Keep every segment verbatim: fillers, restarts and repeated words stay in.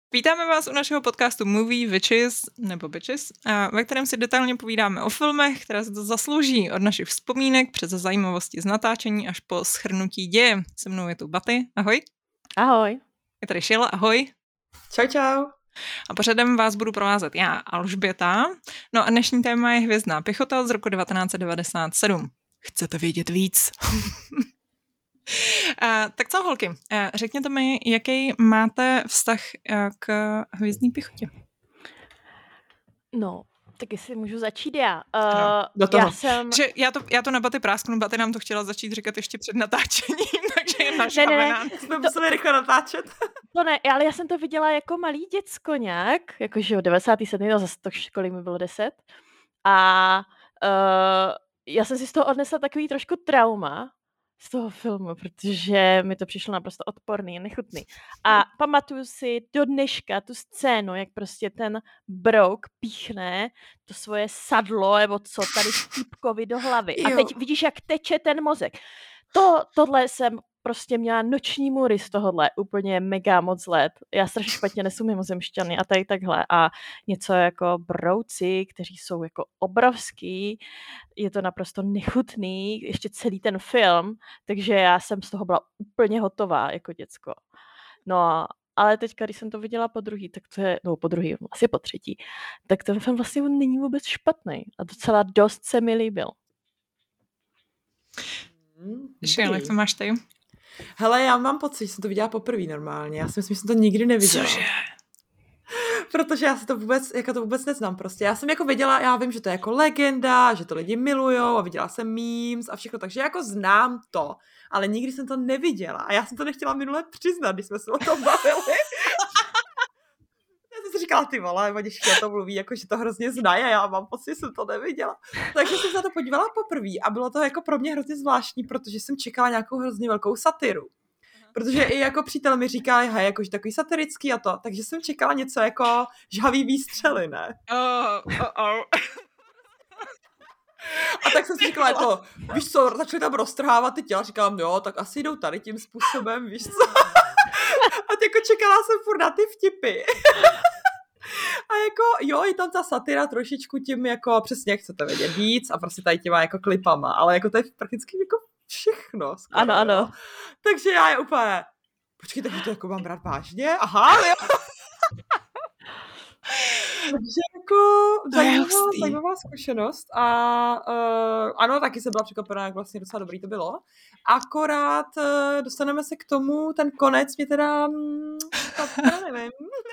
Vítáme vás u našeho podcastu Movie Witches, nebo Bitches, ve kterém si detailně povídáme o filmech, které se to zaslouží od našich vzpomínek přes zajímavosti z natáčení až po shrnutí děje. Se mnou je tu Baty, ahoj. Ahoj. Je tady Sheila, ahoj. Čau, čau. A pořadem vás budu provázet já, Alžběta. No a dnešní téma je Hvězdná pěchota z roku devatenáct set devadesát sedm. Chcete vědět víc? Uh, tak co, holky, uh, řekněte mi, jaký máte vztah uh, k Hvězdné pěchotě? No, tak jestli můžu začít já. Uh, no, do toho. Já, jsem... že já, to, já to na Baty prásknu, Baty nám to chtěla začít říkat ještě před natáčením, takže je naškavená. Ne, ne, jsme museli rychle natáčet. To ne, ale já jsem to viděla jako malý děcko nějak, jakože v devadesátém sedmém no zase to kolik mi bylo deset. A uh, já jsem si z toho odnesla takový trošku trauma, z toho filmu, protože mi to přišlo naprosto odporný a nechutný. A pamatuju si do dneška tu scénu, jak prostě ten brouk píchne to svoje sadlo, nebo co tady Stipkovi do hlavy. A teď vidíš, jak teče ten mozek. To, tohle jsem prostě měla noční můry z tohohle, úplně mega moc let. Já strašně špatně nesu mimozemšťany a tady takhle. A něco jako brouci, kteří jsou jako obrovský, je to naprosto nechutný, ještě celý ten film, takže já jsem z toho byla úplně hotová jako děcko. No ale teďka, když jsem to viděla po druhý, tak to je, no po druhý, asi po třetí, tak ten film vlastně není vůbec špatný a docela dost se mi líbil. Šel, jak to máš ty? Hele, já mám pocit, že jsem to viděla poprvé normálně. Já si myslím, že jsem to nikdy neviděla. Cože? Protože já si to vůbec, jako to vůbec neznám prostě. Já jsem jako viděla, já vím, že to je jako legenda, že to lidi milujou a viděla jsem memes a všechno, takže jako znám to, ale nikdy jsem to neviděla a já jsem to nechtěla minule přiznat, když jsme se o tom bavili. Já jsem si říkala, ty vole, oni všichni to mluví, jako že to hrozně znají a já mám pocit, že jsem to neviděla. Takže jsem se na to podívala poprvé a bylo to jako pro mě hrozně zvláštní, protože jsem čekala nějakou hrozně velkou satiru. Protože i jako přítel mi říká, hej, jakože takový satirický a to, takže jsem čekala něco jako žhavý výstřely, ne? Oh, oh, oh. A tak jsem si říkala, jako, víš co, začali tam roztrhávat ty těla, říkám, jo, tak asi jdou tady tím způsobem, víš co? A jako čekala jsem furt na ty vtipy. A jako, jo, je tam ta satira trošičku tím, jako, přesně jak chcete vědět víc a prostě tady těma jako klipama, ale jako to je prakticky jako všechno. Skoro, ano, ano. Jo. Takže já je úplně, počkej, takže to jako mám brát vážně? Aha, jo. Takže jako zajímavá, zajímavá zkušenost a uh, ano, taky jsem byla překvapená, jak vlastně docela dobrý to bylo. Akorát uh, dostaneme se k tomu, ten konec mě teda, mm, teda nevím.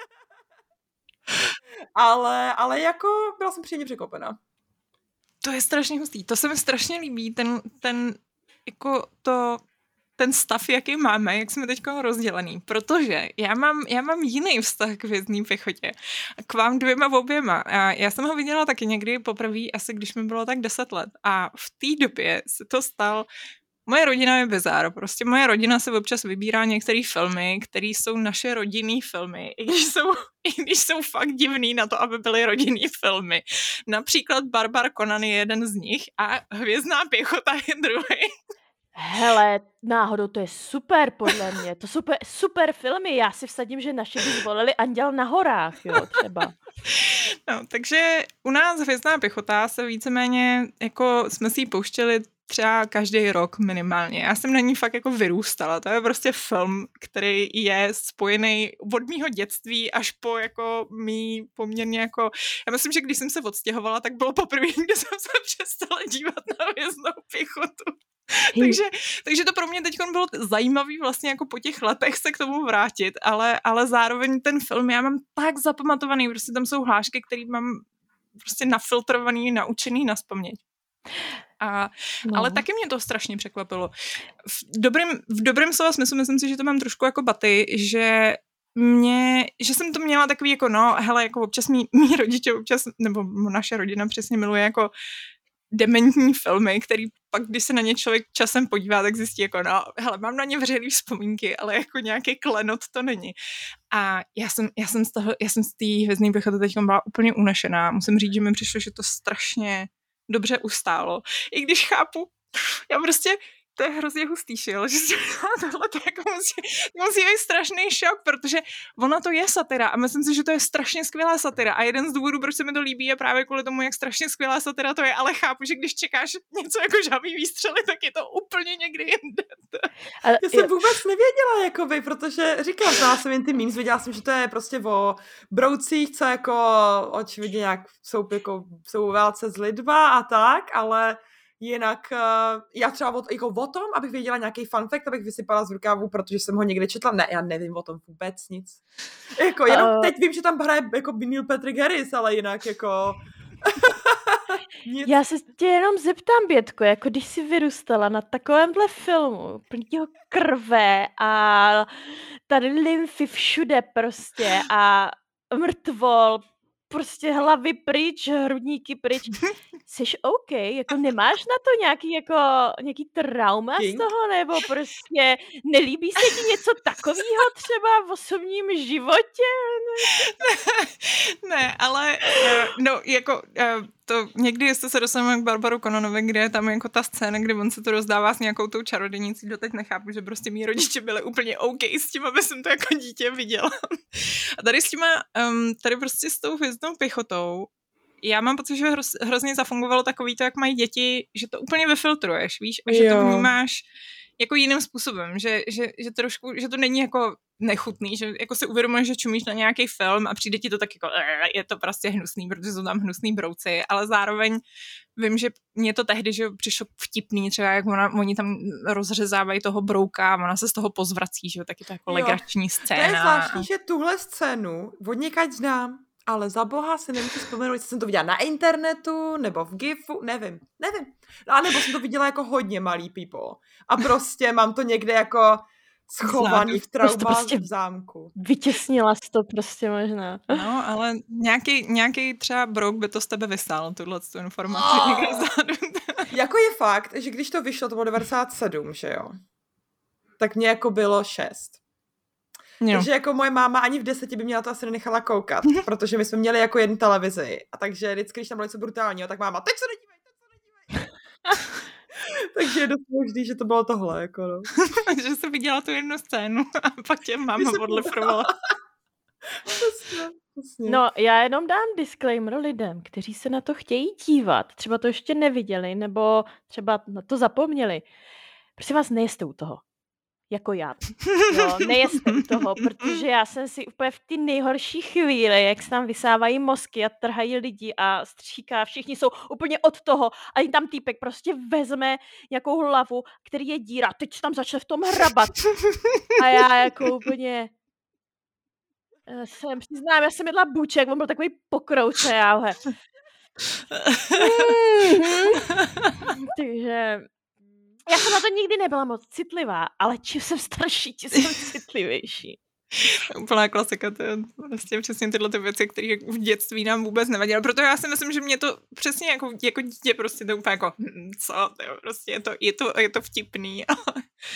ale, ale jako byla jsem příjemně překvapená. To je strašně hustý, to se mi strašně líbí, ten, ten jako to... ten stav, jaký máme, jak jsme teďka rozdělený, protože já mám, já mám jiný vztah k Hvězdné pěchotě. K vám dvěma oběma. A já jsem ho viděla taky někdy poprvé, asi když mi bylo tak deset let. A v té době se to stal. Moje rodina je bizár. Prostě moje rodina se občas vybírá některé filmy, které jsou naše rodinný filmy, i když jsou, i když jsou fakt divný na to, aby byly rodinný filmy. Například Barbar Conan je jeden z nich a Hvězdná pěchota je druhý. Hele, náhodou to je super podle mě, to super, super filmy, já si vsadím, že naše by zvolili Anděl na horách, jo, třeba. No, takže u nás Hvězdná pěchota se víceméně, jako jsme si ji pouštěli třeba každý rok minimálně. Já jsem na ní fakt jako vyrůstala. To je prostě film, který je spojený od mýho dětství až po jako mý poměrně jako... Já myslím, že když jsem se odstěhovala, tak bylo poprvé, kdy jsem se přestala dívat na Hvězdnou pěchotu. takže, takže to pro mě teď bylo zajímavý vlastně jako po těch letech se k tomu vrátit, ale, ale zároveň ten film já mám tak zapamatovaný, prostě tam jsou hlášky, které mám prostě nafiltrovaný, naučený nazpaměť. A, no. Ale taky mě to strašně překvapilo. V dobrém, v dobrém slova smyslu myslím si, že to mám trošku jako Baty, že mě, že jsem to měla takový jako no, hele, jako občas mý, mý rodiče, občas, nebo naše rodina přesně miluje jako dementní filmy, který pak, když se na ně člověk časem podívá, tak zjistí jako, no, hele, mám na ně vřelý vzpomínky, ale jako nějaký klenot to není. A já jsem, já jsem z toho, já jsem z té Hvězdné pěchoty teď byla úplně unešená. Musím říct, že mi přišlo, že to strašně dobře ustálo. I když chápu, já prostě to je hrozně hustý, šil, že tohle to jako musí, musí být strašný šok, protože ona to je satira a myslím si, že to je strašně skvělá satira a jeden z důvodů, proč se mi to líbí, je právě kvůli tomu, jak strašně skvělá satira to je, ale chápu, že když čekáš něco jako žhavý výstřely, tak je to úplně někdy jinde. Ale já jsem vůbec nevěděla, jako vy, protože říkám, znala jsem jen ty memes, věděla jsem, že to je prostě o broucích, co jako očividně nějak jsou, jako, jsou válce s lidma a tak, ale jinak uh, já třeba o, jako o tom, abych věděla nějaký fun fact, abych vysypala z rukávu, protože jsem ho někde četla. Ne, já nevím o tom vůbec nic. Jako jenom uh... teď vím, že tam hraje jako Neil Patrick Harris, ale jinak jako... Nic. Já se tě jenom zeptám, Bětko, jako když jsi vyrůstala na takovémhle filmu, plnýho krve a tady lymfy všude prostě a mrtvol, prostě hlavy pryč, hrudníky pryč. Jsi OK? Jako nemáš na to nějaký, jako, nějaký trauma King? Z toho? Nebo prostě nelíbí se ti něco takového třeba v osobním životě? Ne, ne ale no, jako to někdy, jestli se dostaneme k Barbaru Cononovi, kde je tam jako ta scéna, kde on se to rozdává s nějakou tou čarodějnicí, doteď nechápu, že prostě mý rodiče byli úplně OK s tím, aby jsem to jako dítě viděla. A tady s těma, um, tady prostě s tou hvězdnou pěchotou, já mám pocit, že hroz, hrozně zafungovalo takový to, jak mají děti, že to úplně vyfiltruješ, víš, a že jo. To vnímáš jako jiným způsobem, že, že, že, trošku, že to není jako nechutný, že jako si uvědomuješ, že čumíš na nějaký film a přijde ti to tak jako, je to prostě hnusný, protože jsou tam hnusný brouci, ale zároveň vím, že mě to tehdy, že přišlo vtipný, třeba jak ona, oni tam rozřezávají toho brouka a ona se z toho pozvrací, že jo, taky to jako jo. Legrační scéna. To je zvláštní, že tuhle scénu od někať znám, ale za boha si nemůžu vzpomenout, jestli jsem to viděla na internetu, nebo v gifu, nevím, nevím. No a nebo jsem to viděla jako hodně malý people. A prostě mám to někde jako schovaný v trauma prostě v zámku. Vytěsnila jsi to prostě možná. No, ale nějaký, nějaký třeba brouk by to z tebe vysál, tuhle tu informaci. Oh! Jako je fakt, že když to vyšlo, to bylo devadesát sedm, že jo? Tak mě jako bylo šest. Jo. Takže jako moje máma ani v deseti by měla to asi nenechala koukat, protože my jsme měli jako jednu televizi a takže vždycky, když tam bylo něco brutálního, tak máma, teď se nedívej, teď se nedívej. Takže je dost možný, že to bylo tohle, jako no. Že jsi viděla tu jednu scénu a pak tě máma odlifrovala. No, já jenom dám disclaimer lidem, kteří se na to chtějí dívat, třeba to ještě neviděli, nebo třeba na to zapomněli. Prosím vás, nejste u toho. Jako já. Jo, nejeste u toho, protože já jsem si úplně v ty nejhorší chvíli, jak se tam vysávají mozky a trhají lidi a stříká, všichni jsou úplně od toho a jim tam týpek prostě vezme nějakou hlavu, který je díra, teď se tam začne v tom hrabat. A já jako úplně já jsem, přiznám, já jsem jedla buček, on byl takový pokrouce, já he. Takže já jsem na to nikdy nebyla moc citlivá, ale čím jsem starší, tím jsem citlivější. Úplná klasika, to je vlastně přesně tyhle ty věci, které v dětství nám vůbec nevadily. Proto já si myslím, že mě to přesně jako, jako dítě prostě to úplně jako, co, to je, prostě je to, je to, je to vtipný. uh,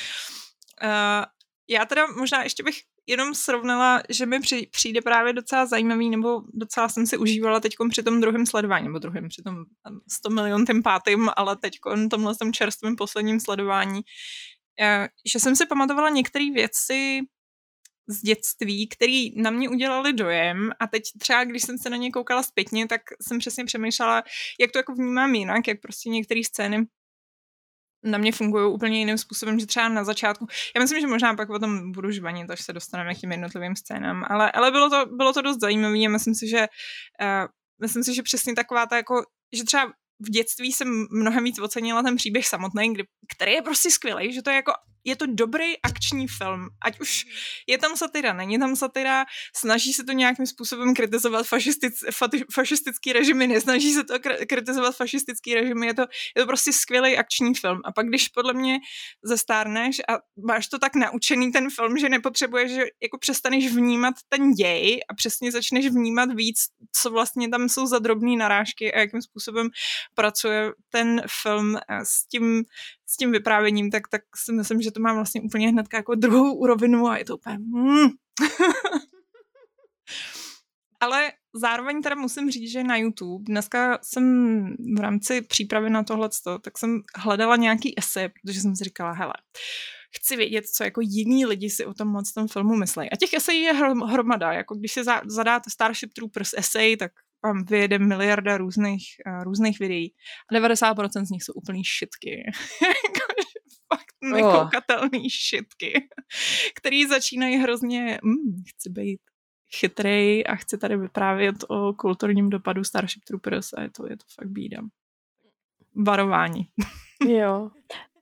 já teda možná ještě bych jenom srovnala, že mi přijde právě docela zajímavý, nebo docela jsem si užívala teďkom při tom druhém sledování, nebo druhém, při tom sto milion tím pátým, ale teďkom tomhle tom čerstvém posledním sledování, že jsem si pamatovala některé věci z dětství, které na mě udělaly dojem a teď třeba, když jsem se na ně koukala zpětně, tak jsem přesně přemýšlela, jak to jako vnímám jinak, jak prostě některé scény na mě fungují úplně jiným způsobem, že třeba na začátku, já myslím, že možná pak o tom budu žvanit, až se dostaneme k těm jednotlivým scénám, ale, ale bylo, to, bylo to dost zajímavé a myslím si, že uh, myslím si, že přesně taková ta jako, že třeba v dětství jsem mnohem víc ocenila ten příběh samotný, kdy, který je prostě skvělý, že to je jako, je to dobrý akční film, ať už je tam satira, není tam satira, snaží se to nějakým způsobem kritizovat fašistic, fa, fašistický režimy, nesnaží se to kritizovat fašistický režimy, je to, je to prostě skvělý akční film. A pak, když podle mě zestárneš a máš to tak naučený ten film, že nepotřebuješ, že jako přestaneš vnímat ten děj a přesně začneš vnímat víc, co vlastně tam jsou za drobný narážky a jakým způsobem pracuje ten film s tím, s tím vyprávěním, tak, tak si myslím, že to má vlastně úplně hned jako druhou úrovinu a je to úplně... Mm. Ale zároveň teda musím říct, že na YouTube, dneska jsem v rámci přípravy na tohleto, tak jsem hledala nějaký esej, protože jsem si říkala, hele, chci vědět, co jako jiní lidi si o tom moc tom filmu myslí. A těch esejí je hromada, jako když si zadáte Starship Troopers esej, tak vám vyjede miliarda různých, uh, různých videí. A devadesát procent z nich jsou úplný shitky. Fakt nekoukatelný shitky, který začínají hrozně, mm, chci být chytrej a chci tady vyprávět o kulturním dopadu Starship Troopers a je to, je to fakt bída. Varování. Jo.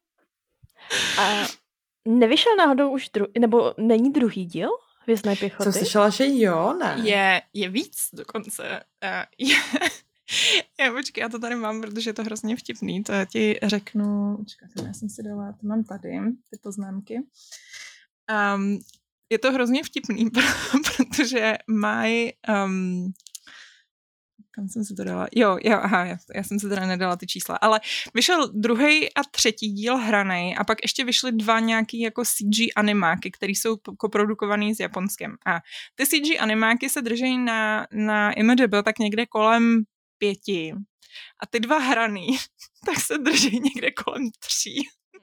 A nevyšel náhodou už druhý, nebo není druhý díl Hvězdné pěchoty? Jsem slyšela, že jo, ne? Je, je víc dokonce. Uh, je, já, počkej, já to tady mám, protože je to hrozně vtipný. To já ti řeknu, počkej, já jsem si dala, to mám tady, ty poznámky. Um, je to hrozně vtipný, protože mají... Um, kam jsem si to dala? Jo, jo, aha, já, já jsem si teda nedala ty čísla, ale vyšel druhý a třetí díl hranej a pak ještě vyšly dva nějaký jako C G animáky, které jsou koprodukovaný s Japonskem. A ty C G animáky se drží na, na I M D B tak někde kolem pěti. A ty dva hraný, tak se drží někde kolem tří.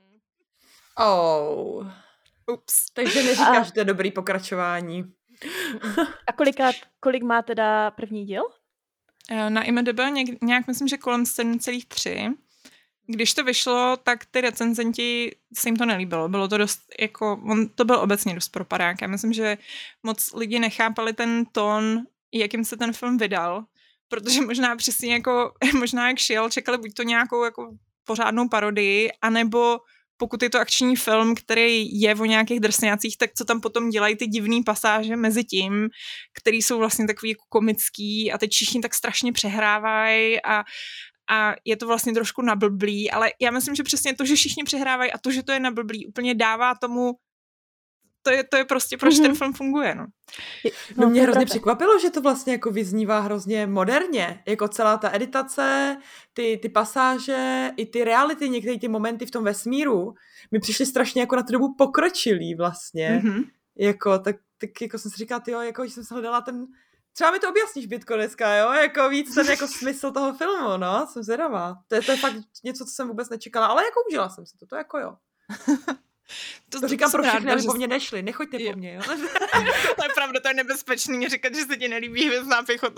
Oh. Ups. Takže neříkáš, a... že to je dobrý pokračování. A kolika, kolik má teda první díl? Na I M D B něk, nějak myslím, že kolem sedm celá tři. Když to vyšlo, tak ty recenzenti se jim to nelíbilo. Bylo to dost, jako, on to byl obecně dost propadák. Já myslím, že moc lidi nechápali ten tón, jakým se ten film vydal, protože možná přesně jako, možná jak šel, čekali buď to nějakou jako pořádnou parodii, anebo pokud je to akční film, který je o nějakých drsňácích, tak co tam potom dělají ty divný pasáže mezi tím, který jsou vlastně takový jako komický a teď všichni tak strašně přehrávají a, a je to vlastně trošku nablblý, ale já myslím, že přesně to, že všichni přehrávají a to, že to je nablblý, úplně dává tomu, to je, to je prostě, proč mm-hmm. ten film funguje, no. No, mě hrozně překvapilo, že to vlastně jako vyznívá hrozně moderně, jako celá ta editace, ty, ty pasáže, i ty reality, některé ty momenty v tom vesmíru, mi přišly strašně jako na tu dobu pokročilý vlastně, mm-hmm. jako, tak, tak jako jsem si říkala, tyjo, jako, že jsem se hledala ten, třeba mi to objasníš, Bětko, dneska, jo, jako víc ten jako smysl toho filmu, no, jsem zvědavá, to je, to je fakt něco, co jsem vůbec nečekala, ale jako užila jsem si to, to jako jo. To, to říkám to pro všechny, aby že... po mně nešli. Nechoďte jo. po mně, jo? To je pravda, to je nebezpečný říkat, že se ti nelíbí Hvězdná pěchota.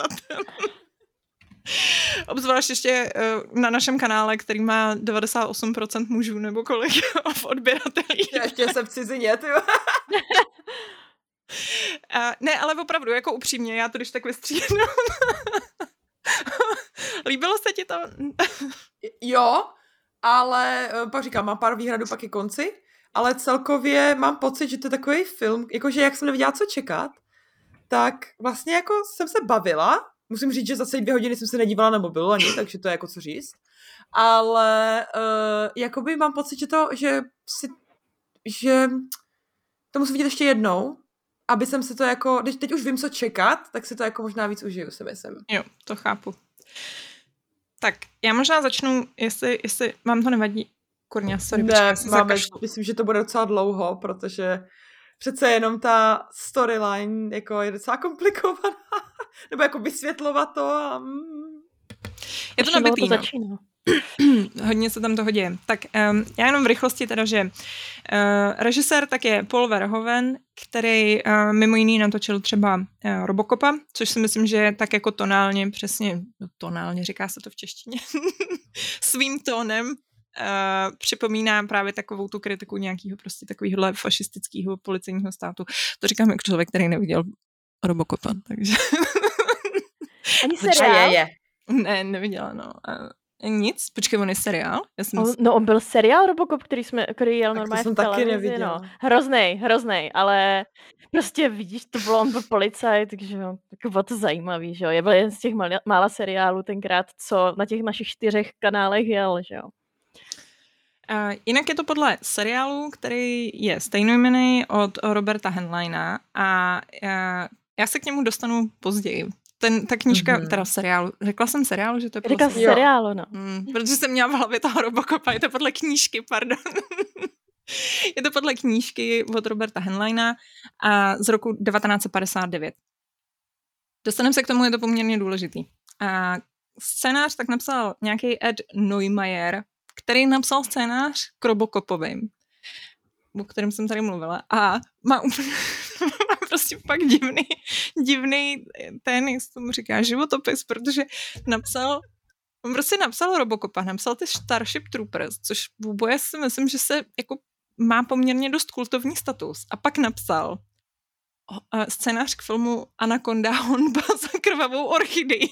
Obzvlášť ještě uh, na našem kanále, který má devadesát osm procent mužů nebo kolik v odběratelích. Já ještě jsem v cizině, ty. uh, ne, ale opravdu, jako upřímně, já to když tak vystříhnu. Líbilo se ti to? Jo, ale pak říkám, mám pár výhradů pak i konci. Ale celkově mám pocit, že to je takový film, jakože jak jsem nevěděla, co čekat, tak vlastně jako jsem se bavila. Musím říct, že za celý dvě hodiny jsem se nedívala na mobilu ani, takže to je jako co říct. Ale uh, jakoby mám pocit, že to, že si, že to musím vidět ještě jednou, aby jsem se to jako, teď, teď už vím, co čekat, tak si to jako možná víc užiju, si myslím. Jo, to chápu. Tak, já možná začnu, jestli, jestli vám to nevadí. Kurňa, sorry, ne, počkej, máme, myslím, že to bude docela dlouho, protože přece jenom ta storyline jako je docela komplikovaná. Nebo jako vysvětlovat to. A... Je to nabitý, no. Hodně se tam toho děje. Tak um, já jenom v rychlosti teda, že uh, režisér tak je Paul Verhoeven, který uh, mimo jiný natočil třeba uh, Robocopa, což si myslím, že je tak jako tonálně, přesně, no, tonálně, říká se to v češtině, svým tónem Uh, připomíná právě takovou tu kritiku nějakého prostě takovýhle fašistického policejního státu. To říkám jako člověk, který neviděl Robocopa, takže... Ani seriál? Je, je. Ne, neviděla, no. Uh, nic? Počkej, on je seriál? Já jsem on, no, on byl seriál Robocop, který, jsme, který jel normálně v televizi, no. Hroznej, hroznej, ale prostě vidíš, to bylo, on byl policajt, takže jo, tak bylo to zajímavý, že jo. Je byl jeden z těch mála, mála seriálů tenkrát, co na těch našich čtyřech kanálech jel, že jo. Uh, jinak je to podle seriálu, který je stejnojmenný od Roberta Heinleina a uh, já se k němu dostanu později. Ten, ta knížka, mm-hmm. teda seriálu, řekla jsem seriálu, že to je podle Řekla seriálu. seriálu, no. Mm, protože jsem měla v hlavě toho Robocopa, je to podle knížky, pardon. Je to podle knížky od Roberta Heinleina a z roku devatenáct set padesát devět. Dostaneme se k tomu, je to poměrně důležitý. A scénář tak napsal nějaký Ed Neumeier, který napsal scénář k Robocopovým, o kterém jsem tady mluvila. A má úplně má prostě pak divný, divný ten, jak se tomu říká, životopis, protože napsal, on prostě napsal Robocopa, napsal ty Starship Troopers, což v boje si myslím, že se jako má poměrně dost kultovní status. A pak napsal scénář k filmu Anaconda honba za krvavou orchidii.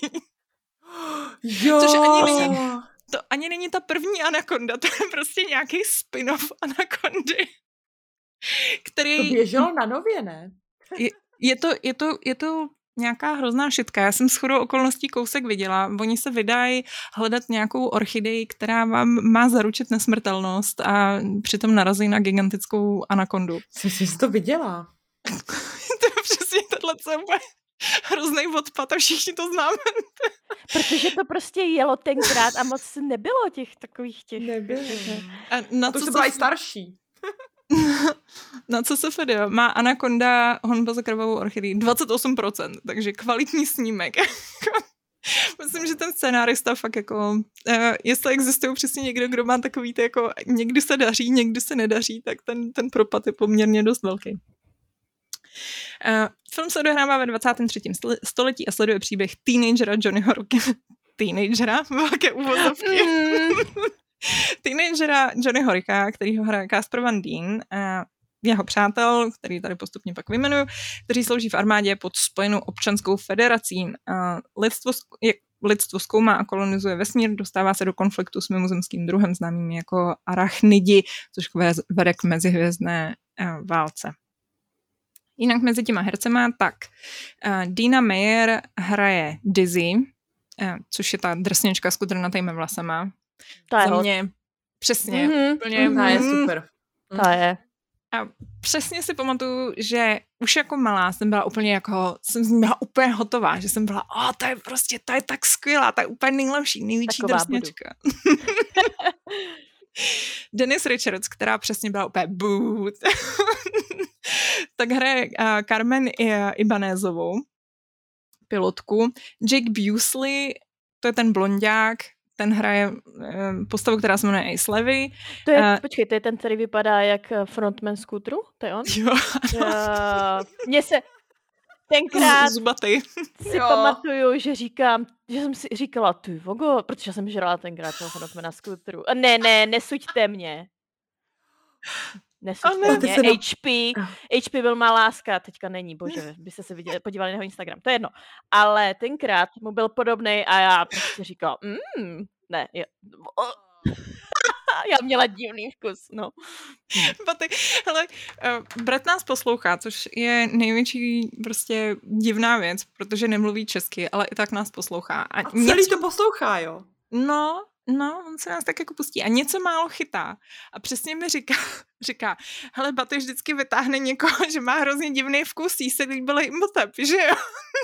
Jo. Což ani není, to ani není ta první Anaconda, to je prostě nějaký spin-off Anacondy, který... To běželo na Nově, ne? Je, je, to, je, to, je to nějaká hrozná šitka. Já jsem shodou okolností kousek viděla. Oni se vydají hledat nějakou orchidei, která vám má zaručit nesmrtelnost a přitom narazí na gigantickou anakondu. Jsem si to viděla. To je přesně tohle, co je hrozný odpad a všichni to známe. Protože to prostě jelo tenkrát a moc nebylo těch takových těch... Nebylo. A na a to co už se byla i starší. Na co se fedil? Má Anaconda honba za krvavou orchidii dvacet osm procent, takže kvalitní snímek. Myslím, že ten scenárista fakt jako, uh, jestli existují přesně někdo, kdo má takový ty jako někdy se daří, někdy se nedaří, tak ten, ten propad je poměrně dost velký. Uh, film se odehrává ve dvacátém třetím století a sleduje příběh teenagera Johnnyho Rocka. Teenagera? Velké uvozovky. Teenagera Johnnyho Ricka, který ho hraje Casper Van Dien, a jeho přátel, který tady postupně pak vyjmenuju, kteří slouží v armádě pod Spojenou občanskou federací. A lidstvo, lidstvo zkoumá a kolonizuje vesmír, dostává se do konfliktu s mimozemským druhem známým jako arachnidi, což vede k mezihvězdné válce. Jinak mezi těma hercema, tak uh, Dina Meyer hraje Dizzy, uh, což je ta drsněčka s kudrnatejma vlasama. Ta je Za hot. mě přesně. Mm-hmm. Úplně, Ta mm-hmm. je super. Ta je. A přesně si pamatuju, že už jako malá jsem byla úplně jako, jsem z ní byla úplně hotová, že jsem byla, o, ta je prostě, ta je tak skvělá, ta je úplně nejlepší, největší Taková drsněčka. Dennis Richards, která přesně byla úplně boot, tak hraje uh, Carmen Ibanezovou, pilotku. Jake Busey, to je ten blonďák, ten hraje uh, postavu, která se jmenuje Ace Levy. To je, Uh, počkej, to je ten, který vypadá jak frontman Scootru? To je on? jo, Uh, Mně se tenkrát zubatej. si Jo. pamatuju, že říkám, že jsem si říkala, ty vogo, protože jsem žrala tenkrát toho frontmana Scootru. A ne, ne, nesuďte mě. Nesuďte ne. mě. Se do- H P, H P byl má láska, teďka není, bože, byste se viděli, podívali na jeho Instagram, to je jedno. Ale tenkrát mu byl podobnej a já prostě říkala, mm, ne, je, já měla divný vkus, no. Baty, hele, uh, brat nás poslouchá, což je největší prostě divná věc, protože nemluví česky, ale i tak nás poslouchá. A, A celý něco, to poslouchá, jo? no, no, on se nás tak jako pustí a něco málo chytá. A přesně mi říká, říká, hele, Baty vždycky vytáhne někoho, že má hrozně divný vkus, jí se líbil Imhotep, že jo?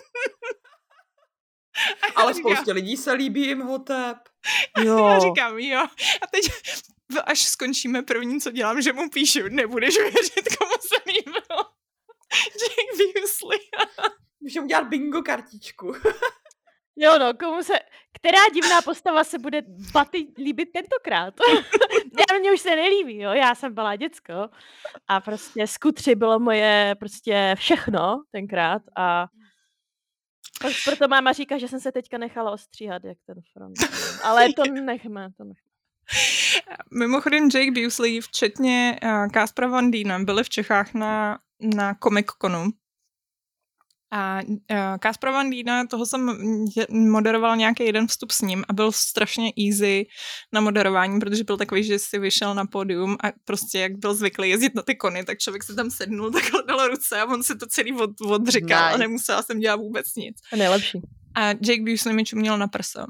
A já Ale říkám, spoustě lidí se líbí Imhotep. Jo. já říkám, jo. A teď, až skončíme první, co dělám, že mu píšu, nebudeš věřit, komu se líbil Jake Busey. Můžeme udělat bingo kartičku. Jo, no, komu se, která divná postava se bude Baty líbit tentokrát? Já mě už se nelíbí, jo, já jsem byla děcko a prostě skutři bylo moje prostě všechno tenkrát a tak proto máma říká, že jsem se teďka nechala ostříhat, jak ten front. Ale to nechme, to nechme. Mimochodem Jake Busey, včetně uh, Caspera Van Diena, byli v Čechách na, na Comic-Conu. A uh, Caspera Van Diena, toho jsem moderoval nějaký jeden vstup s ním a byl strašně easy na moderování, protože byl takový, že si vyšel na pódium a prostě jak byl zvyklý jezdit na ty kony, tak člověk se tam sednul, takhle dal ruce a on si to celý od, odřekal nice. A nemusela jsem dělat vůbec nic. To nejlepší. A Jake Busey mi čuměl na prso.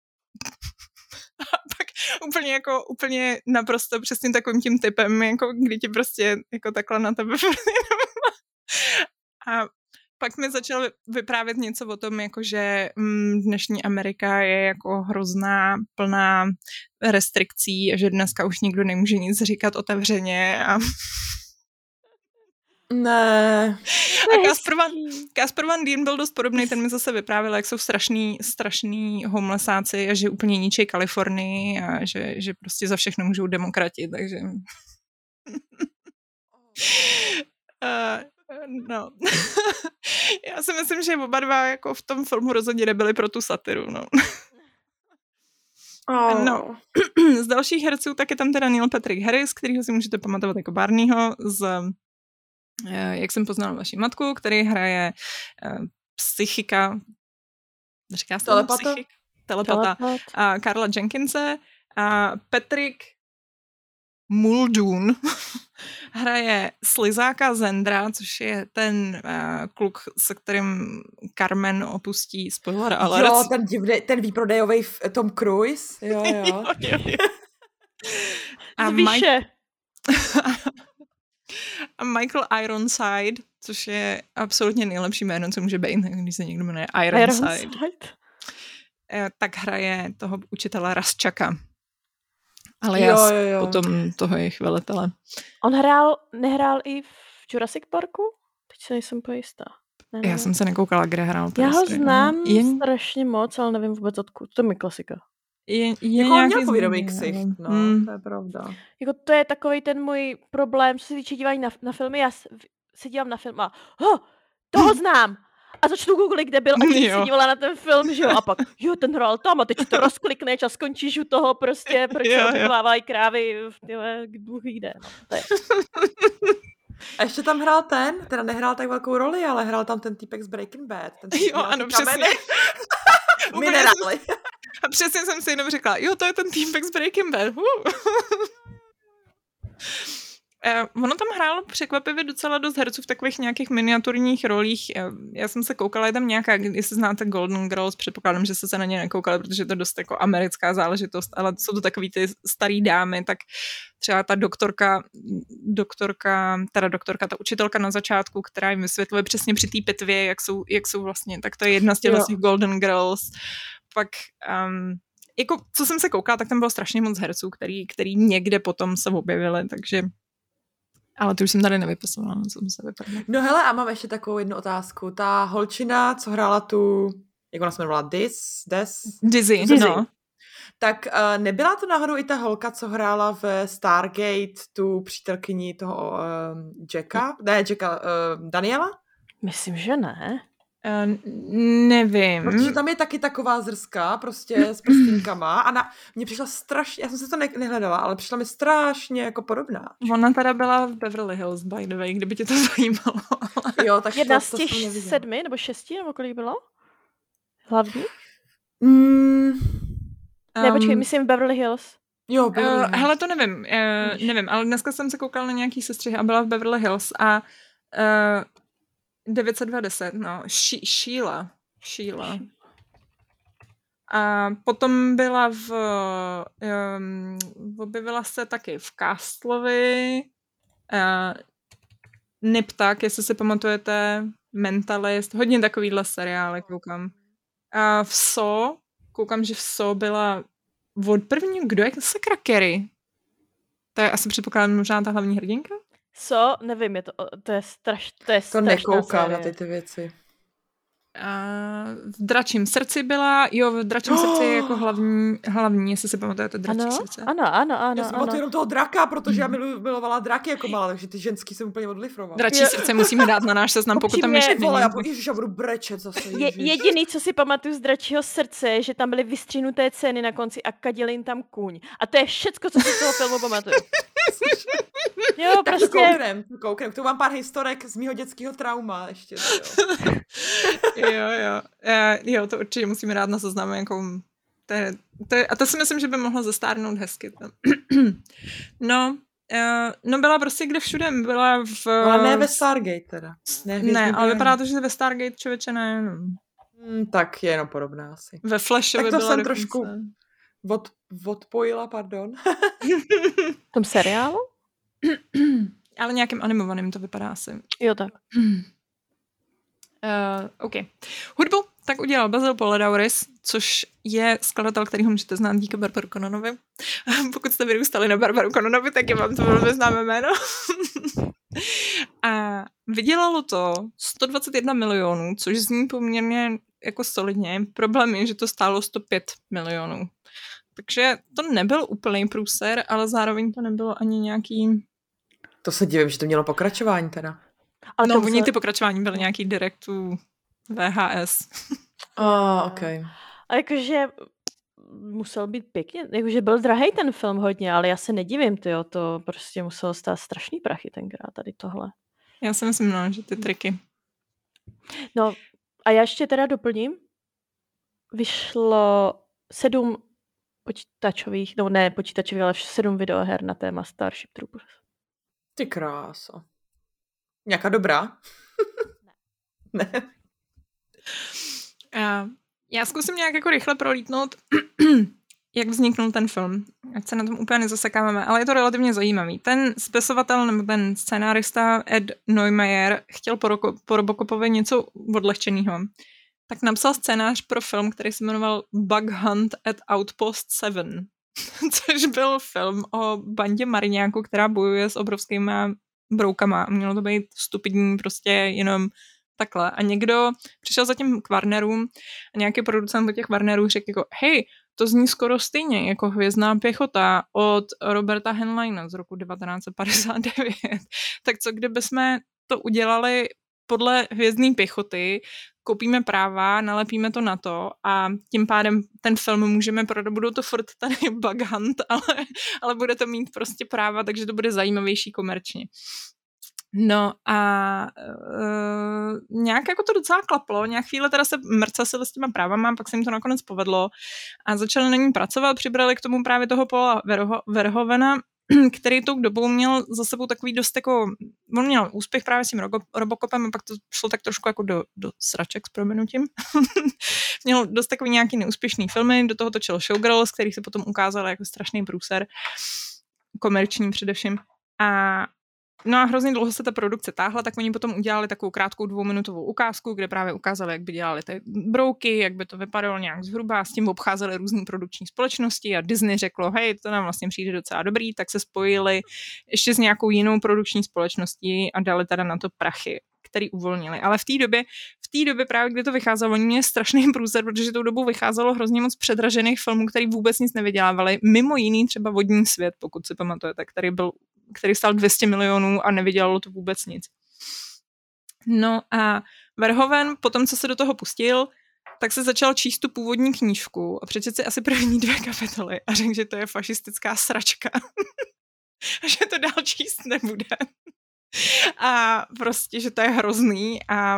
A pak úplně jako, úplně naprosto přesně takovým tím typem, jako kdy ti prostě jako takhle na tebe a pak mi začal vyprávět něco o tom, jako že mm, dnešní Amerika je jako hrozná, plná restrikcí a že dneska už nikdo nemůže nic říkat otevřeně a Ne. A Casper Van, Casper Van Dien byl dost podobný, ten mi zase vyprávěl, jak jsou strašný, strašný homelessáci a že úplně ničí Kalifornii a že, že prostě za všechno můžou demokrati, takže... uh, no. Já si myslím, že oba dva jako v tom filmu rozhodně nebyli pro tu satiru, no. Oh. No. Z dalších herců tak je tam teda Neil Patrick Harris, kterýho si můžete pamatovat jako Barneyho z Jak jsem poznala vaši matku, který hraje uh, psychika, říká se Telepata? Psychik? Telepata. Telepat. A Karla Jenkinse a Patrick Muldoon hraje slizáka Zendra, což je ten uh, kluk, se kterým Carmen opustí, spoiler alert. Jo, ten divný, ten výprodejový Tom Cruise. Jo, jo. jo, jo, jo. A, Zvyše. Mike... a Michael Ironside, což je absolutně nejlepší jméno, co může být, když se někdo jmenuje Ironside. Ironside. Tak hraje toho učitele Rasčaka. Ale Jo, já jo, jo. potom toho jejich veletele. On hrál, nehrál i v Jurassic Parku? Teď se nejsem pojistá. Ne, ne, Já ne. jsem se nekoukala, kde hrál. Já ho prostě, znám no. je, strašně moc, ale nevím vůbec odkud. To je mi klasika. je, je Jako on nějaký měl povědomý zmíněný, ksicht, no, Hmm. to je pravda. Jako to je takovej ten můj problém, co se týče dívání na, na filmy. Já s- v- se dívám na film a oh, toho znám. A začnu googlit, kde byl a teď Jo. se dívala na ten film, že jo, a pak, jo, ten hrál tam a teď to rozklikneš a skončíš u toho prostě, proč Jo, se jo. obchovávají krávy, tyhle, Bůh ví kde, no. To je. A ještě tam hrál ten, teda nehrál tak velkou roli, ale hrál tam ten týpek z Breaking Bad. Ten co Jo, sbíral ano, ty přesně. kameny. Úplně Minerály. A přesně jsem si jenom řekla, jo, to je ten týpek z Breaking Bad. Uh. Uh, ono tam hrálo překvapivě docela dost herců v takových nějakých miniaturních rolích. Uh, já jsem se koukala, je tam nějaká, jestli znáte Golden Girls, předpokládám, že jste se na ně nekoukali, protože je to dost jako americká záležitost, ale jsou to takový ty starý dámy, tak třeba ta doktorka, doktorka, teda doktorka, ta učitelka na začátku, která jim vysvětluje přesně při té pitvě, jak jsou, jak jsou vlastně, tak to je jedna z těch Jo. vlastně Golden Girls. Pak um, jako, co jsem se koukala, tak tam bylo strašně moc herců, který, který někde potom se objevili, takže ale to už jsem tady nevypisovala, co jsem se vypadla. No hele, a mám ještě takovou jednu otázku. Ta holčina, co hrála tu, jak ona se jmenovala, Dis, Des? Dizzy, Dizzy. no. Tak uh, nebyla to náhodou i ta holka, co hrála v Stargate tu přítelkyni toho um, Jacka? Ne, Jacka, uh, Daniela? Myslím, že ne. Uh, nevím. Protože tam je taky taková zrská, prostě s prstínkama a na, mně přišla strašně, já jsem se to ne, nehledala, ale přišla mi strašně jako podobná. Ona teda byla v Beverly Hills, by the way, kdyby tě to zajímalo. Jo, tak Jedna to, z to těch jsem neviděla. sedmi nebo šesti, nebo kolik bylo? Hlavní? Mm, Ne, počkej, Um, myslím v Beverly Hills. jo, Beverly Uh, Hills. hele, to nevím, uh, Víš. nevím, ale dneska jsem se koukala na nějaký sestřih a byla v Beverly Hills a uh, devět set dvacet, no, Ší- Sheila, Sheila. A potom byla v, um, objevila se taky v Castlovi, uh, Niptak, jestli si pamatujete, Mentalist, hodně takovýhle seriály koukám. A v So, koukám, že v So byla od první, kdo je sakra Carrie? To je asi předpokládám možná ta hlavní hrdinka? Co? Nevím, je to, to je straš, to je To strašná nekoukám na série. ty, ty věci. A v Dračím srdci byla, jo, v Dračím srdci je jako hlavní, hlavní, jestli si pamatujete Dračí Ano, srdce. ano, ano, ano, Já jsem ano. ano. jenom toho draka, protože já milu, milovala draky jako malá, takže ty ženský jsem úplně odlifrovala. Dračí Je- srdce musíme dát na náš seznam, pokud tam Upřímně, ještě Vole, já, není. budu, ježiš, já budu brečet zase, Je, ježiš. jediný, co si pamatuju z Dračího srdce, je, že tam byly vystřihnuté ceny na konci a kadil jim tam kůň. A to je všecko, co si z toho filmu pamatuju. Jo, Tak to prostě... kouknem, to kouknem. K tomu mám pár historek z mýho dětského trauma ještě. To jo. Jo, jo. Uh, jo, to určitě musíme dát na seznam, jako to je, to je, a to si myslím, že by mohlo zestárnout hezky. No, uh, no byla prostě kde všude, byla v... Ale ne ve Stargate teda. Ne, v Ne, Hvězdný ale bráně. vypadá to, že ve Stargate člověče ne, no. Hmm, tak je jenom podobná asi. Ve Flashovi Tak to byla jsem dokonce. trošku- Od, odpojila, pardon. V tom seriálu? Ale nějakým animovaným to vypadá asi. Jo, tak. Uh, OK. Hudbu tak udělal Basil Poledouris, což je skladatel, kterýho můžete znát díky Barbaru Cononovi. Pokud jste vyrůstali na Barbaru Cononovi, tak je vám to velmi známé jméno. A vydělalo to sto dvacet jedna milionů, což zní poměrně jako solidně. Problém je, že to stálo sto pět milionů. Takže to nebyl úplný průser, ale zároveň to nebylo ani nějaký... To se divím, že to mělo pokračování teda. Ale no, oni ty pokračování byly nějaký direct to V H S. A, oh, ok. A jakože musel být pěkně, jakože byl drahej ten film hodně, ale já se nedivím, tyjo, to prostě muselo stát strašný prachy tenkrát tady tohle. Já si myslím, no, že ty triky. No a já ještě teda doplním, vyšlo sedm počítačových, no ne počítačových, ale sedm videoher na téma Starship Troopers. Ty kráso. Nějaká dobrá? Ne. Ne. Uh, já zkusím nějak jako rychle prolítnout, jak vzniknul ten film. Ať se na tom úplně nezasekáváme, ale je to relativně zajímavý. Ten spisovatel nebo ten scenárista Ed Neumayer chtěl po, Roko, po Robocopovi něco odlehčenýho. Tak napsal scénář pro film, který se jmenoval Bug Hunt at Outpost sedm, což byl film o bandě mariňáků, která bojuje s obrovskýma broukama. Mělo to být stupidní, prostě jenom takhle. A někdo přišel za tím k Warnerům a nějaký producent od těch Warnerů řekl jako, hej, to zní skoro stejně jako Hvězdná pěchota od Roberta Heinleina z roku devatenáct set padesát devět. Tak co kdyby jsme to udělali podle Hvězdné pěchoty, koupíme práva, nalepíme to na to a tím pádem ten film můžeme prodat, budou to furt tady Bug Hunt, ale, ale bude to mít prostě práva, takže to bude zajímavější komerčně. No a uh, nějak jako to docela klaplo, nějak chvíle teda se mrcasili s těma právama, pak se jim to nakonec povedlo a začali na ní pracovat, přibrali k tomu právě toho Paula Verho- Verhovena, který tou dobou měl za sebou takový dost jako, on měl úspěch právě s tím Robo- Robocopem a pak to šlo tak trošku jako do, do sraček s prominutím. Měl dost takový nějaký neúspěšný filmy, do toho točil Showgirls, který se potom ukázal jako strašný průser, komerční především. A no a hrozně dlouho se ta produkce táhla, tak oni potom udělali takovou krátkou dvouminutovou ukázku, kde právě ukázali, jak by dělali ty brouky, jak by to vypadalo nějak zhruba, s tím obcházeli různý produkční společnosti a Disney řeklo, hej, to nám vlastně přijde docela dobrý, tak se spojili ještě s nějakou jinou produkční společností a dali teda na to prachy, který uvolnili. Ale v té době, v té době právě, kdy to vycházelo, oni měli strašný průser, protože tou dobou vycházelo hrozně moc předražených filmů, který vůbec nic nevydělávali, mimo jiný třeba Vodní svět, pokud si pamatujete, který byl který stál dvě stě milionů a nevydělalo to vůbec nic. No a Verhoeven potom, co se do toho pustil, tak se začal číst tu původní knížku a přečet si asi první dvě kapitoly a řekl, že to je fašistická sračka. A že to dál číst nebude. A prostě, že to je hrozný a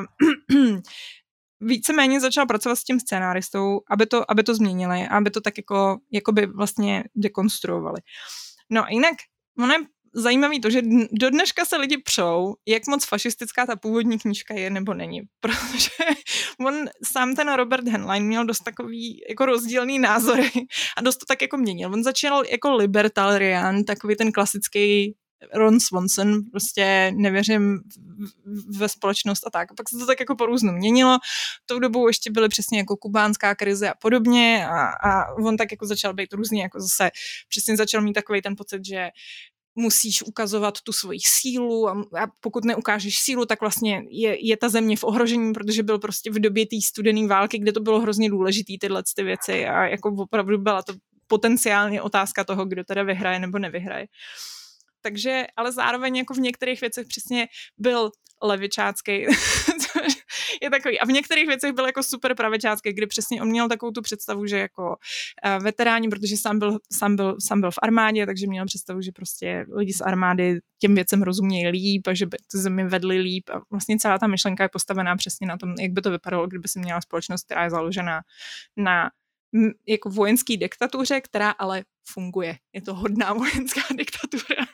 víceméně začal pracovat s tím scénáristou, aby to, aby to změnili, aby to tak jako, jakoby vlastně dekonstruovali. No a jinak, ono je zajímavý to, že do dneška se lidi přou, jak moc fašistická ta původní knížka je nebo není, protože on sám ten Robert Heinlein měl dost takový jako rozdílný názory a dost to tak jako měnil. On začal jako libertarian, takový ten klasický Ron Swanson, prostě nevěřím ve společnost a tak. A pak se to tak jako po různu měnilo. Tou dobou ještě byly přesně jako kubánská krize a podobně a, a on tak jako začal být různý, jako zase přesně začal mít takový ten pocit, že musíš ukazovat tu svoji sílu a, a pokud neukážeš sílu, tak vlastně je, je ta země v ohrožení, protože byl prostě v době té studené války, kde to bylo hrozně důležitý tyhle ty věci a jako opravdu byla to potenciálně otázka toho, kdo teda vyhraje nebo nevyhraje. Takže, ale zároveň jako v některých věcech přesně byl levičácký, je takový. A v některých věcech byl jako super pravičácký, kdy přesně on měl takovou tu představu, že jako uh, veteráni, protože sám byl, sám, byl, sám byl v armádě, takže měl představu, že prostě lidi z armády těm věcem rozumějí líp a že by tu zemi vedli líp a vlastně celá ta myšlenka je postavená přesně na tom, jak by to vypadalo, kdyby si měla společnost, která je založená na jako vojenský diktatuře, která ale funguje. Je to hodná vojenská diktatura.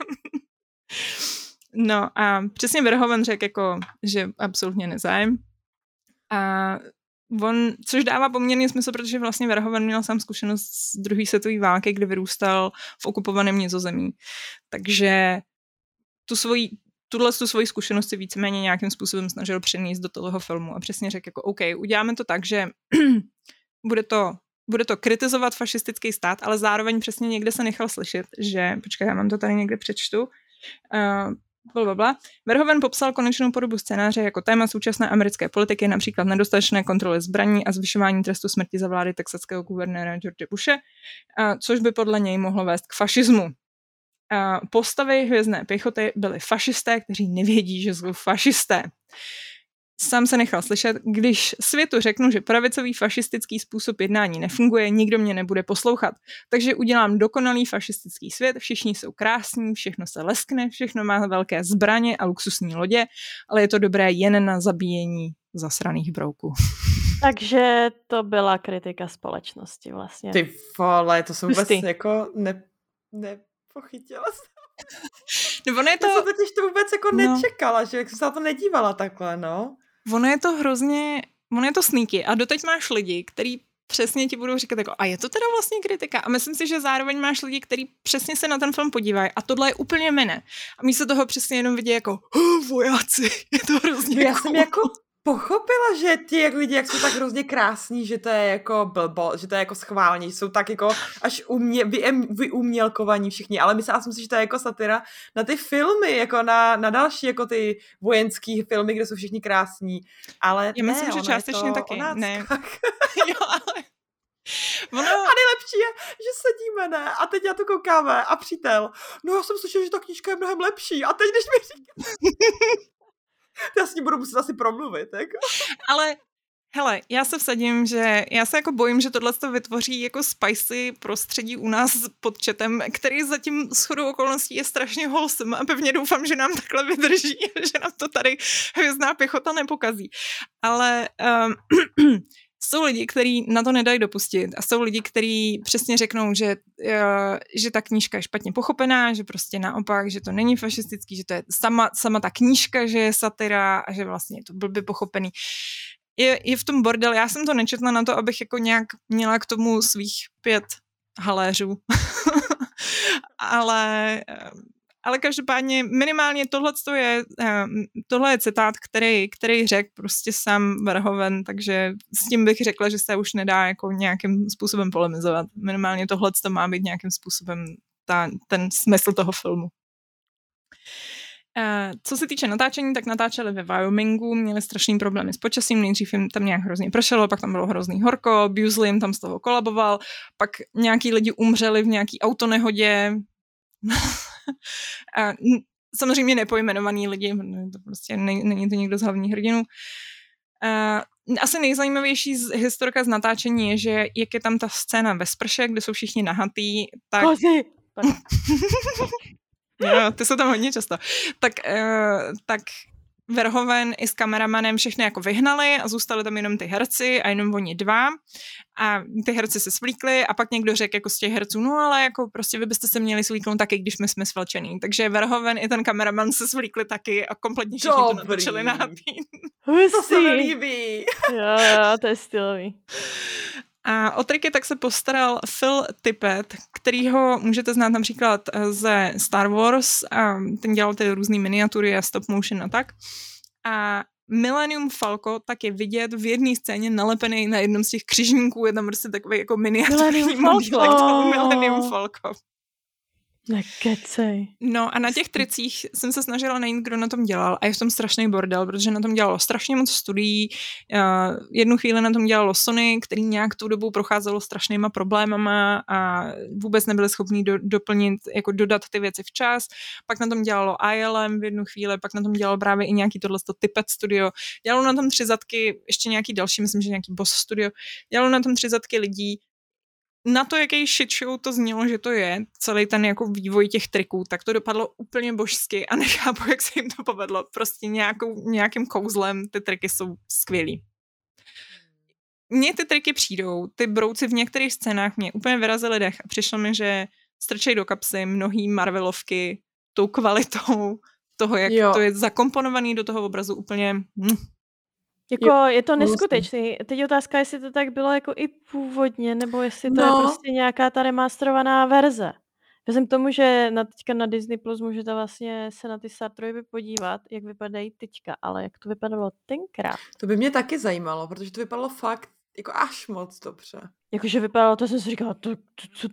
No a přesně Verhoeven řekl, jako, že absolutně nezájem. A on, což dává poměrně smysl, protože vlastně Verhoeven měl sám zkušenost z druhé světové války, kdy vyrůstal v okupovaném Nizozemí. Takže tu svoji tuhle tu svoji zkušenost si víceméně nějakým způsobem snažil přenést do toho filmu a přesně řekl jako OK, uděláme to tak, že bude to bude to kritizovat fašistický stát, ale zároveň přesně někde se nechal slyšet, že, počkej, já mám to tady někde přečtu, uh, blablabla. Verhoeven popsal konečnou podobu scénáře jako téma současné americké politiky, například nedostatečné kontroly zbraní a zvyšování trestu smrti za vlády texaského guvernéra George Bushe, což by podle něj mohlo vést k fašismu. Postavy hvězdné pěchoty byly fašisté, kteří nevědí, že jsou fašisté. Sám se nechal slyšet, když světu řeknu, že pravicový fašistický způsob jednání nefunguje, nikdo mě nebude poslouchat. Takže udělám dokonalý fašistický svět, všichni jsou krásní, všechno se leskne, všechno má velké zbraně a luxusní lodě, ale je to dobré jen na zabíjení zasraných brouků. Takže to byla kritika společnosti vlastně. Ty vole, to jsem vůbec Hustý. jako ne, nepochytila jsem. No, ono je to... Já jsem totiž to vůbec jako no. nečekala, že jak jsem se na to nedívala takhle, no. Ono je to hrozně, ono je to sneaky a doteď máš lidi, který přesně ti budou říkat jako, a je to teda vlastně kritika? A myslím si, že zároveň máš lidi, kteří přesně se na ten film podívají a tohle je úplně mene. A místo toho přesně jenom vidí jako, oh, vojáci, je to hrozně Já cool. jsem jako pochopila, že ti jak lidi, jak jsou tak hrozně krásní, že to je jako blbo, že to je jako schválně, že jsou tak jako až umě, vy, vyumělkovaní všichni, ale myslela jsem si, že to je jako satira na ty filmy, jako na, na další jako ty vojenský filmy, kde jsou všichni krásní, ale Já myslím, ne, že částečně taky, ne. Jo, ale... Ono... A nejlepší je, že sedíme, ne? A teď já to koukáme a přítel, no já jsem slyšel, že ta knížka je mnohem lepší a teď, když mi říká... Já s ní budu muset asi promluvit, jako. Ale, hele, já se vsadím, že já se jako bojím, že tohle to vytvoří jako spicy prostředí u nás pod chatem, který zatím shodou okolností je strašně wholesome a pevně doufám, že nám takhle vydrží, že nám to tady hvězdná pěchota nepokazí. Ale um, jsou lidi, kteří na to nedají dopustit a jsou lidi, kteří přesně řeknou, že, uh, že ta knížka je špatně pochopená, že prostě naopak, že to není fašistický, že to je sama, sama ta knížka, že je satira a že vlastně je to blbě pochopený. Je, je v tom bordel. Já jsem to nečetla na to, abych jako nějak měla k tomu svých pět haléřů. ale... Ale každopádně minimálně tohle je, tohle je citát, který, který řekl prostě sám Verhoeven, takže s tím bych řekla, že se už nedá jako nějakým způsobem polemizovat. Minimálně tohle to má být nějakým způsobem ta, ten smysl toho filmu. Co se týče natáčení, tak natáčeli ve Wyomingu, měli strašný problémy s počasím, nejdřív jim tam nějak hrozně pršelo, pak tam bylo hrozný horko, Busley jim tam z toho kolaboval, pak nějaký lidi umřeli v nějaký autonehodě. A samozřejmě nepojmenovaný lidi, to prostě není to někdo z hlavních hrdinů. Asi nejzajímavější z historka z natáčení je, že jak je tam ta scéna ve sprše, kde jsou všichni nahatý, tak... Jo, ty jsou tam hodně často. Tak, uh, tak Verhoeven i s kameramanem všechny jako vyhnali a zůstali tam jenom ty herci a jenom oni dva a ty herci se svlíkli a pak někdo řekl jako z těch herců, no ale jako prostě vy byste se měli svlíknout taky, když my jsme svlčený. Takže Verhoeven i ten kameraman se svlíkli taky a kompletně všichni to natočili na hatý. To se mi líbí. Jo, jo, to je stylový. A o triky tak se postaral Phil Tippett, kterýho můžete znát například ze Star Wars, a ten dělal ty různý miniatury a stop motion a tak. A Millennium Falco tak je vidět v jedné scéně nalepený na jednom z těch křižníků, je tam prostě takový jako miniaturní modílek toho Millennium Falco. Nekecej. No a na těch tricích jsem se snažila najít, kdo na tom dělal a je v tom strašný bordel, protože na tom dělalo strašně moc studií. Uh, jednu chvíli na tom dělalo Sony, který nějak tou dobou procházelo strašnýma problémama a vůbec nebyli schopní do, doplnit, jako dodat ty věci včas. Pak na tom dělalo I L M v jednu chvíli, pak na tom dělalo právě i nějaký tohleto Tippett studio. Dělalo na tom tři zadky, ještě nějaký další, myslím, že nějaký Boss studio. Dělalo na tom tři zadky lidí. Na to, jaký shit show to znělo, že to je, celý ten jako vývoj těch triků, tak to dopadlo úplně božsky a nechápu, jak se jim to povedlo. Prostě nějakou, nějakým kouzlem ty triky jsou skvělý. Mně ty triky přijdou, ty brouci v některých scénách mě úplně vyrazily dech a přišlo mi, že strčej do kapsy mnohý Marvelovky tou kvalitou toho, jak jo. to je zakomponovaný do toho obrazu úplně... Hm. Jako je to neskutečný. Teď je otázka, jestli to tak bylo jako i původně, nebo jestli to no. je prostě nějaká ta remasterovaná verze. Vzhledem k tomu, že na teďka na Disney Plus můžete vlastně se na ty Star Trojby podívat, jak vypadají teďka, ale jak to vypadalo tenkrát. To by mě taky zajímalo, protože to vypadalo fakt jako až moc dobře. Jakože vypadalo, to jsem si říkala, to, to, to, to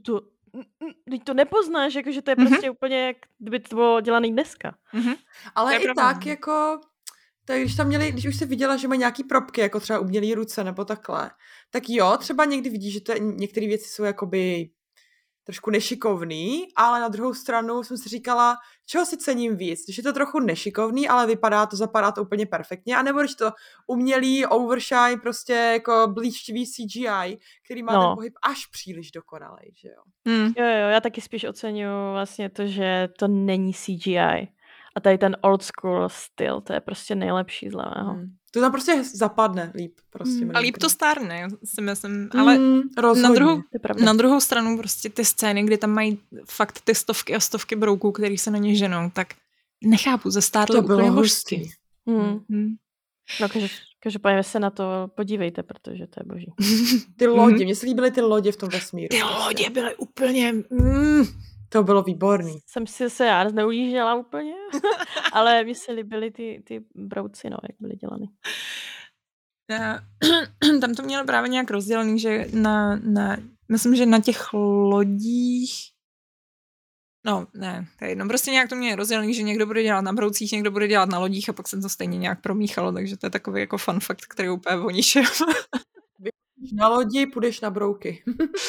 Teď to nepoznáš, jakože to je Mhm. prostě úplně, jak kdyby to bylo dělaný dneska. Mhm. Ale To je i pravda. tak, jako, tak když tam měli, když už se viděla, že mají nějaký propky, jako třeba umělý ruce nebo takhle, tak jo, třeba někdy vidíš, že to je, některé věci jsou jakoby trošku nešikovný, ale na druhou stranu jsem si říkala, čeho si cením víc, když je to trochu nešikovný, ale vypadá to, zapadá to úplně perfektně, anebo když to umělý, overshine, prostě jako blíštivý C G I, který má No. ten pohyb až příliš dokonalej, že jo. Hmm. Jo, jo, já taky spíš oceňuji vlastně to, že to není C G I. A tady ten old school styl, to je prostě nejlepší z levého. Hmm. To tam prostě zapadne líp. Prostě Hmm. A líp to stárne, si myslím. Ale mm, na druhou, To je pravda. na druhou stranu prostě ty scény, kdy tam mají fakt ty stovky a stovky brouků, který se na ně ženou, tak nechápu, zestárly to bylo úplně hustý. božsky. Hmm. Hmm. No, každop, každopádně se na to podívejte, protože to je boží. Ty lodě, mně se líbily ty lodě v tom vesmíru. Ty prostě. lodě byly úplně... Mm. To bylo výborný. Jsem si se já neujížděla úplně, ale mně se líbily ty, ty brouci, no, jak byly dělaný. Já- Tam to mělo právě nějak rozdělený, že na, na, myslím, že na těch lodích, no ne, to je jedno, prostě nějak to mělo rozdělený, že někdo bude dělat na broucích, někdo bude dělat na lodích a pak se to stejně nějak promíchalo, takže to je takový jako fun fact, který je úplně o ničem. Na lodi půjdeš na brouky.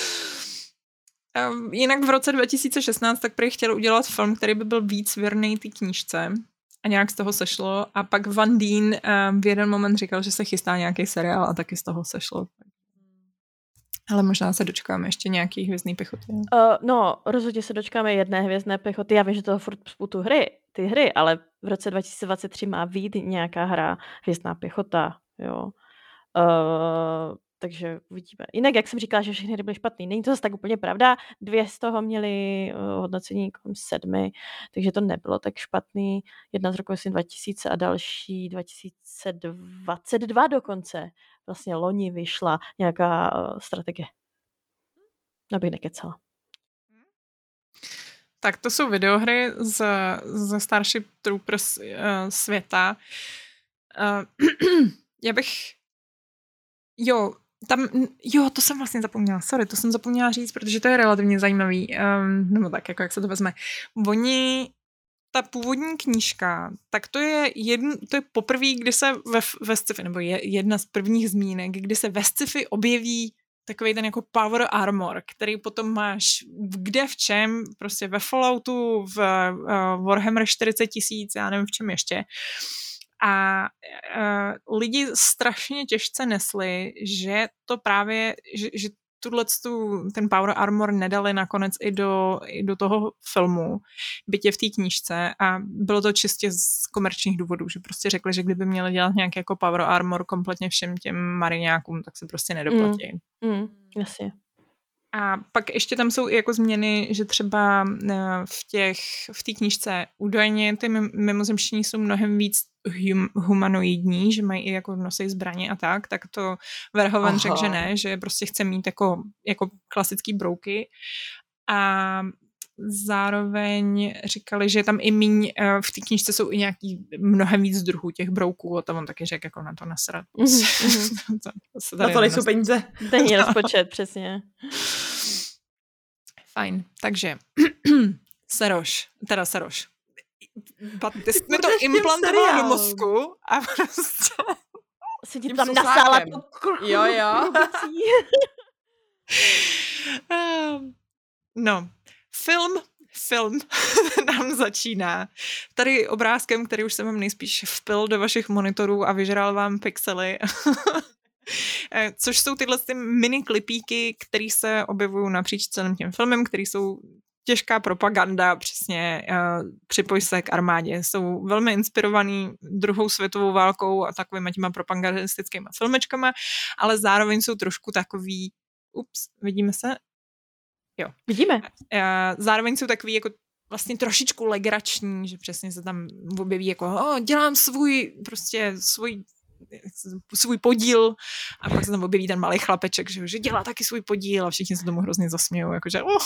A Jinak v roce dva tisíce šestnáct tak prý chtěl udělat film, který by byl víc věrný té knížce a nějak z toho sešlo a pak Van Dien eh, v jeden moment říkal, že se chystá nějaký seriál a taky z toho sešlo. Ale možná se dočkáme ještě nějaký hvězdný pechoty. Uh, no, rozhodně se dočkáme jedné hvězdné pechoty. Já vím, že toho furt tu hry, ty hry, ale v roce dva tisíce dvacet tři má být nějaká hra hvězdná pěchota, jo. Uh, takže uvidíme. Jinak, jak jsem říkala, že všechny hry byly špatný, není to zase tak úplně pravda. Dvě z toho měly uh, hodnocení kolem sedmi, takže to nebylo tak špatný. Jedna z roku myslím dva tisíce a další dva tisíce dvacet dva dokonce. Vlastně loni vyšla nějaká uh, strategie. Abych nekecala. Tak to jsou videohry z, ze Starship Troopers uh, světa. Uh, já bych... Jo, tam... Jo, to jsem vlastně zapomněla. Sorry, to jsem zapomněla říct, protože to je relativně zajímavý. Um, nebo tak, jako jak se to vezme. Oni... Ta původní knížka, tak to je, jedn, to je poprvé, kdy se ve, ve sci-fi, nebo je jedna z prvních zmínek, kdy se ve sci-fi objeví takový ten jako power armor, který potom máš kde v čem, prostě ve Falloutu, v uh, Warhammer čtyřicet tisíc, já nevím v čem ještě. A uh, lidi strašně těžce nesli, že to právě, že, že tuhletu, ten power armor nedali nakonec i do, i do toho filmu, byť je v té knížce a bylo to čistě z komerčních důvodů, že prostě řekli, že kdyby měli dělat nějaký jako power armor kompletně všem těm mariňákům, tak se prostě nedoplatí. Mm, mm, jasně. A pak ještě tam jsou i jako změny, že třeba v těch, v té knížce údajně ty mimozemštění jsou mnohem víc hum, humanoidní, že mají i jako nosej zbraně a tak, tak to Verhoeven řekl, že ne, že prostě chce mít jako, jako klasický brouky. A zároveň říkali, že tam i míň, v té knížce jsou i nějaký mnohem víc druhů těch brouků a tam on taky řekl, jako na to nasrat. Mm-hmm. to, to na to nejsou peníze. Není rozpočet, přesně. Fajn, takže Seroš, teda Seroš. Ty jsi mi to budeš implantovala tím do mozku a prostě... Si ti Tím tam susákem. nasála to krku. Jo, jo. No, film, film nám začíná. Tady obrázkem, který už jsem vám nejspíš vpil do vašich monitorů a vyžral vám pixely. Což jsou tyhle ty mini klipíky, které se objevují napříč celým tím filmem, které jsou těžká propaganda, přesně uh, připoj se k armádě. Jsou velmi inspirovaný druhou světovou válkou a takovýma těma propagandistickýma filmečkama, ale zároveň jsou trošku takový, ups, vidíme se? Jo. Vidíme. Uh, zároveň jsou takový jako vlastně trošičku legrační, že přesně se tam objeví jako, oh, dělám svůj, prostě svůj svůj podíl a pak se tam objeví ten malý chlapeček, že, že dělá taky svůj podíl a všichni se tomu hrozně zasmějou, jakože oh.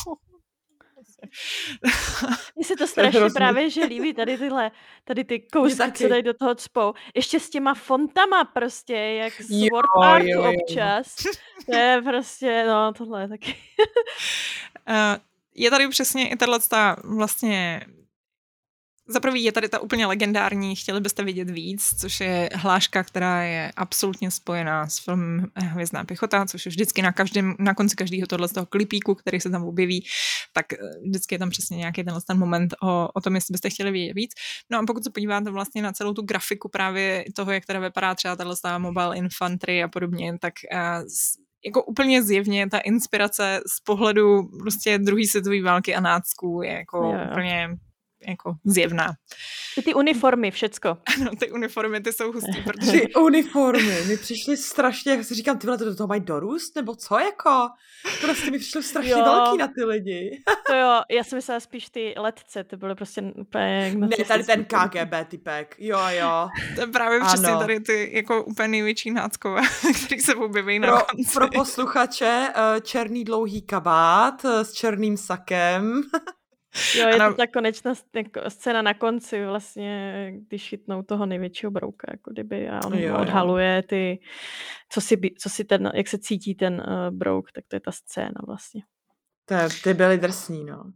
Mně se to strašně právě, že líbí tady tyhle, tady ty kousky, co dají do toho cpou. Ještě s těma fontama prostě, jak z jo, Word Artu jo, jo. občas. To je prostě, no tohle je taky. uh, je tady přesně i tato vlastně... Za prvý je tady ta úplně legendární Chtěli byste vidět víc, což je hláška, která je absolutně spojená s filmem Hvězdná pěchota, což je vždycky na, každém, na konci každého tohle z toho klipíku, který se tam objeví, tak vždycky je tam přesně nějaký tenhle ten moment o, o tom, jestli byste chtěli vidět víc. No a pokud se podíváte vlastně na celou tu grafiku právě toho, jak teda vypadá třeba tato Mobile Infantry a podobně, tak uh, jako úplně zjevně ta inspirace z pohledu prostě druhé světové války a nácků je jako jo. úplně jako zjevná. Ty, ty uniformy, všecko. Ano, ty uniformy, ty jsou hustý, protože... Ty uniformy, mi přišly strašně, jak si říkám, ty vole, to do toho mají dorůst, nebo co jako? Prostě mi přišlo strašně jo. velký na ty lidi. To jo, já jsem myslela spíš ty letce, ty byly prostě úplně... Ne, tady ten K G B typek, jo, jo. To je právě přesně tady ty jako úplně největší náckové, který se objeví na pro, konci. Pro posluchače, černý dlouhý kabát s černým sakem. Jo, je ano. to ta konečná scéna na konci vlastně, když chytnou toho největšího brouka, jako kdyby a on jo, odhaluje ty, co si, co si ten, jak se cítí ten uh, brouk, tak to je ta scéna vlastně. To, ty byly drsný, no.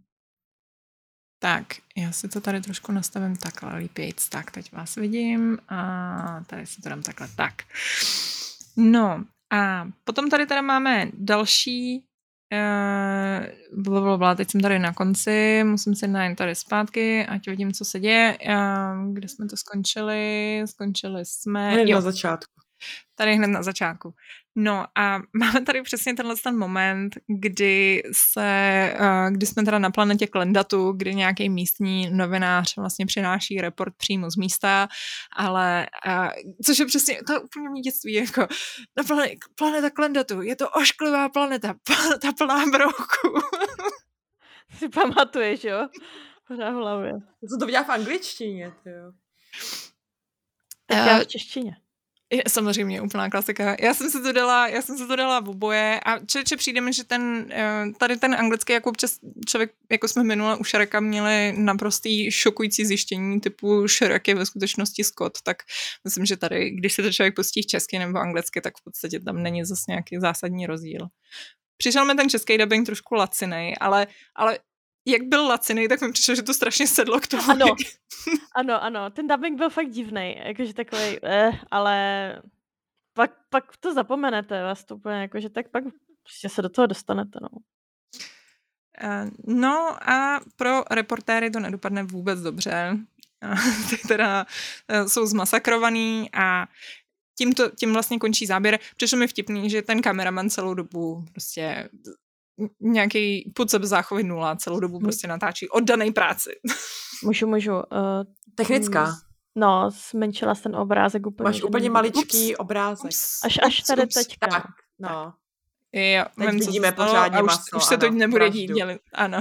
Tak, já si to tady trošku nastavím takhle, lípějc, tak teď vás vidím a tady si to dám takhle, tak. No a potom tady teda máme další Uh, blablabla, teď jsem tady na konci, musím si najít tady zpátky, ať vidím, co se děje. Uh, kde jsme to skončili? Skončili jsme... Hned na začátku. Tady hned na začátku. No a máme tady přesně tenhle ten moment, kdy se, uh, kdy jsme teda na planetě Klendatu, kdy nějaký místní novinář vlastně přináší report přímo z místa, ale uh, což je přesně, to je úplně mý dětství, jako na planet, planeta Klendatu, je to ošklivá planeta, planeta plná brouků. Si pamatuješ, jo? Na hlavě. Co to viděla v angličtině, ty jo? Tak já v češtině. Je, samozřejmě, úplná klasika. Já jsem se to dala, já jsem se to dala v oboje a člověče přijde mi, že ten, tady ten anglický, jako občas člověk, jako jsme minule u Shreka měli naprostý šokující zjištění typu Shrek je ve skutečnosti Scott, tak myslím, že tady, když se to člověk pustí česky nebo anglicky, tak v podstatě tam není zase nějaký zásadní rozdíl. Přišel mi ten český dubbing trošku lacinej, ale, ale jak byl lacinej, tak mi přišlo, že to strašně sedlo k tomu. Ano, ano, ano. Ten dubbing byl fakt divnej, jakože takovej, eh, ale pak, pak to zapomenete, vás to úplně jakože tak pak prostě se do toho dostanete, no. Uh, no a pro reportéry to nedopadne vůbec dobře. Uh, ty teda uh, jsou zmasakrovaný a tím, to, tím vlastně končí záběr. Přišlo mi vtipný, že ten kameraman celou dobu prostě nějaký pud sebezáchovy nula, celou dobu prostě natáčí oddanej práci. Můžu, můžu. Uh, Technická. No, zmenšila jsem ten obrázek úplně. Máš úplně maličký ups, obrázek. Ups, až, až tady ups, teďka. Tak, no. Jo, teď vím, vidíme pořádně už, maso. Už se ano, to nebude pravdu. dít, dělit. Ano.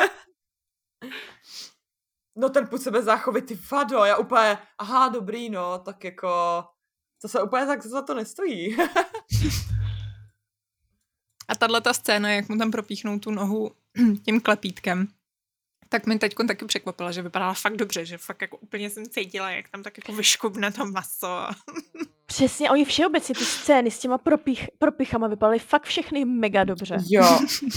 No ten pud sebezáchovy, ty vado, já úplně, aha, dobrý, no, tak jako, to se úplně tak za to nestojí. A tato scéna, jak mu tam propíchnou tu nohu tím klepítkem, tak mi teďko taky překvapila, že vypadala fakt dobře, že fakt jako úplně jsem cítila, jak tam tak jako vyškubne to maso. Přesně, oni všeobecně ty scény s těma propích, propichama vypadaly fakt všechny mega dobře. Jo.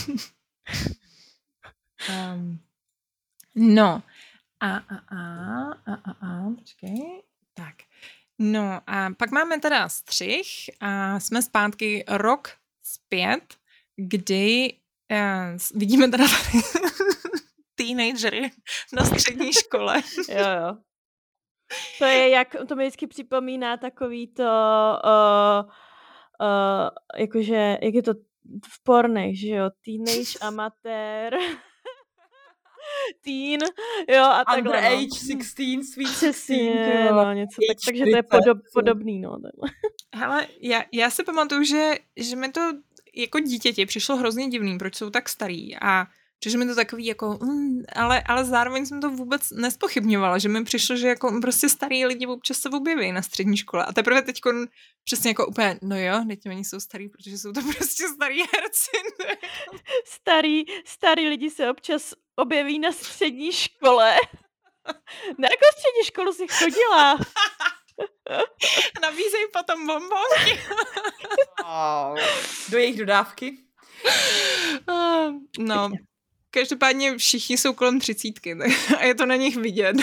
um, no. A, a, a, a, a, a, počkej. Tak. No a pak máme teda střih a jsme zpátky rok zpět, kdy uh, vidíme teda tady teenagery na střední škole. Jo, jo. To je, jak, to mi vždycky připomíná takový to, uh, uh, jakože, jak je to v pornech, že jo, teenage, amatér, teen, jo, a takhle, Underage, no. sixteen, sweet Přesně, sixteen, no, něco tak, takže to je podob, podobný, no. Hele, já, já si pamatuju, že, že mi to jako dítěti přišlo hrozně divný, proč jsou tak starý a přišlo mi to takový jako, mm, ale, ale zároveň jsem to vůbec nespochybňovala, že mi přišlo, že jako prostě starý lidi občas se objeví na střední škole a teprve teďko přesně jako úplně, no jo, teď oni jsou starý, protože jsou to prostě starý herci. starý, starý lidi se občas objeví na střední škole. Na jakou střední školu jsi chodila? Nabízej potom bombonky. Oh, do jejich dodávky. Uh, no, každopádně všichni jsou kolem třicítky a je to na nich vidět.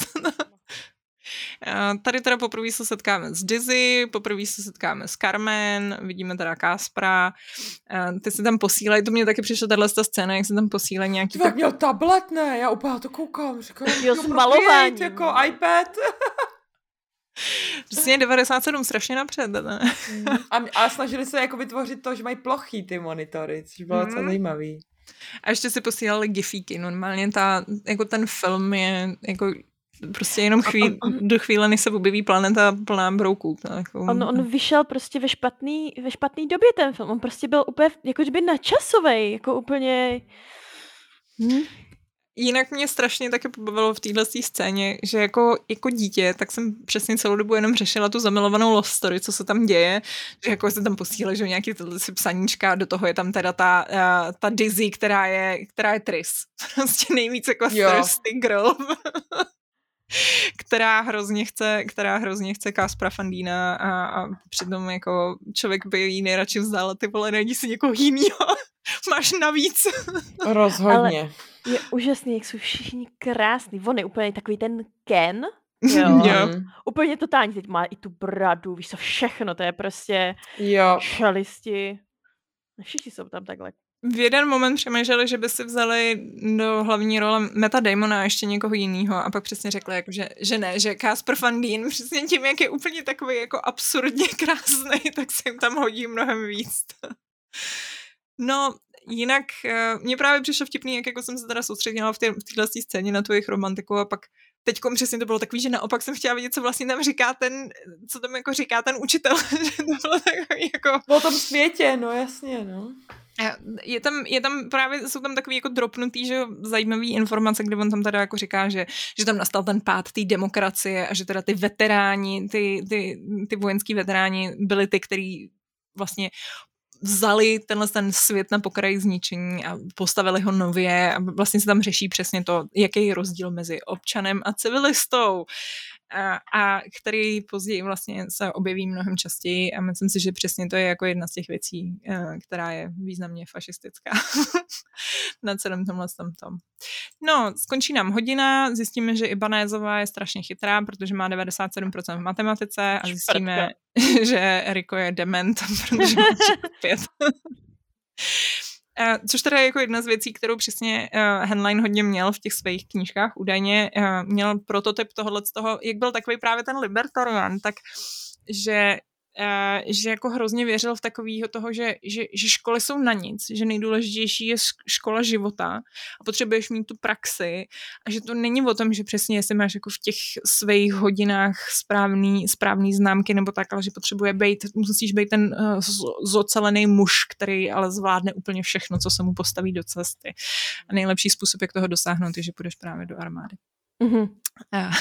Tady teda poprvé se setkáme s Dizzy, poprvé se setkáme s Carmen, vidíme teda Kaspra, ty se tam posílají, to mě taky přišla tahle scéna, jak se tam posílají nějaký... Ty tak měl tablet, ne? Já úplně to koukám, říkám, jo, s malováním. Jako iPad. Přesně devadesát sedm strašně napřed. Ne? A, a snažili se jako vytvořit to, že mají plochý ty monitory, což bylo docela mm. zajímavý. A ještě si posílali gifíky. Normálně ta, jako ten film je jako prostě jenom chvíli, do chvíle, než se objeví planeta plná brouků. Jako... On, on vyšel prostě ve špatný, ve špatný době ten film. On prostě byl úplně jako kdyby načasovej. Jako úplně... Hm? Jinak mě strašně taky pobavilo v téhle scéně, že jako, jako dítě, tak jsem přesně celou dobu jenom řešila tu zamilovanou love story, co se tam děje, že jako se tam posílají, že nějaký tyhle si psaníčka, do toho je tam teda ta, uh, ta Dizzy, která je, která je Tris. Prostě nejvíc jako thirsty girl. která hrozně chce, která hrozně chce Kaspra Van Diena a, a přitom jako člověk by jí nejradši vzdal, ty vole, najdi si někoho jinýho. Máš navíc. Rozhodně. Ale je úžasný, jak jsou všichni krásný. On je úplně takový ten Ken. Jo. jo. Úplně totálně. Teď má i tu bradu, víš co, všechno. To je prostě jo. šalisti. Všichni jsou tam takhle. V jeden moment přemýšleli, že by si vzali do hlavní role Matta Damona a ještě někoho jiného a pak přesně řekli, jako, že, že ne, že Casper Van Dien přesně tím, jak je úplně takový jako absurdně krásný, tak se jim tam hodí mnohem víc. No, jinak mně právě přišlo vtipný, jak jako jsem se teda soustředila v, té, v téhle scéně na tu jejich romantiku a pak teďkom přesně to bylo takový, že naopak jsem chtěla vidět, co vlastně tam říká ten, co tam jako říká ten učitel, že to bylo takový jako... O tom světě, no jasně, no. Je tam, je tam právě, jsou tam takový jako dropnutý, že zajímavý informace, kde on tam teda jako říká, že, že tam nastal ten pád té demokracie a že teda ty veteráni, ty, ty, ty vojenský veteráni byli ty, který vlastně vzali tenhle ten svět na pokraji zničení a postavili ho nově a vlastně se tam řeší přesně to, jaký je rozdíl mezi občanem a civilistou. A, a který později vlastně se objeví mnohem častěji a myslím si, že přesně to je jako jedna z těch věcí, která je významně fašistická na celém tomhle tom. No, skončí nám hodina, zjistíme, že Ibanézová je strašně chytrá, protože má devadesát sedm procent v matematice a zjistíme, Šprtka. že Rico je dement, protože má pět. Uh, což teda je jako jedna z věcí, kterou přesně uh, Henlein hodně měl v těch svých knížkách. Údajně uh, měl prototyp tohohle z toho, jak byl takový právě ten libertarian, tak že, uh, že jako hrozně věřil v takového toho, že, že, že školy jsou na nic, že nejdůležitější je škola života a potřebuješ mít tu praxi a že to není o tom, že přesně jestli máš jako v těch svých hodinách správný, správný známky nebo tak, ale že potřebuje být, musíš být ten uh, zocelený muž, který ale zvládne úplně všechno, co se mu postaví do cesty. A nejlepší způsob, jak toho dosáhnout, je, že půjdeš právě do armády. Mm-hmm. A,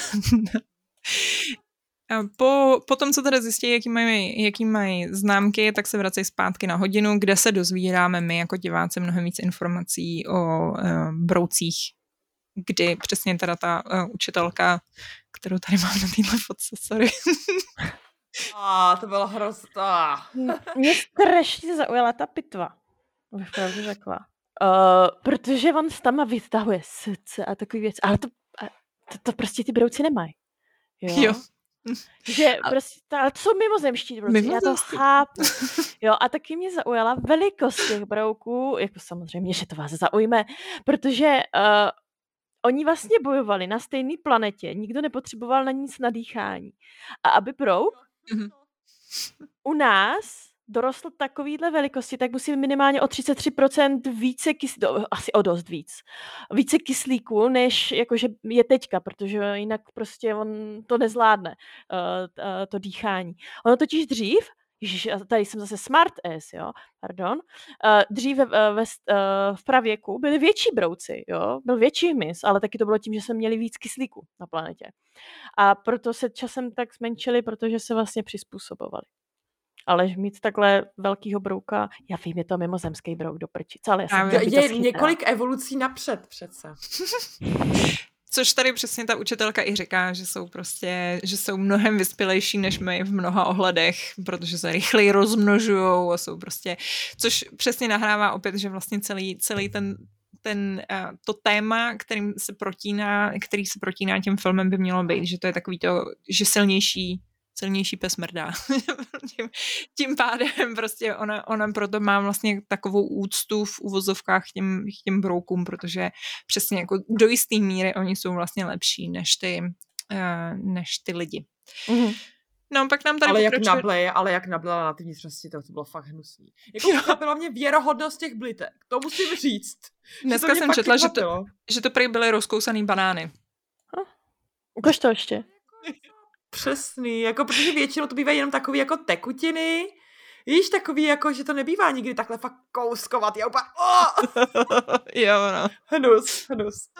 Po, po tom, co teda zjistí, jaký mají, jaký mají známky, tak se vracejí zpátky na hodinu, kde se dozvíráme my jako diváci mnohem víc informací o uh, broucích, kdy přesně teda ta uh, učitelka, kterou tady mám na téhle fotce, sorry. A to byla hrozná. Mě strašně zaujala ta pitva, bych pravdu řekla. Uh, protože on tam vytahuje srdce a takový věc, ale to, to, to prostě ty brouci nemají. Jo. jo. Že prostě, ale to jsou mimozemští brouci, já to chápu. Jo, a taky mě zaujala velikost těch brouků, jako samozřejmě, že to vás zaujme, protože uh, oni vlastně bojovali na stejné planetě, nikdo nepotřeboval na nic nadýchání. A aby brouk mm-hmm. u nás dorostl takovýhle velikosti, tak musí minimálně o třicet tři procent více kyslíku, asi o dost víc, více kyslíku, než jakože je teďka, protože jinak prostě on to nezvládne, uh, uh, to dýchání. Ono totiž dřív, ježiš, tady jsem zase smart ass, jo, pardon, uh, dřív ve, ve, uh, v pravěku byly větší brouci, jo, byl větší hmyz, ale taky to bylo tím, že jsme měli víc kyslíku na planetě. A proto se časem tak zmenšili, protože se vlastně přizpůsobovali. Ale mít takhle velkýho brouka, já vím, je to mimozemský brouk do prčic, ale já jsem je, je několik evolucí napřed přece. Což tady přesně ta učitelka i říká, že jsou prostě, že jsou mnohem vyspělejší než my v mnoha ohledech, protože se rychleji rozmnožujou a jsou prostě, což přesně nahrává opět, že vlastně celý, celý ten ten, uh, to téma, kterým se protíná, který se protíná těm filmem, by mělo být, že to je takový to, že silnější silnější pes mrdá. tím, tím pádem prostě ona, ona proto má vlastně takovou úctu v uvozovkách těm, těm broukům, protože přesně jako do jistý míry oni jsou vlastně lepší než ty, uh, než ty lidi. Mm-hmm. No, pak nám tady ale, pokračuje... jak nableje, ale jak nablela na ty vnitřnosti, to, to bylo fakt hnusný. Jako to byla mě věrohodnost těch blitek, to musím říct. Dneska jsem četla, že to, že to prý byly rozkousaný banány. Huh? Ukaž to ještě. Přesný, jako protože většinou to bývají jenom takový jako tekutiny, víš, takový jako, že to nebývá nikdy takhle fakt kouskovat, já úplně, oh! Jo, no. Hnus, hnus.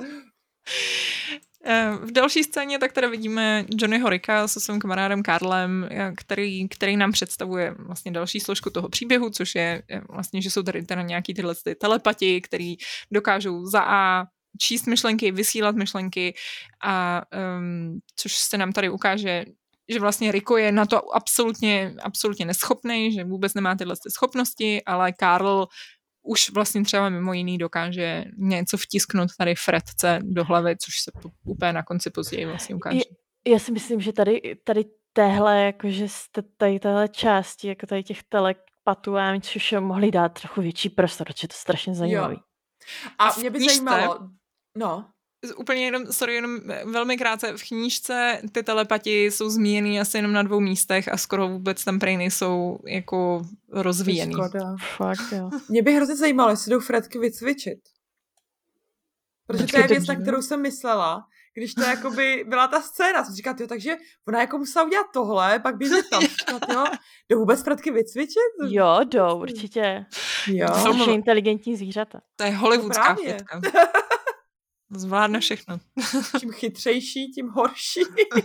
V další scéně tak teda vidíme Johnnyho Ricka se svým kamarádem Karlem, který, který nám představuje vlastně další složku toho příběhu, což je vlastně, že jsou tady teda nějaký tyhle ty telepati, který dokážou za A číst myšlenky, vysílat myšlenky a um, což se nám tady ukáže, že vlastně Rico je na to absolutně, absolutně neschopný, že vůbec nemá tyhle ty schopnosti, ale Karl už vlastně třeba mimo jiný dokáže něco vtisknout tady Fredce do hlavy, což se úplně na konci později vlastně ukáže. Já si myslím, že tady, tady téhle, jakože jste tady téhle části, jako tady těch telepatů, a což mohli dát trochu větší prostor, protože je to strašně zajímavý. Jo. A, a mě by zajímalo, no. Úplně jenom, sorry, jenom velmi krátce, v knížce ty telepati jsou zmíněný asi jenom na dvou místech a skoro vůbec tam prej nejsou jako rozvíjený. Škoda. Fakt, jo. Mě by hrozně zajímalo, jestli jdou Fredky vycvičit. Protože to je věc, na kterou jsem myslela, když to jakoby byla ta scéna. Jsem říkala, jo, takže ona jako musela udělat tohle, pak běžet tam. Říkala, jo, jdou vůbec Fredky vycvičit? Jo, jdou, určitě. Jo. To jsou inteligentní zvířata. To je hollywoodská Fredka. Zvládne všechno. Čím chytřejší, tím horší.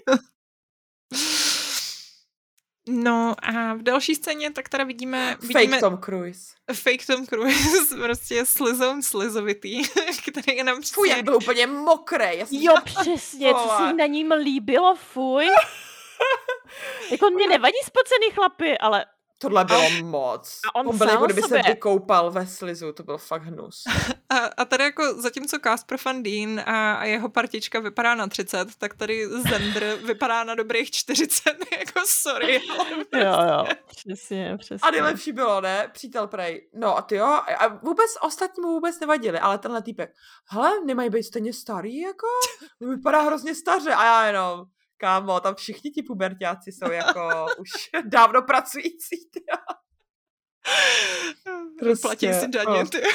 No a v další scéně tak teda vidíme... vidíme Fake Tom Cruise. Fake Tom Cruise, prostě slizoun slizovitý, který je nám přesně... Fuj, jak byl úplně mokrý. Jo, přesně, co se na ním líbilo, fuj. Jako mě nevadí spocený chlapy, ale... Tohle bylo a, moc. A on, on byl jako kdyby sobě. se vykoupal ve slizu, to byl fakt hnus. A, a tady jako zatímco Casper Van Dien a, a jeho partička vypadá na třicet, tak tady Zender vypadá na dobrých čtyřicet, jako sorry. Jo, jo, přesně, přesně. A nejlepší bylo, ne? Přítel prej. No a ty jo, a vůbec ostatní mu vůbec nevadili, ale tenhle týpek, hele, nemají být stejně starý, jako? Vypadá hrozně staře a já jenom... Kámo, tam všichni ti puberťáci jsou jako už dávno pracující, tyjo. Prostě, platí si daně, ty.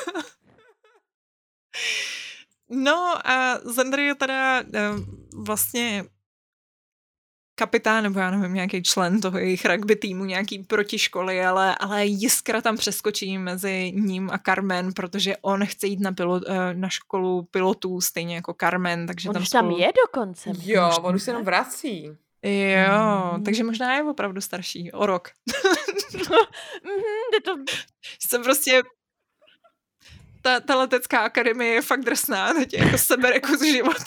No a Zender je teda vlastně kapitán, nebo já nevím, nějaký člen toho jejich rugby týmu, nějaký protiškoly, ale, ale Jiskra tam přeskočí mezi ním a Carmen, protože on chce jít na, pilot, na školu pilotů, stejně jako Carmen, takže on tam už tam spolu... je dokonce. Jo, on už se jenom vrací. Jo, mm. takže možná je opravdu starší, o rok. mm, to... Jsem prostě... Ta, ta letecká akademie je fakt drsná, teď jako sebere kus života.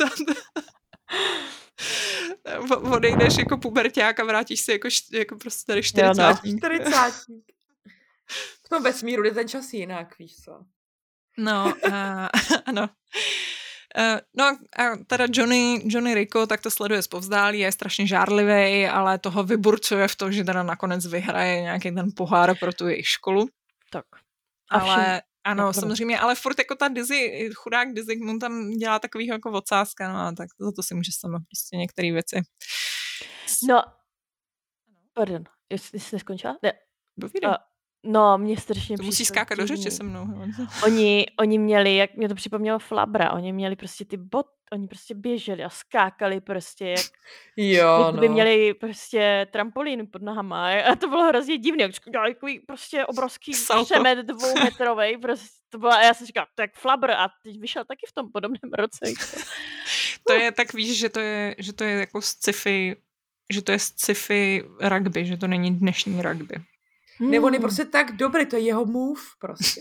Odejdeš jako puberťák a vrátíš se jako, jako prostě tady čtyřicátník. Jo, no. čtyřicátník. V tom vesmíru je ten čas jinak, víš co. No, a, ano. Uh, no a teda Johnny, Johnny Rico tak to sleduje zpovzdálí, je strašně žárlivý, ale toho vyburcuje v to, že teda nakonec vyhraje nějaký ten pohár pro tu jejich školu. Tak. Ale ano, no, samozřejmě, ale furt jako ta Dizzy, chudák Dizzy, mu tam dělá takovýho jako odsázka, no a tak za to si může sama prostě některé věci. No, pardon, jsi, jsi neskončila? Ne. Uh, no, mě strašně to musí skákat do řeči se mnou. Oni, oni měli, jak mě to připomnělo Flabra, oni měli prostě ty bot, oni prostě běželi a skákali prostě, jak, jo, jak by no. měli prostě trampolín pod nohama a to bylo hrozně divné, jak dělali takový prostě obrovský přemet dvoumetrovej, prostě to bylo, a já jsem říkala, tak Flabr a teď vyšel taky v tom podobném roce. To je, tak víš, že to je, že to je jako sci-fi, že to je sci-fi rugby, že to není dnešní rugby. Hmm. Nebo on je prostě tak dobrý, to je jeho move prostě.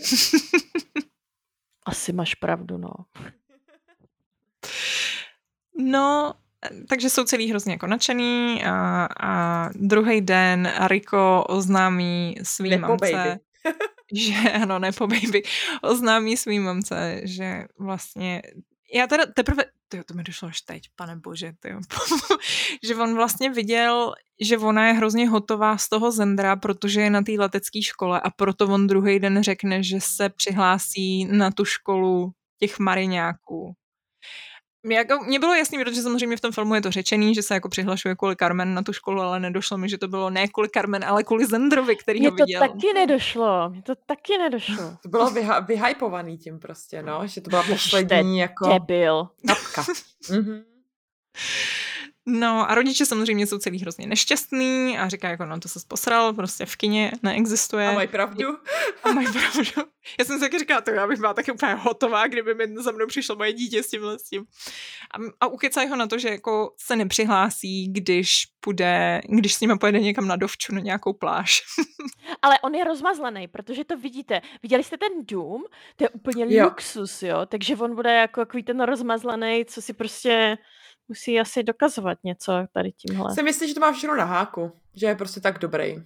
Asi máš pravdu, no. No, takže jsou celý hrozně jako nadšený a, a druhý den Rico oznámí svý Nepo mamce. Baby. že ano, Nepo Baby oznámí svým mamce, že vlastně, já teda teprve, tyjo, to mi došlo až teď, pane bože, tyjo, že on vlastně viděl, že ona je hrozně hotová z toho Zendra, protože je na té letecké škole a proto on druhý den řekne, že se přihlásí na tu školu těch mariňáků. Jako, mně bylo jasný, protože samozřejmě v tom filmu je to řečený, že se jako přihlašuje kvůli Carmen na tu školu, ale nedošlo mi, že to bylo ne kvůli Carmen, ale kvůli Zendrovi, který Mně ho to viděl. taky nedošlo, mně to taky nedošlo. To bylo vyha- vyhypovaný tím prostě, no, že to byla poslední jako... Debil. Kapka. Mhm. No a rodiče samozřejmě jsou celý hrozně nešťastný a říká jako, no to se posral, prostě v kině neexistuje. A mají pravdu. A mají pravdu. Já jsem si taky říkala, to já bych byla taky úplně hotová, kdyby mi za mnou přišlo moje dítě s tímhle s tím. A, a ukecají ho na to, že jako se nepřihlásí, když půjde, když s nima pojede někam na dovču, na nějakou pláž. Ale on je rozmazlený, protože to vidíte. Viděli jste ten dům? To je úplně Jo. luxus, jo? Takže on bude jako takový ten rozmazlený, co si prostě musí asi dokazovat něco tady tímhle. Si myslím, že to má všechno na háku. Že je prostě tak dobrý.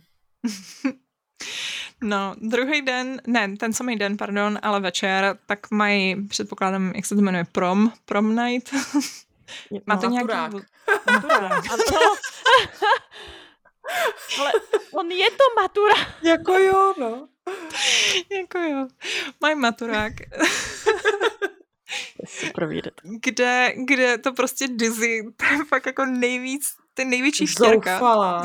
No, druhý den, ne, ten samý den, pardon, ale večer, tak mají, předpokládám, jak se to jmenuje, prom, prom night. Má to nějaký... Maturák. Maturák. Ano. Ale on je to maturák. Jako jo, no. Jako jo. Mají maturák. Super výdat. Kde, kde to prostě Dizzy, to je fakt jako nejvíc, ten největší štěrka. Zoufalá.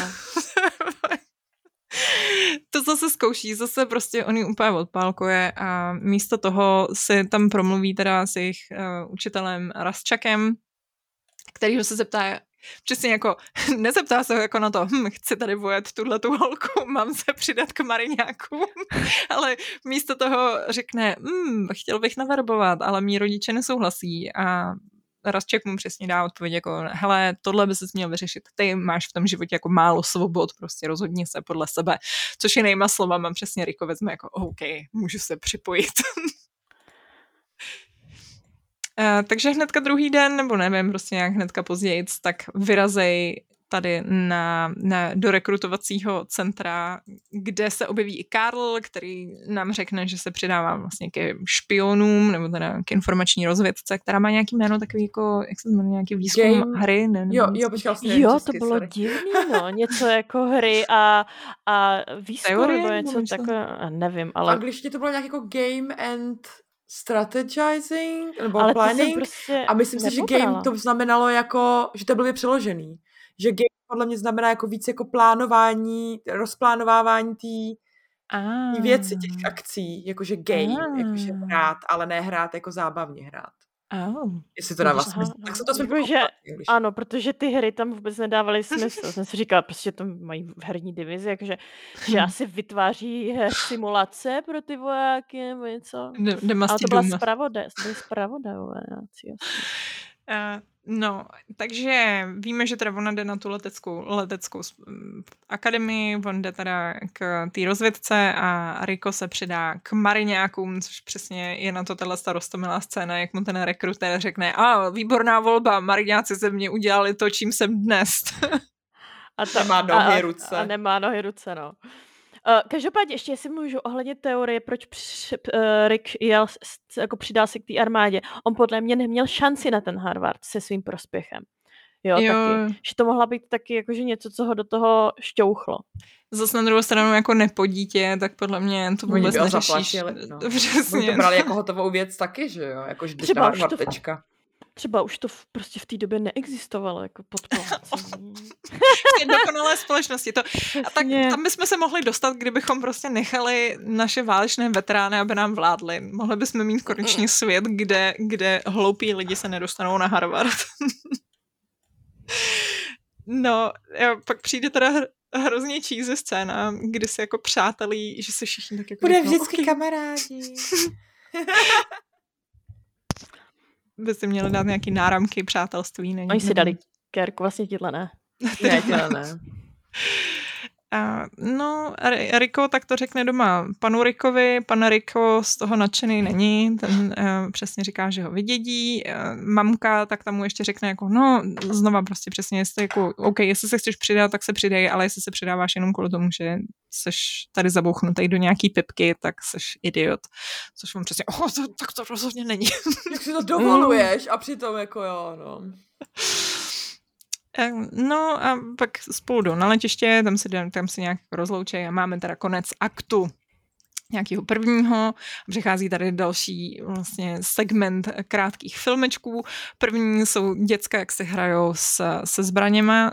To zase zkouší, zase prostě on ji úplně odpálkuje a místo toho si tam promluví teda s jejich uh, učitelem Rasčakem, kterýho se zeptá, přesně jako, nezeptá se ho jako na to, hm, chci tady vojet tuhletu holku, mám se přidat k mariňákům, ale místo toho řekne, hm, chtěl bych naverbovat, ale mý rodiče nesouhlasí a Rasček mu přesně dá odpověď jako, hele, tohle by ses měl vyřešit, ty máš v tom životě jako málo svobod, prostě rozhodni se podle sebe, což je nejma slovama přesně Rico vezme jako, OK, můžu se připojit. Uh, takže hnedka druhý den, nebo nevím, prostě nějak hnedka později, tak vyrazej tady na, na, do rekrutovacího centra, kde se objeví i Karl, který nám řekne, že se přidává vlastně ke špionům, nebo teda k informační rozvědce, která má nějaký jméno takový jako, jak se jmenuje, nějaký výzkum Game. hry? Ne, Jo, jo, počkej, vlastně Jo, česky, to bylo sorry. divný, no. Něco jako hry a, a výzkum, Teorie, nebo nebo něco něco? takové, nevím, V ale... angličtině to bylo nějak jako game and strategizing, nebo ale to jsem planning. prostě A myslím si, že nepobrala. game to znamenalo jako, že to bylo přeložený. Že game podle mě znamená jako víc jako plánování, rozplánovávání té Ah. věci, těch akcí, jakože game, Ah. jakože hrát, ale ne hrát jako zábavně hrát. Oh. Jestli to dává Aha, smysl. Tak se to jsme Jakože- pochopili. Ano, protože ty hry tam vůbec nedávaly smysl. Jsem si říkala, prostě tam mají herní divizi, jakože, že asi vytváří her simulace pro ty vojáky nebo něco. The, the Ale Musty to byla Doom. zpravodaj, to byly zpravodajové. nějací asi. Uh, no, takže víme, že teda ona jde na tu leteckou, leteckou mm, akademii, on jde teda k té rozvědce a Rico se přidá k mariňákům, což přesně je na to tahle starostomilá scéna, jak mu ten rekrutér řekne, a výborná volba, mariňáci ze mě udělali to, čím jsem dnes. A to, Nemá nohy, a, ruce. A nemá nohy, ruce, no. Uh, každopádně ještě, jestli můžu ohledně teorie, proč při, uh, Rick jel, s- s- jako přidal se k té armádě. On podle mě neměl šanci na ten Harvard se svým prospěchem. Jo, Jo. taky. Že to mohla být taky jakože něco, co ho do toho šťouchlo. Zase na druhou stranu jako nepo dítě, tak podle mě to Oni vůbec by ho neřešíš. zaplatili, no. Oni Přesně. to brali jako hotovou věc taky, že jo? Jako, že jdeš Třeba na už Harvard, to- tečka. Třeba už to v, prostě v té době neexistovalo, jako podplácení. Dokonalé společnosti. To, a tak tam bychom se mohli dostat, kdybychom prostě nechali naše válečné veterány, aby nám vládli. Mohli bychom mít konečně svět, kde, kde hloupí lidi se nedostanou na Harvard. No, jo, pak přijde teda hr, hrozně cheesy scéna, kdy se jako přátelí, že se všichni tak jako... Bude řeknou, vždycky "Ok, kamarádi. by si měli dát nějaký náramky přátelství. Ne? Oni si dali kérku, vlastně tíhle ne. Ne, těle ne. A no, Rico tak to řekne doma panu Rickovi, pan Rico z toho nadšený není, ten uh, přesně říká, že ho vydědí, uh, mamka tak tam mu ještě řekne jako, no, znova prostě přesně, jestli jako, OK, jestli se chceš přidat, tak se přidej, ale jestli se přidáváš jenom kvůli tomu, že seš tady zabouchnutý do nějaký pipky, tak seš idiot. Což on přesně, oh, to, tak to rozhodně není. Jak si to dovoluješ a přitom jako jo, no. No a pak spolu jdou na letiště, tam se, tam se nějak rozloučí a máme teda konec aktu nějakého prvního. Přichází tady další vlastně segment krátkých filmečků. První jsou děcka, jak se hrajou s, se zbraněma.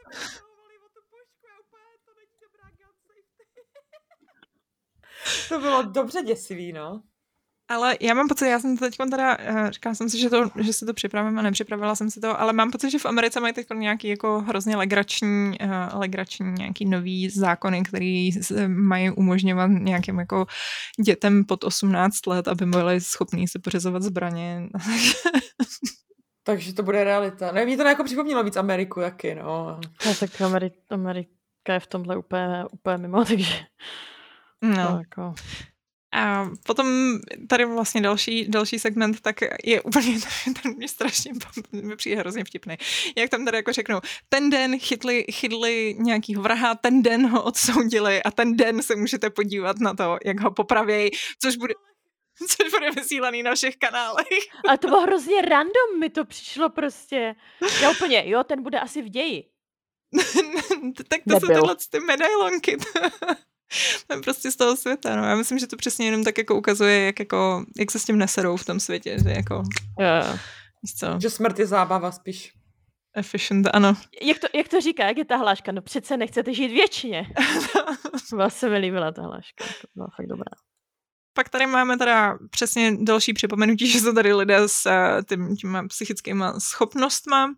To bylo dobře děsivý, no. Ale já mám pocit, já jsem to teď teda, říkala jsem si, že, to, že si to připravím a nepřipravila jsem si to, ale mám pocit, že v Americe mají teď nějaký jako hrozně legrační, uh, legrační nějaký nový zákony, který mají umožňovat nějakým jako dětem pod osmnáct let, aby byli schopní se pořizovat zbraně. Takže to bude realita. Ne, mě to jako připomnělo víc Ameriku, taky, no. No, tak Ameri- Amerika je v tomhle úplně, úplně mimo, takže... No. To jako... A potom tady vlastně další, další segment, tak je úplně, ten mě strašně mi přijde hrozně vtipný. Jak tam tady jako řeknou, ten den chytli, chytli nějakýho vraha, ten den ho odsoudili a ten den se můžete podívat na to, jak ho popravějí, což bude... Což bude vysílaný na všech kanálech. Ale to bylo hrozně random, mi to přišlo prostě. Já úplně, jo, ten bude asi v ději. Tak to Nebyl. Jsou tyhle ty medailonky. To je prostě z toho světa, no. Já myslím, že to přesně jenom tak jako ukazuje, jak, jako, jak se s tím neserou v tom světě, že jako... Yeah. Víš co? Že smrt je zábava spíš. Efficient, ano. Jak to, jak to říká, jak je ta hláška? No přece nechcete žít věčně. Vás se mi líbila ta hláška, to byla fakt dobrá. Pak tady máme teda přesně další připomenutí, že jsou tady lidé s tím, těma psychickýma schopnostma.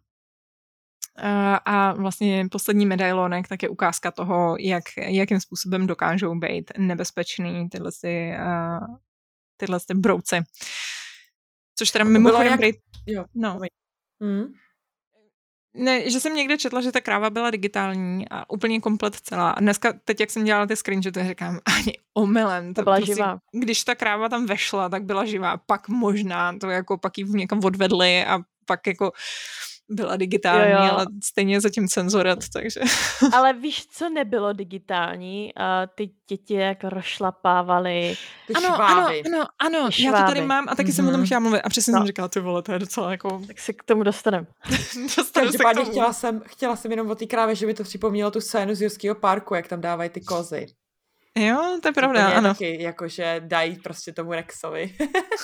A vlastně poslední medailonek, tak je ukázka toho, jak, jakým způsobem dokážou být nebezpečný tyhle, ty, uh, tyhle ty brouci. Což teda mimochodem... Jak... Brejt... Jo. No. Mm. Ne, že jsem někde četla, že ta kráva byla digitální a úplně komplet celá. A dneska, teď jak jsem dělala ty screenshoty, říkám, ani omylem. To byla prostě, živá. Když ta kráva tam vešla, tak byla živá. Pak možná to jako pak ji někam odvedli a pak jako byla digitální, jo, jo. Ale stejně zatím cenzorat, takže... Ale víš, co nebylo digitální? Uh, ty děti jako rozšlapávaly. Ano, ano, ano, ano, já to tady mám a taky mm-hmm. jsem o tom chtěla mluvit a přesně no. jsem říkala, ty vole, to je docela jako... Tak se k tomu dostaneme. Každopádně chtěla jsem, chtěla jsem jenom o té krávě, že by to připomnělo tu scénu z Jurského parku, jak tam dávají ty kozy. Jo, to je pravda, to ano. Taky, jakože dají prostě tomu Rexovi.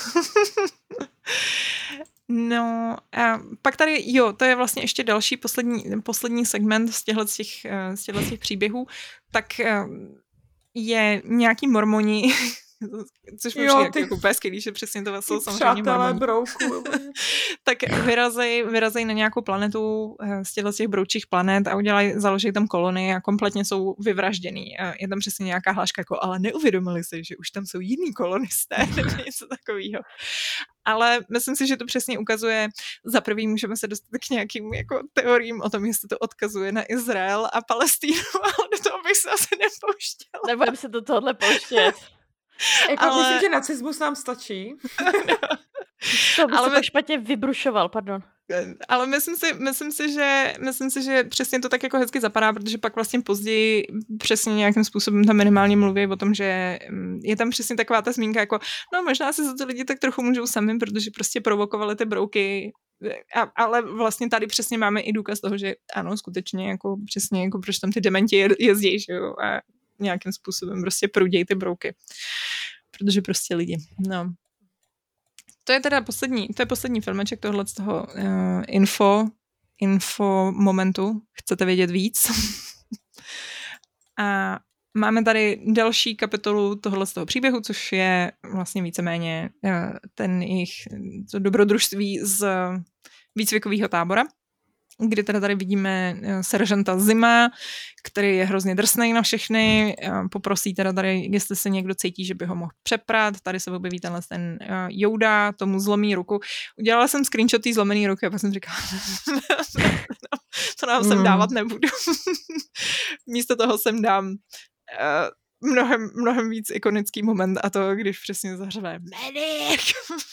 No a pak tady, jo, to je vlastně ještě další poslední, poslední segment z těchto těch, z těchto těch příběhů, tak je nějaký mormoni, což mi přijde ty... jako úplně skvělý, že přesně to jsou samozřejmě mormoni. Brouku. Tak vyrazej, vyrazej na nějakou planetu z těchto těch broučích planet a udělají, založí tam kolony a kompletně jsou vyvražděný. Je tam přesně nějaká hláška jako, ale neuvědomili se, že už tam jsou jiní kolonisté nebo něco takového. Ale myslím si, že to přesně ukazuje, za prvý můžeme se dostat k nějakým jako teoriím o tom, jestli to odkazuje na Izrael a Palestínu, ale do toho bych se asi nepouštěla. Nebudeme se do tohohle pouštět. Jako ale... myslím, že nacismus nám stačí. No. To by ale se my... pak špatně vybrušoval, pardon. Ale myslím si, myslím, si, že, myslím si, že přesně to tak jako hezky zapadá, protože pak vlastně později přesně nějakým způsobem tam minimálně mluví o tom, že je tam přesně taková ta zmínka jako, no možná si za to lidi tak trochu můžou sami, protože prostě provokovali ty brouky, a, ale vlastně tady přesně máme i důkaz toho, že ano, skutečně jako přesně jako proč tam ty dementi jezdí, že jo, a nějakým způsobem prostě prudějí ty brouky. Protože prostě lidi, no. To je teda poslední, to je poslední filmeček tohle z toho uh, info, info momentu. Chcete vědět víc? A máme tady další kapitolu tohle z toho příběhu, což je vlastně víceméně uh, ten jejich to dobrodružství z výcvikového tábora, kdy teda tady vidíme seržanta Zima, který je hrozně drsnej na všechny, poprosí teda tady, jestli se někdo cítí, že by ho mohl přeprat, tady se objeví tenhle ten Yoda, tomu zlomí ruku. Udělala jsem screenshot té zlomený ruky a pak jsem říkala, To nám sem dávat nebudu. Místo toho sem dám uh, mnohem, mnohem víc ikonický moment a to, když přesně zařve medic.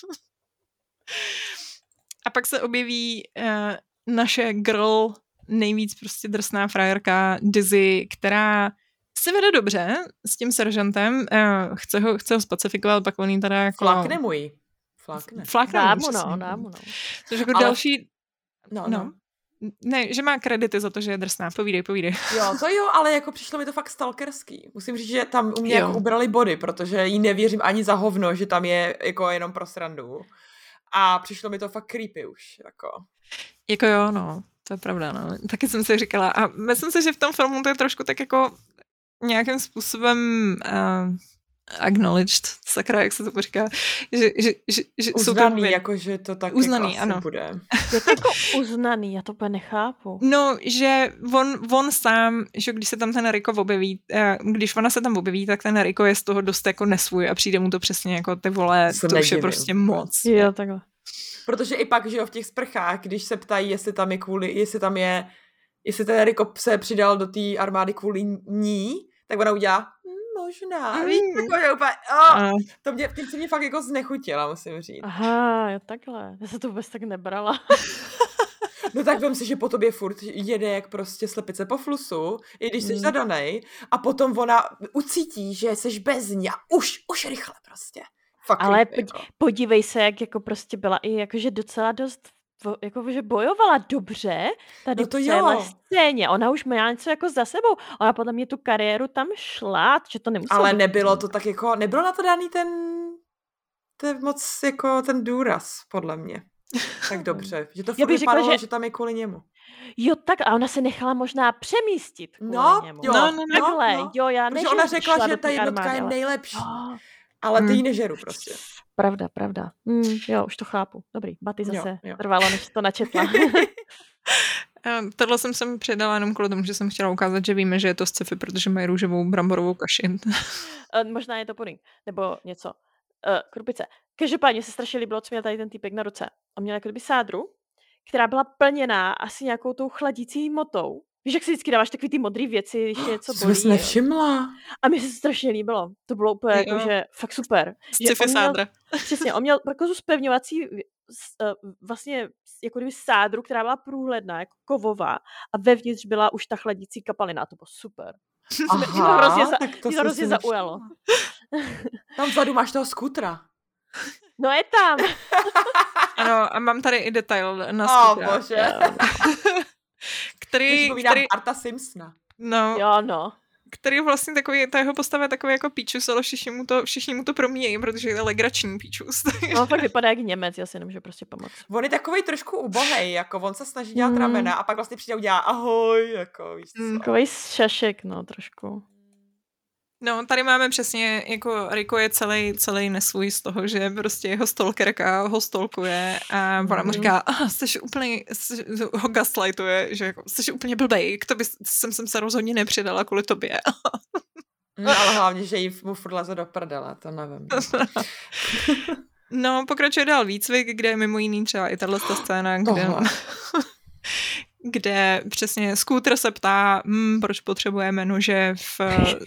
A pak se objeví uh, naše girl, nejvíc prostě drsná frajerka Dizzy, která se vede dobře s tím seržantem, uh, chce ho, chce ho spacifikovat, pak on jí teda jako... Flakne mu jí. Flakne. Flakne dá mu, no, dá mu, no. Což jako Ale... další... No, no. no. Ne, že má kredity za to, že je drsná. Povídej, povídej. Jo, to jo, ale jako přišlo mi to fakt stalkerský. Musím říct, že tam u mě jako ubrali body, protože jí nevěřím ani za hovno, že tam je jako jenom pro srandu. A přišlo mi to fakt creepy už, jako. Jako jo, no, to je pravda, no. Taky jsem si říkala. A myslím si, že v tom filmu to je trošku tak jako nějakým způsobem uh, acknowledged, sakra, jak se to říká, že, že, že, že uznaný, jsou jako, že to tak uznaný, jako ano. bude. Je to jako uznaný, já to úplně nechápu. No, že on, on sám, že když se tam ten Rico objeví, když ona se tam objeví, tak ten Rico je z toho dost jako nesvůj a přijde mu to přesně jako ty vole, se to už je nedivím. prostě moc. Jo, takhle. Protože i pak, že jo, v těch sprchách, když se ptají, jestli tam je kvůli, jestli tam je, jestli ten Rico se přidal do té armády kvůli ní, tak ona udělá, hm, možná, mm. víš, jako, úplně, oh, to mě, tím si mě fakt jako znechutila, musím říct. Aha, jo, takhle, já se to vůbec tak nebrala. No tak vem si, že po tobě furt jede jak prostě slepice po flusu, i když jsi mm. zadanej, a potom ona ucítí, že jsi bez ní a už, už rychle prostě. Fakt ale rychle, pod, jako. podívej se, jak jako prostě byla i jakože docela dost, jako že bojovala dobře tady no to v celé jo. scéně. Ona už měla něco jako za sebou. Ona podle mě tu kariéru tam šla, že to nemuselo ale být. nebylo to tak jako, nebylo na to daný ten, ten moc jako ten důraz, podle mě. Tak dobře, že to furt vypadalo, řekla, že... že tam je kvůli němu. Jo, tak a ona se nechala možná přemístit kvůli no, němu. Jo, no, no, no, takhle, no. jo, já Protože než ona řekla, že ta ta jednotka je nejlepší. Oh. Ale ty hmm. ji nežeru prostě. Pravda, pravda. Mm, jo, už to chápu. Dobrý, Baty zase jo, jo. trvala, než to načetla. Tohle jsem sem předala jenom kvůli tomu, že jsem chtěla ukázat, že víme, že je to sci-fi, protože mají růžovou bramborovou kaši. Možná je to puding, nebo něco. Uh, krupice. Každopádně se strašně líbilo, co měl tady ten týpek na ruce. On měl jako kdyby sádru, která byla plněná asi nějakou tou chladící motou. Víš, jak si vždycky dáváš takový ty modrý věci, když je něco bolí. To jsi nevšimla. A mi se strašně líbilo. To bylo úplně jako, že fakt super. Sci-fi sádra. Přesně, on měl jako zpevňovací vlastně jako kdyby sádru, která byla průhledná, jako kovová a vevnitř byla už ta chladící kapalina. A to bylo super. Aha, mě to hrozně, za, tak to mě to hrozně zaujalo. Tam vzadu máš toho skutra. No je tam. Ano, a mám tady i detail na oh, skutra. Oh bože. který, který... Arta Simpsona. No, jo, no. Který vlastně takový, ta jeho postava je takový jako píčus, ale všichni mu to, všichni mu to promíjejí, protože je legrační píčus. No fakt vypadá jak Němec, já si nemůžu prostě pomoct. On je takovej trošku ubohej, jako on se snaží dělat mm. ramena a pak vlastně přijde a udělá ahoj, jako víš co. Mm, takovej šašek, no trošku. No, tady máme přesně, jako Rico je celý, celý nesvůj z toho, že prostě jeho stalkerka ho stalkuje a ona mu říká, aha, jsi úplně, jsi, ho gaslightuje, že jako, jsi úplně blbej, k tobě jsem, jsem se rozhodně nepřidala kvůli tobě. No, ale hlavně, že jí mu furt leze do prdele, to nevím. No, pokračuje dál výcvik, kde je mimo jiný třeba i tato scéna, kde... kde přesně Scooter se ptá, hm, proč potřebujeme nože v...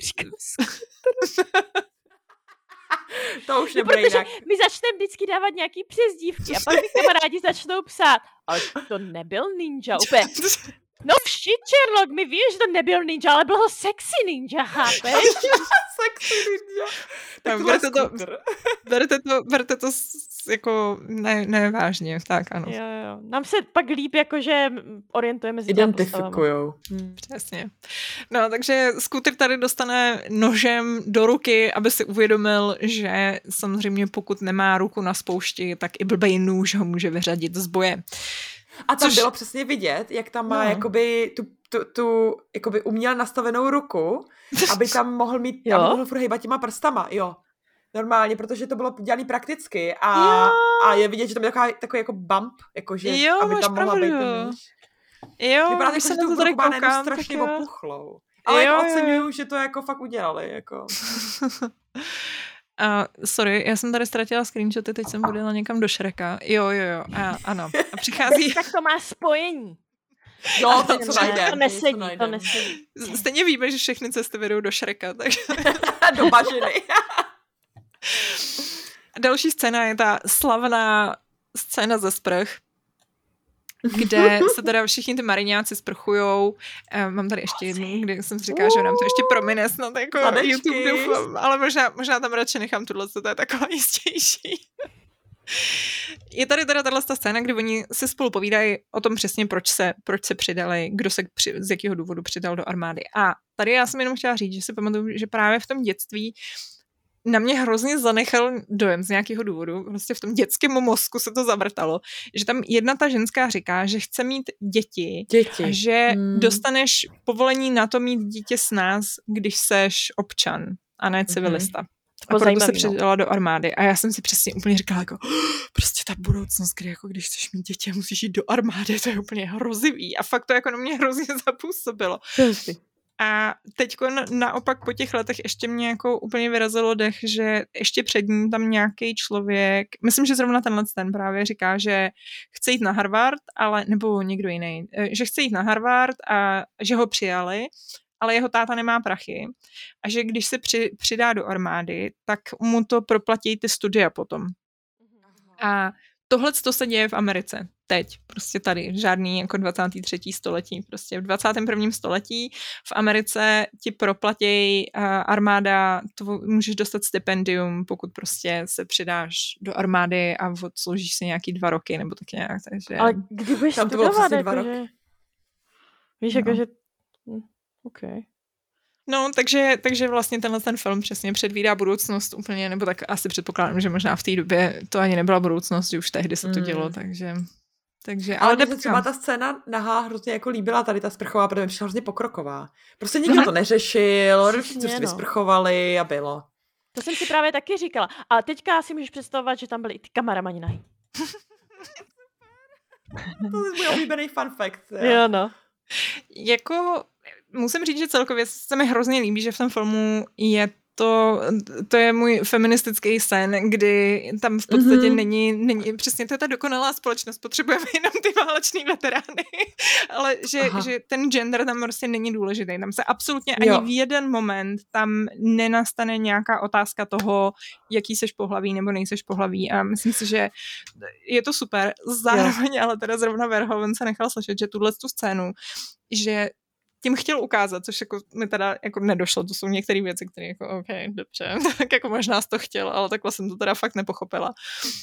To už nebude no, jinak. My začneme vždycky dávat nějaký přezdívky a pak mi kamarádi začnou psát, ale to nebyl ninja, úplně. No shit, Sherlock, my víš, že to nebyl ninja, ale byl ho sexy ninja, chápeš? Sexy ninja. Tak no, berte, to, berte to, berte to jako ne, ne vážně, tak ano. Jo, jo. Nám se pak líp jakože orientujeme s identifikujou. Hmm. Přesně. No, takže Scooter tady dostane nožem do ruky, aby si uvědomil, že samozřejmě pokud nemá ruku na spoušti, tak i blbej nůž ho může vyřadit z boje. A tam Což... bylo přesně vidět, jak tam má no. jakoby tu, tu, tu jakoby uměl nastavenou ruku, aby tam mohl mít, aby mohl furt hejbat těma prstama, jo. Normálně, protože to bylo dělané prakticky a, a je vidět, že tam je taková, takový jako bump, jakože, jo, aby tam mohla být ten níž. Jo, vypadá když jako, se že na tu to tady ruku má koukám, strašně jo. opuchlou. Ale jo, jako jo. oceňuju, že to jako fakt udělali, jako... Uh, sorry, já jsem tady ztratila screenshoty, teď jsem budila někam do Shreka. Jo, jo, jo, a, ano. A přichází... Tak to má spojení. Jo, to co Ne, najdem. to něco nesedí, to najdem. nesedí. Stejně víme, že všechny cesty vedou do Šreka, takže... Do bažiny. Další scéna je ta slavná scéna ze sprch, kde se teda všichni ty mariňáci sprchujou. E, mám tady ještě jednu, kde jsem si říkala, že nám to ještě promine snad jako Sladečky. YouTube doufám, ale možná, možná tam radši nechám tuhle, to je taková jistější. Je tady teda tato scéna, kdy oni se spolu povídají o tom přesně, proč se, proč se přidali, kdo se při, z jakého důvodu přidal do armády. A tady já jsem jenom chtěla říct, že si pamatuju, že právě v tom dětství na mě hrozně zanechal dojem z nějakého důvodu, prostě v tom dětském mozku se to zavrtalo, že tam jedna ta ženská říká, že chce mít děti, Děti. a že Hmm. dostaneš povolení na to mít dítě s nás, když seš občan a ne civilista. To A proto se zajímavý, no. přidala do armády. A já jsem si přesně úplně říkala, jako, prostě ta budoucnost, kdy jako když chceš mít děti a musíš jít do armády, to je úplně hrozivý. A fakt to jako na mě hrozně zapůsobilo. A teďko naopak po těch letech ještě mě jako úplně vyrazilo dech, že ještě před ním tam nějaký člověk, myslím, že zrovna tenhle ten právě říká, že chce jít na Harvard, ale, nebo někdo jiný, že chce jít na Harvard a že ho přijali, ale jeho táta nemá prachy a že když se při, přidá do armády, tak mu to proplatí ty studia potom. A tohle to se děje v Americe. Teď, prostě tady, žádný jako dvacátého třetího století. Prostě v dvacátém prvním století v Americe ti proplatí uh, armáda, to můžeš dostat stipendium, pokud prostě se přidáš do armády a odsloužíš si nějaký dva roky, nebo tak nějak. Takže... Ale kdy budeš Tam to bylo studovat, přesně dva jako, roky. že... Víš, No. jako, že... Hm, OK. No, takže, takže vlastně tenhle ten film přesně předvídá budoucnost úplně, nebo tak asi předpokládám, že možná v té době to ani nebyla budoucnost, že už tehdy se to Mm. dělo, takže... takže Ale ale mně se třeba ta scéna nahá hrozně jako líbila tady ta sprchová, protože mi přišla hrozně pokroková. Prostě nikdo to neřešil, Přesně, všichni se no. vysprchovali a bylo. To jsem si právě taky říkala. A teďka si můžeš představovat, že tam byly i ty kameramani nahy. To je můj oblíbený fun fact. Jo. Jo, no. Jako, musím říct, že celkově se mi hrozně líbí, že v tom filmu je to, to je můj feministický sen, kdy tam v podstatě Mhm. není, není, přesně to je ta dokonalá společnost, potřebujeme jenom ty váleční veterány, ale že, že ten gender tam prostě není důležitý, tam se absolutně ani Jo. v jeden moment tam nenastane nějaká otázka toho, jaký seš pohlaví nebo nejseš pohlaví a myslím si, že je to super, zároveň jo. ale teda zrovna Verhoeven se nechal slyšet, že tuhle tu scénu, že tím chtěl ukázat, což jako mi teda jako nedošlo, to jsou některé věci, které jako OK, dobře, tak jako možná jsi to chtěl, ale takhle jsem to teda fakt nepochopila,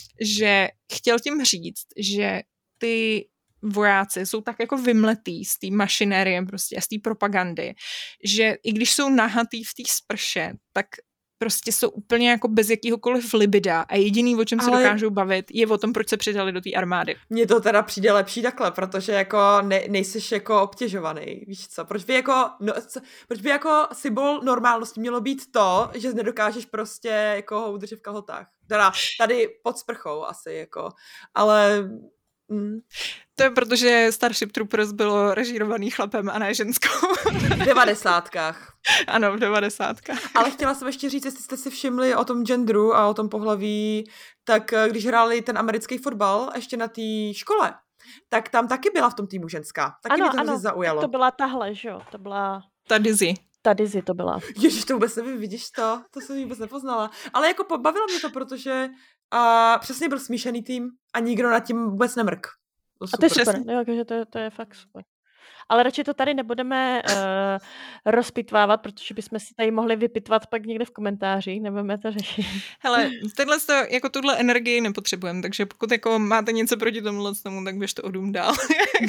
že chtěl tím říct, že ty vojáci jsou tak jako vymletý z té mašinérie prostě a z té propagandy, že i když jsou nahatý v té sprše, tak prostě jsou úplně jako bez jakýhokoliv libida a jediný, o čem se Ale... dokážou bavit, je o tom, proč se přidali do té armády. Mně to teda přijde lepší takhle, protože jako ne, nejseš jako obtěžovaný, víš co? Proč by jako, no, co, proč by jako symbol normálnosti mělo být to, že nedokážeš prostě jako ho udržet v kalhotách? Teda tady pod sprchou asi jako, ale... Mm. To je proto, že Starship Troopers bylo režírovaný chlapem a ne ženskou. V devadesátkách. Ano, v devadesátkách. Ale chtěla jsem ještě říct, jestli jste si všimli o tom genderu a o tom pohlaví, tak když hráli ten americký fotbal ještě na té škole, tak tam taky byla v tom týmu ženská. Taky ano, mě to ano, zaujalo. Tak to byla tahle, že jo? To byla... Ta Dizzy. Ta Dizzy to byla. Ježiš, to vůbec nevím, vidíš to? To jsem vůbec nepoznala. Ale jako pobavilo mě to, protože a přesně byl smíšený tým a nikdo nad tím vůbec nemrk. To a to je super, jo, takže to, to je fakt super. Ale radši to tady nebudeme uh, rozpitvávat, protože bychom si tady mohli vypitvat pak někde v komentářích, nebudeme to řešit. Hele, tenhle to, jako tuhle energii nepotřebujeme, takže pokud jako máte něco proti tomuhle tomu, tak běžte o dům dál.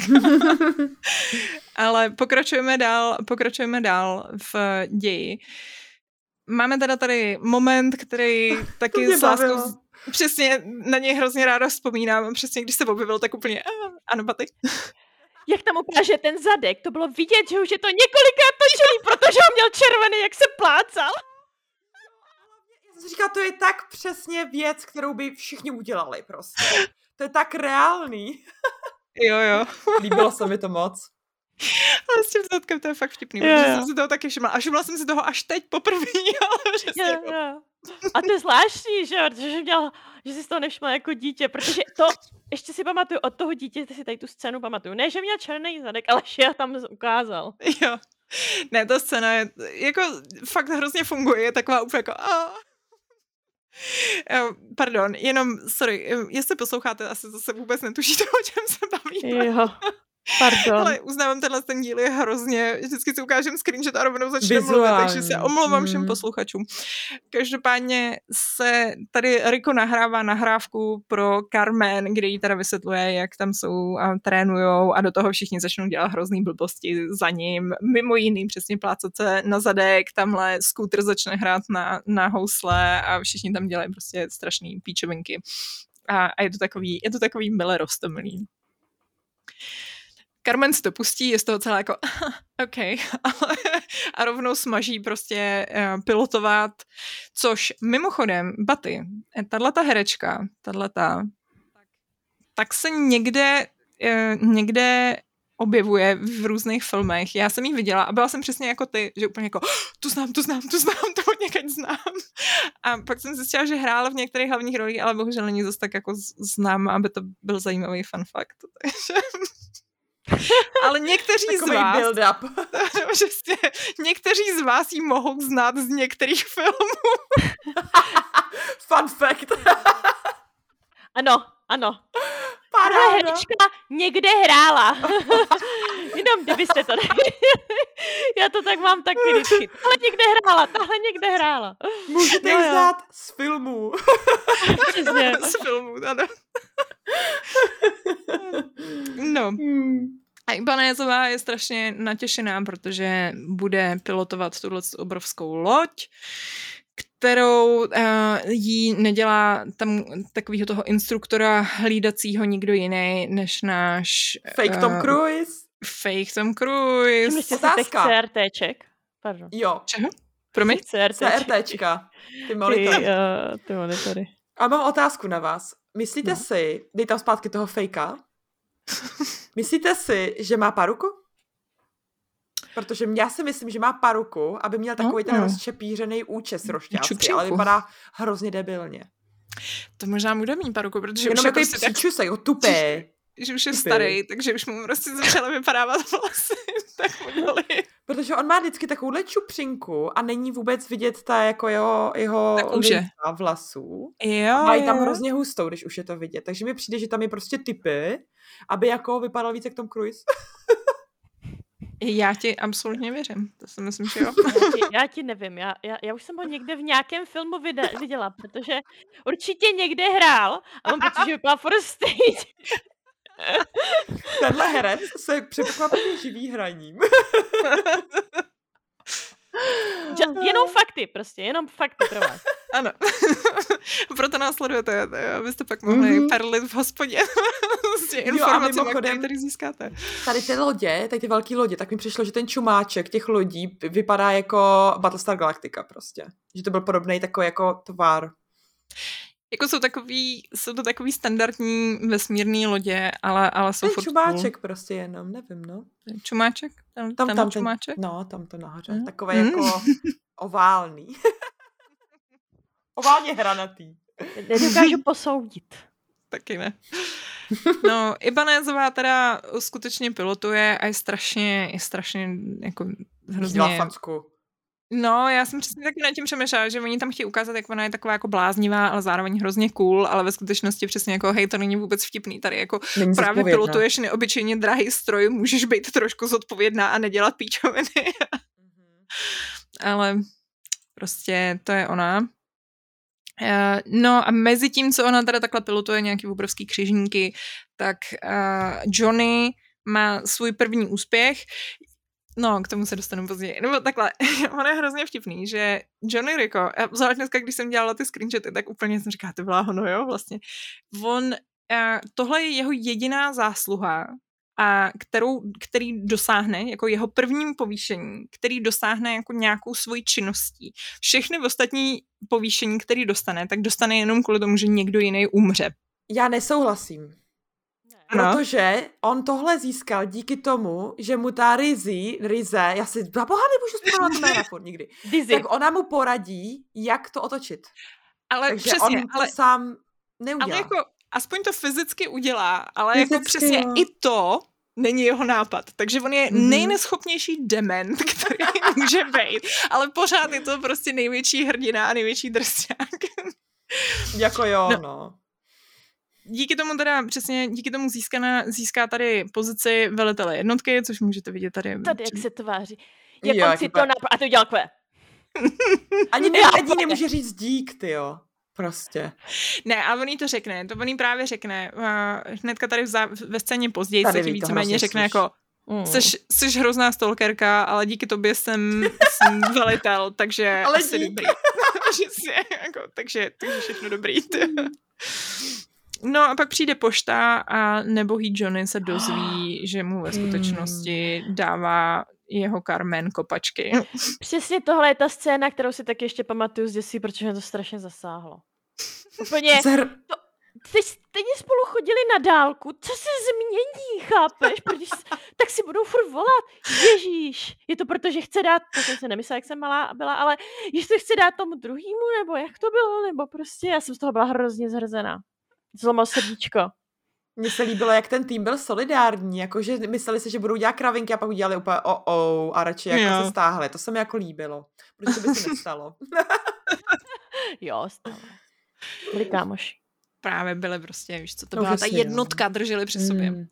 Ale pokračujeme dál, pokračujeme dál v ději. Máme teda tady moment, který taky s láskou, přesně na něj hrozně ráda vzpomínám, přesně když se objevil, tak úplně, ah, ano, Paty. Jak tam ukáže ten zadek, to bylo vidět, že už je to několikrát točený, protože ho měl červený, jak se plácal. Já jsem si říkala, to je tak přesně věc, kterou by všichni udělali prostě. To je tak reálný. Jo, jo. Líbilo se mi to moc. Ale s tím zadkem to je fakt vtipný, yeah. protože jsem si toho taky všimla. A všimla jsem si toho až teď poprvé, ale přesně. Yeah, yeah. A to je zvláštní, že jo, že, měl, že jsi z toho nevšimla jako dítě, protože to ještě si pamatuju, od toho dítěte si tady tu scénu pamatuju. Ne, že měl černý zadek, ale Shia tam ukázal. Jo. Ne, ta scéna je, jako fakt hrozně funguje, je taková úplně jako a... Pardon, jenom, sorry, jestli posloucháte, asi zase vůbec netušíte, o čem se bavíme. Jo, pardon. Ale uznávám, tenhle ten díl je hrozně, vždycky si ukážem screenshot a rovnou začne mluvit, takže se omlouvám všem posluchačům. Každopádně se tady Rico nahrává nahrávku pro Carmen, kde jí teda vysvětluje, jak tam jsou a trénujou a do toho všichni začnou dělat hrozný blbosti za ním. Mimo jiný přesně plácat se na zadek, tamhle Scooter začne hrát na, na housle a všichni tam dělají prostě strašný píčovinky. A, a je to takový, je to takový milé roztomilý. Carmen si to pustí, je z toho celé jako OK, a rovnou smaží prostě uh, pilotovat, což mimochodem, Baty, tato herečka, tato, tak se někde, uh, někde objevuje v různých filmech. Já jsem ji viděla a byla jsem přesně jako ty, že úplně jako tu znám, tu znám, tu znám, to od někať znám. A pak jsem zjistila, že hrála v některých hlavních rolích, ale bohužel není zase tak jako znám, aby to byl zajímavý fun fact. Takže... Ale někteří takový z vás build-up. Přesně, někteří z vás ji mohou znát z některých filmů. Fun fact. Ano, ano. Tahle herečka někde hrála. Jenom kdybyste to nevěděli. Já to tak mám taky vždycky. Tahle někde hrála, tahle někde hrála. Můžete no, ji znát z filmů. Přesně. Z filmů, ano. No. A Ibanezová je strašně natěšená, protože bude pilotovat tuhle obrovskou loď, kterou uh, jí nedělá tam takového toho instruktora hlídacího nikdo jiný, než náš... Fake uh, Tom Cruise. Fake Tom Cruise. Myslíte si těch CRTček? Pardon. Jo. Čeho? Promiň? CRTčka. Ty monitory. Ty, uh, ty monitory. A mám otázku na vás. Myslíte no. si, dej tam zpátky toho fejka, myslíte si, že má paruku? Protože já si myslím, že má paruku, aby měl takový ten rozčepířený účes rošťácký, ale vypadá hrozně debilně. To možná bude mít paruku, protože jenom už je prostě tak... příčusek, jako tupé. Že už je starý, takže už mu prostě začala vypadávat vlasy. Tak modely. Protože on má vždycky takovouhle čupřinku a není vůbec vidět ta jako jeho, jeho linka vlasů. Jo, mají tam hrozně hustou, když už je to vidět. Takže mi přijde, že tam je prostě typy, aby jako vypadal víc jak Tom Cruise. Já ti absolutně věřím. To si myslím, že jo. Já ti, já ti nevím. Já, já, já už jsem ho někde v nějakém filmu vide, viděla, protože určitě někde hrál a on protože vypadal for stejně. Tenhle herec se překvapivě živí hraním. Jenom fakty, prostě, jenom fakty pro vás. Ano. Proto nás sledujete, abyste pak mohli mm-hmm. perlit v hospodě s informacemi, které získáte. Tady ty lodě, tady ty velký lodě, tak mi přišlo, že ten čumáček těch lodí vypadá jako Battlestar Galactica prostě. Že to byl podobný takový jako tvar. Jako jsou takový, jsou to takový standardní vesmírný lodě, ale, ale jsou furt čumáček cool. Prostě jenom, nevím, no. Čumáček? Tam, tam, tam, tam čumáček? Ten, no, tam to nahoře. Mm. Takový mm. jako oválný. Oválně hranatý. Nedokážu posoudit. Taky ne. No, Ibanezová teda skutečně pilotuje a je strašně, je strašně jako hrozně... No, já jsem přesně taky nad tím přemýšlela, že oni tam chtějí ukázat, jak ona je taková jako bláznivá, ale zároveň hrozně cool, ale ve skutečnosti přesně jako hej, to není vůbec vtipný, tady jako není právě pilotuješ neobyčejně drahý stroj, můžeš být trošku zodpovědná a nedělat píčoviny. Mm-hmm. Ale prostě to je ona. Uh, no a mezi tím, co ona teda takhle pilotuje nějaký obrovský křižníky, tak uh, Johnny má svůj první úspěch. No, k tomu se dostanu později. Nebo takhle, on je hrozně vtipný, že Johnny Rico, zvlášť dneska, když jsem dělala ty screenshoty, tak úplně jsem říkala, ty bláho, no jo, vlastně. On, uh, tohle je jeho jediná zásluha, a kterou, který dosáhne, jako jeho prvním povýšení, který dosáhne jako nějakou svoji činností. Všechny ostatní povýšení, který dostane, tak dostane jenom kvůli tomu, že někdo jiný umře. Já nesouhlasím. No. Protože on tohle získal díky tomu, že mu ta Rizzy, Rize, já si, za boha nemůžu zpívat to jména furt nikdy, Dizzy. Tak ona mu poradí, jak to otočit. Ale takže přesně, on ale, to sám neudělá. Ale jako aspoň to fyzicky udělá, ale Fyzicky, jako přesně jo. i to není jeho nápad. Takže on je Mhm. nejneschopnější dement, který může být, ale pořád je to prostě největší hrdina a největší drsňák. Jako jo, No. no. Díky tomu teda přesně, díky tomu získá, získá tady pozici velitele jednotky, což můžete vidět tady. Tady, jak se tváří. Jak Jo, on jak si vypadá- to napr- A to dělal kve. Ani, ne, Já ani úplně. nemůže říct dík, tyjo. Prostě. Ne, ale on jí to řekne, to on jí právě řekne. Uh, hnedka tady v zá, ve scéně později Tady se ti ví to víceméně hrozně řekne sluš. jako Mm. Jseš, jseš hrozná stalkerka, ale díky tobě jsem, jsem velitel, takže Ale asi dík. dobrý. Přesně, jako, takže, takže všechno dobrý. No a pak přijde pošta a nebohý Johnny se dozví, že mu ve skutečnosti dává jeho Carmen kopačky. Přesně tohle je ta scéna, kterou si taky ještě pamatuju z dětství, protože mě to strašně zasáhlo. Úplně, Zer... teď stejně spolu chodili na dálku, co se změní, chápeš? Protože, s- tak si budou furt volat, Ježíš, je to proto, že chce dát, to jsem si nemyslela, jak jsem malá byla, ale že to chce dát tomu druhému, nebo jak to bylo, nebo prostě, já jsem z toho byla hrozně zhrzená. Zlomil srdíčko. Mně se líbilo, jak ten tým byl solidární, jakože mysleli si, že budou dělat kravinky a pak udělali úplně o oh, a radši jako Jo. se stáhli. To se mi jako líbilo, protože to by se nestalo. Jo, stále. Byli kámoši. Právě byly prostě, víš co, to No, byla ta přesně, jednotka, drželi při sobě. Mm.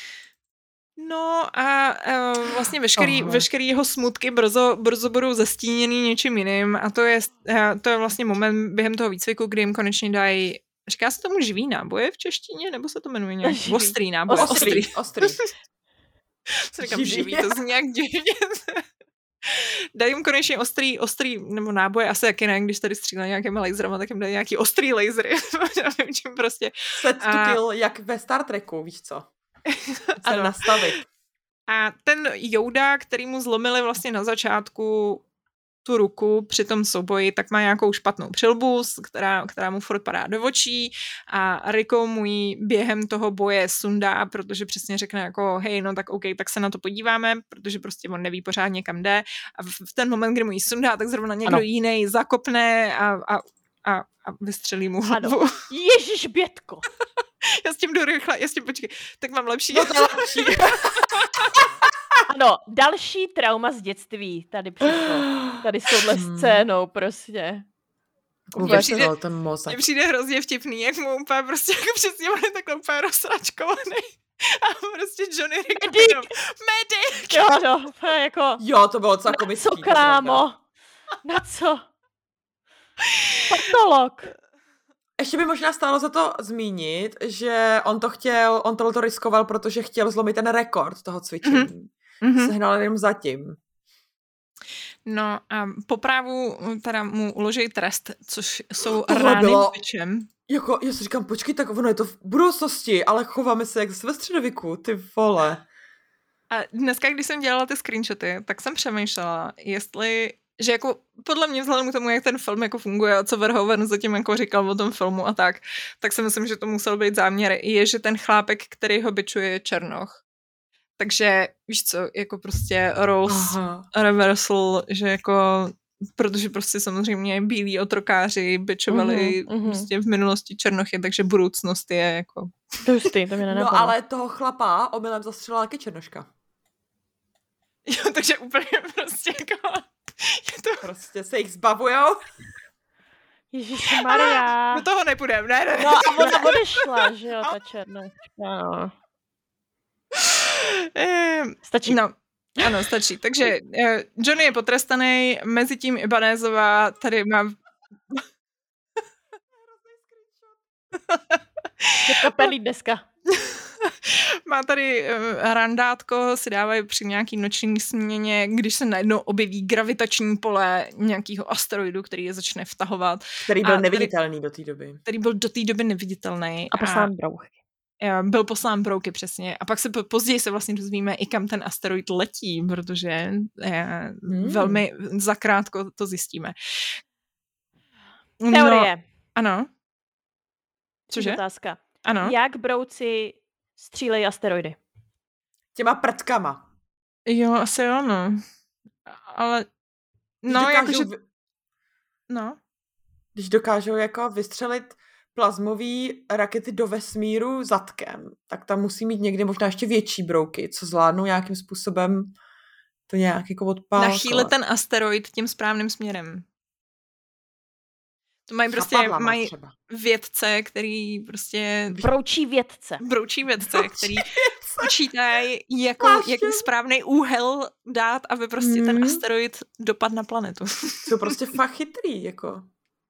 No a uh, vlastně veškerý, Aha. veškerý jeho smutky brzo, brzo budou zastíněný něčím jiným a to je, uh, to je vlastně moment během toho výcviku, kdy jim konečně dají, říká se tomu živý náboje v češtině, nebo se to jmenuje nějak? Živý. Ostrý náboje. Ostrý, Ostrý. ostrý. Se říkám Živý. živý, to zní nějak divně. Dají jim konečně ostrý, ostrý, nebo náboje, asi taky ne, když tady střílejí nějakými laserama, tak jim dají nějaký ostrý lasery. Nevím, čím prostě. Set to A- kill, jak ve Star Treku, víš co? Se Ano. nastavit. A ten Yoda, který mu zlomili vlastně na začátku tu ruku při tom souboji, tak má nějakou špatnou přilbu, která, která mu furt padá do očí a Rico mu ji během toho boje sundá, protože přesně řekne jako hej, no tak OK, tak se na to podíváme, protože prostě on neví pořádně kam jde a v, v ten moment, kdy mu ji sundá, tak zrovna někdo Ano. jiný zakopne a, a, a, a vystřelí mu hlavu. Ježíš, Bětko. Já s tím jdu rychle, já s tím počkej, tak mám lepší. No to je lepší. Ano, další trauma z dětství tady přišlo. Tady s touhle Hmm. scénou prostě. Vůbec přijde- to, ten mozek. Mně přijde hrozně vtipný, jak mu úplně prostě jako přesně on je takhle úplně rozsračkovaný. A prostě Johnny Rico Medic! jenom, medic! Jo, no, to je jako, Jo, to bylo docela na komický. co, to pravda. krámo? Na co? Patolog. Ještě by možná stálo za to zmínit, že on to chtěl, on tohle to riskoval, protože chtěl zlomit ten rekord toho cvičení. Mm-hmm. Sehnal jenom zatím. No a po právu teda mu uloží trest, což jsou Tohle rány bylo- bičem. Jako, já si říkám, počkej, tak ono je to v budoucnosti, ale chováme se jak ve středověku, ty vole. A dneska, když jsem dělala ty screenshoty, tak jsem přemýšlela, jestli, že jako podle mě vzhledem k tomu, jak ten film jako funguje a co Verhoeven zatím jako říkal o tom filmu a tak, tak si myslím, že to musel být záměr, je, že ten chlápek, který ho bičuje, je černoch. Takže, víš co, jako prostě roles Aha. reversal, že jako, protože prostě samozřejmě bílí otrokáři bičovali Mhm, mhm. prostě v minulosti černochy, takže budoucnost je jako... To už ty, to mě nenapadlo. No ale toho chlapa omylem zastřelila taky černoška. Jo, takže úplně prostě jako... Je to... Prostě se jich zbavujou. Ježišmarja. Do toho nepůjdem, ne, ne. No a ona odešla, že jo, ta černoška. No. Ehm, Stačí. No, ano, stačí. Takže eh, Johnny je potrestaný, mezi tím Ibanezová tady má... Je kapelí dneska. Má tady uh, randátko, si dávají při nějaký noční směně, když se najednou objeví gravitační pole nějakého asteroidu, který je začne vtahovat, Který A byl tady- neviditelný do té doby. který byl do té doby neviditelný. A poslán brouchy. a byl poslán brouky, přesně. A pak se po, později se vlastně dozvíme i kam ten asteroid letí, protože eh, Hmm. velmi zakrátko to zjistíme. Teorie. No, ano. Cože? Otázka. Ano. Jak brouci střílejí asteroidy? Těma prtkama. Jo, asi jo, no. Ale, Když no, dokážou jakože, vy- no. Když dokážou jako vystřelit plazmový rakety do vesmíru zadkem, tak tam musí mít někde možná ještě větší brouky, co zvládnou nějakým způsobem to nějak jako odpálkovat. Nachýlit ten asteroid tím správným směrem. To mají prostě, Zapadla, mají třeba. vědce, který prostě... Broučí vědce. Broučí vědce, který vědce. počítají, jako, Vážně? jaký správný úhel dát, aby prostě mm. ten asteroid dopadl na planetu. Jsou prostě fakt chytrý, jako.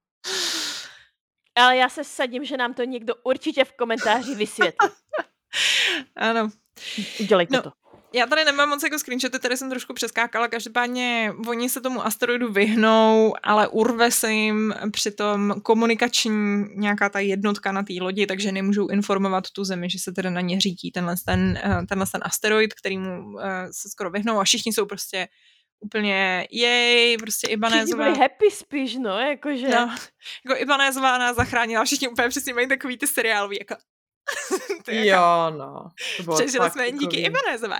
Ale já se sadím, že nám to někdo určitě v komentáři vysvětlí. Ano. Udělejte no. to. Já tady nemám moc jako screenshoty, tady jsem trošku přeskákala, každopádně oni se tomu asteroidu vyhnou, ale urve se jim přitom komunikační nějaká ta jednotka na té lodi, takže nemůžou informovat tu zemi, že se teda na ně řítí tenhle ten, tenhle ten asteroid, kterýmu se skoro vyhnou a všichni jsou prostě úplně jej, prostě Ibanezová. Všichni byli happy spíš, no, jakože. No, jako Ibanezová nás zachránila, všichni úplně přesně mají takový ty seriálový, jako jo, no. Přežili jsme jen díky Ibanezové.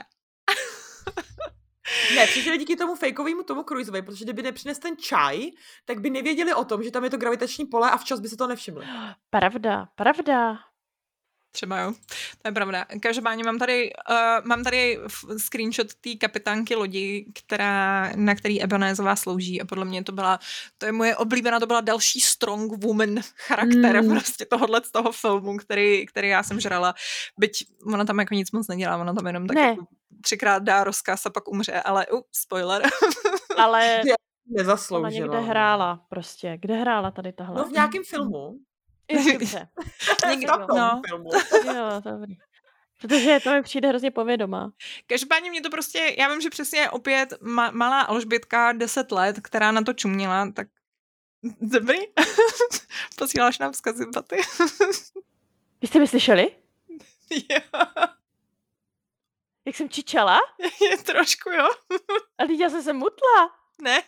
Ne, přežili díky tomu fejkovému tomu Cruiseovi, protože kdyby nepřines ten čaj, tak by nevěděli o tom, že tam je to gravitační pole a včas by se to nevšimli. Pravda, pravda. Třeba jo, to je pravda. Každopádně mám tady, uh, mám tady screenshot té kapitánky lodi, která, na který Ebenezová slouží a podle mě to byla, to je moje oblíbená, to byla další strong woman charakter mm. prostě tohohle z toho filmu, který, který já jsem žrala. Byť ona tam jako nic moc nedělá, ona tam jenom tak jako třikrát dá rozkaz a pak umře, ale uh, spoiler. Ale nezasloužila. Ona někde hrála prostě. Kde hrála tady tahle? No v nějakém filmu. Dobře. Někde v tom filmu. Jo, dobrý. Protože to mi přijde hrozně povědomá. Každopádně mě to prostě, já vím, že přesně opět ma- malá Alžbětka, deset let, která na to čuměla, tak dobrý. Posíláš nám vzkazy, Baty. Vy jste mi slyšeli? Jo. Jak jsem čičala? Je trošku, jo. A teď já jsem se mutla. Ne.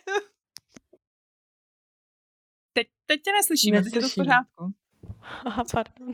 Teď, teď tě neslyšíme, teď je to v pořádku. Aha, pardon.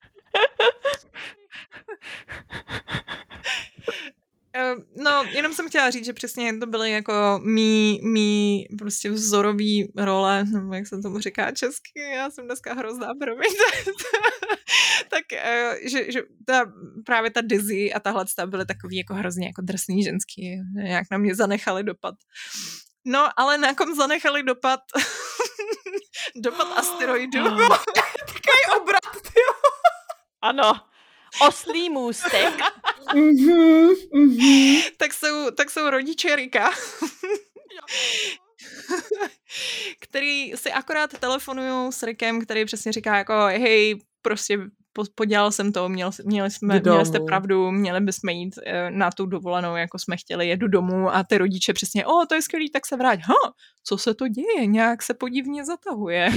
No, jenom jsem chtěla říct, že přesně to byly jako mý, mý prostě vzorový role, nebo jak se tomu říká česky, já jsem dneska hrozná, promiňte. Tak, že, že ta, právě ta Dizzy a tahle byly takový jako hrozně jako drsný ženský, nějak na mě zanechali dopad. No, ale na kom zanechali dopad dopad asteroidu. Takový obrat, jo. Ano. Oslý můstek. mm-hmm, mm-hmm. tak, jsou, tak jsou rodiče Rika, který si akorát telefonují s Rikem, který přesně říká jako hej, prostě podělal jsem to, měl, měli, jsme, měli jste pravdu, měli bychom jít na tu dovolenou, jako jsme chtěli, jedu domů a ty rodiče přesně, o, to je skvělý, tak se vrať. Ha, co se to děje? Nějak se podivně zatahuje.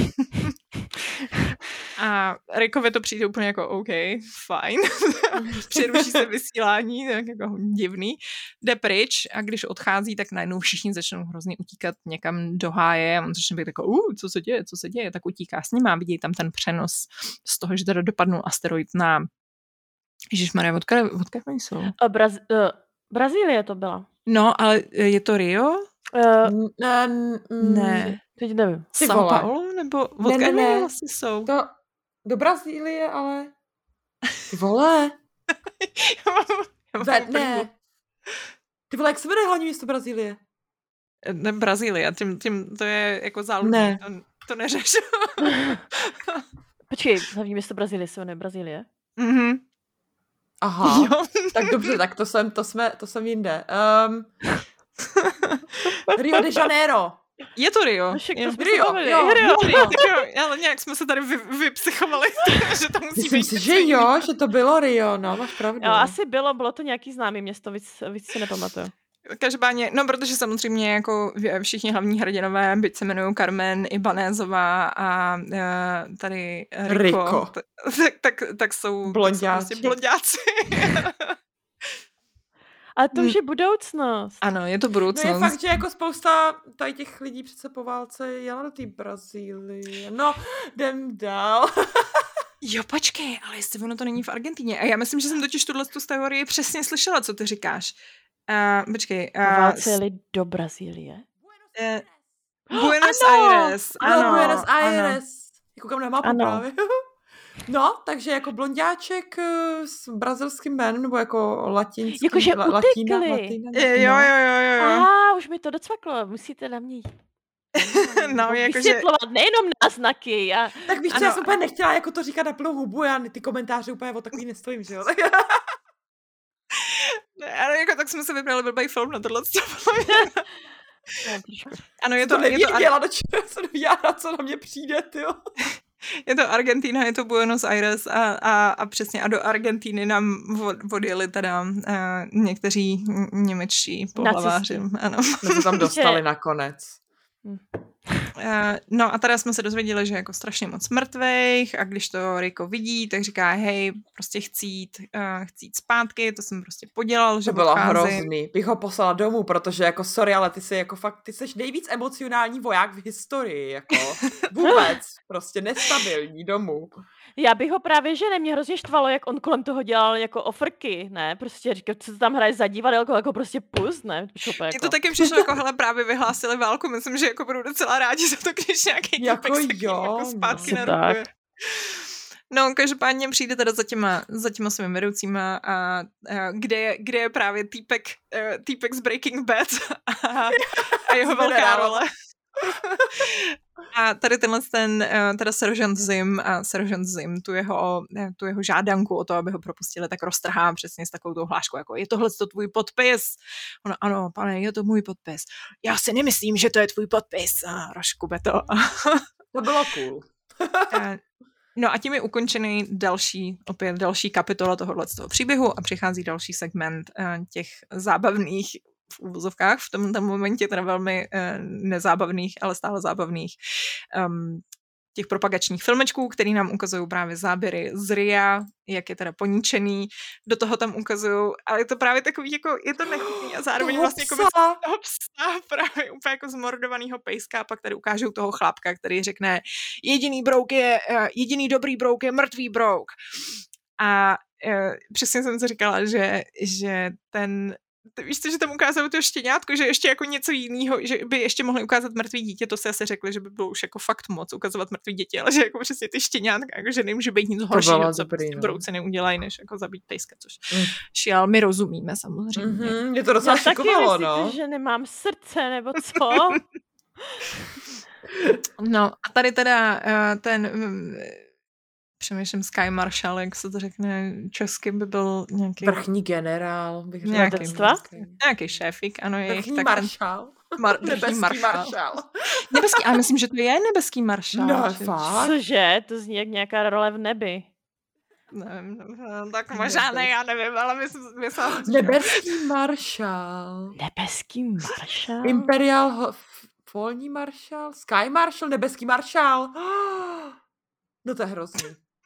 A Rickovi to přijde úplně jako OK, fajn. Přeruší se vysílání, tak jako divný. Jde pryč a když odchází, tak najednou všichni začnou hrozně utíkat někam do háje a on začne být jako, uh, co se děje, co se děje, tak utíká s ním a vidí tam ten přenos z toho, že teda dopadnul asteroid na Ježišmarja, odkud, odkud oni jsou? Braz, uh, Brazílie to byla. No, ale je to Rio? Uh, ne. ne. Teď nevím. São Paulo? Nebo odkud ne, ne, ne. vlastně jsou? To do Brazílie, ale... Ty vole. Ve, ne. Ty vole, jak se jmenuje hlavní město Brazílie? Ne, Brazílie, tím, tím to je jako záludný, ne. to, to neřeš. Počkej, hlavní město Brazílie se jmenuje Brazílie? Mhm. Aha, jo. Tak dobře, tak to jsem, to jsme, to jsem jinde. Um, Rio de Janeiro. Je to Rio. Je to Rio, jo, jo, Rio. Rio. Jo, ale nějak jsme se tady vy, vypsychovali, že to musí Myslím být. si, že jo, že to bylo Rio, no, máš pravdu. Jo, asi bylo, bylo to nějaký známý město, víc, víc si nepamatuju. Každopádně, no protože samozřejmě jako všichni hlavní hrdinové, byť se jmenují Carmen, Ibanezová a uh, tady Rico, Rico. Tak, tak, tak jsou blonďáci. Prostě blonďáci. Ale to už je budoucnost. Ano, je to budoucnost. No je fakt, že jako spousta tady těch lidí přece po válce jela do té Brazílie. No, jdem dál. Jo, počkej, ale jestli ono to není v Argentíně. A já myslím, že jsem totiž tuhle tu teorii přesně slyšela, co ty říkáš. Uh, počkej. Uh, válce jeli do Brazílie? Uh, Buenos ano, Aires. Ano, ano Buenos Aires. Ano. Koukám na mapu ano. právě. No, takže jako blonďáček uh, s brazilským jménem, nebo jako latinský. Jakože la, latina, utekli. latina, Jo, jo, jo, jo. A už mi to docvaklo, musíte na mě No, jakože... vysvětlovat nejenom náznaky. Já... Tak víš, co, já jsem úplně nechtěla jako to říkat na plnou hubu, já ty komentáře úplně o takový nestojím, že jo? Ale jako tak jsme se vybrali blbý film na tohle. Ano, je to, to... nevěděla, je to do čeho jsem nevěděla, co na mě přijde, tyjo. Je to Argentina, je to Buenos Aires a, a, a přesně a do Argentiny nám odjeli teda uh, někteří němečtí pohlaváři. Ano. My se tam dostali nakonec. Uh, no a teda jsme se dozvěděli, že jako strašně moc mrtvejch a když to Rico vidí, tak říká, hej, prostě chci jít, uh, chci jít zpátky, to jsem prostě podělal, že to bylo odcházím. hrozný. Bych ho poslala domů, protože jako sorry, ale ty jsi jako fakt, ty jsi nejvíc emocionální voják v historii, jako vůbec, prostě nestabilní domů. Já bych ho právě, že ne, mě hrozně štvalo, jak on kolem toho dělal jako ofrky, ne, prostě říkal, co tam hraje za divadelko, jako prostě pust, ne. Mně jako... to taky přišlo, jako hele, právě vyhlásili válku, myslím, že jako budou docela rádi za to, když nějaký jako týpek jo, jako zpátky no, narukuje. No, každopádně přijde teda za těma, za těma svými vedoucíma a, a kde, je, kde je právě týpek, uh, týpek z Breaking Bad a, a jeho velká role. A tady tenhle ten, teda Sergeant Zim a Sergeant Zim tu jeho, tu jeho žádanku o to, aby ho propustili, tak roztrhá přesně s takovou tou hláškou, jako je tohle to tvůj podpis? Ono, ano, pane, je to můj podpis. Já si nemyslím, že to je tvůj podpis. A rozškube to. To bylo cool. No a tím je ukončený další, opět další kapitola tohohle z toho příběhu a přichází další segment těch zábavných v úvozovkách, v tomto momentě teda velmi uh, nezábavných, ale stále zábavných um, těch propagačních filmečků, který nám ukazují právě záběry z Ria, jak je teda poníčený, do toho tam ukazují, ale je to právě takový, jako je to nechutný a zároveň toho vlastně jako toho psa, právě úplně jako zmordovanýho pejska, a pak tady ukážou toho chlápka, který řekne, jediný brouk je, uh, jediný dobrý brouk je mrtvý brouk. A uh, přesně jsem si říkala, že, že ten Ty víš co, že tam ukázají to štěňátko, že ještě jako něco jiného, že by ještě mohli ukázat mrtvý dítě, to si asi řekli, že by bylo už jako fakt moc ukazovat mrtvý děti, ale že jako přesně ty štěňátka, jako že nemůže být nic horšího, co prostě no. brouci neudělají, než jako zabít pejska, což mm. šial, my rozumíme samozřejmě. Mm-hmm, je to docela Já šikovalo, taky no. myslíte, že nemám srdce, nebo co? No a tady teda uh, ten... Um, přemýšlím Sky Marshal, jak se to řekne česky, by byl nějaký... Vrchní generál, bych řekl. Nějaký, nějaký šéfik, ano. Je vrchní tak maršál. Ten... Mar- nebeský maršál. maršál. Nebeský, ale myslím, že to je nebeský maršál. No, fakt. Cože? To zní jak nějaká role v nebi. Nevím, tak možná ne, já nevím, ale myslím... myslím nebeský maršál. Nebeský maršál? Imperial... Polní maršál? Sky maršál? Nebeský maršál? No to je hrozný.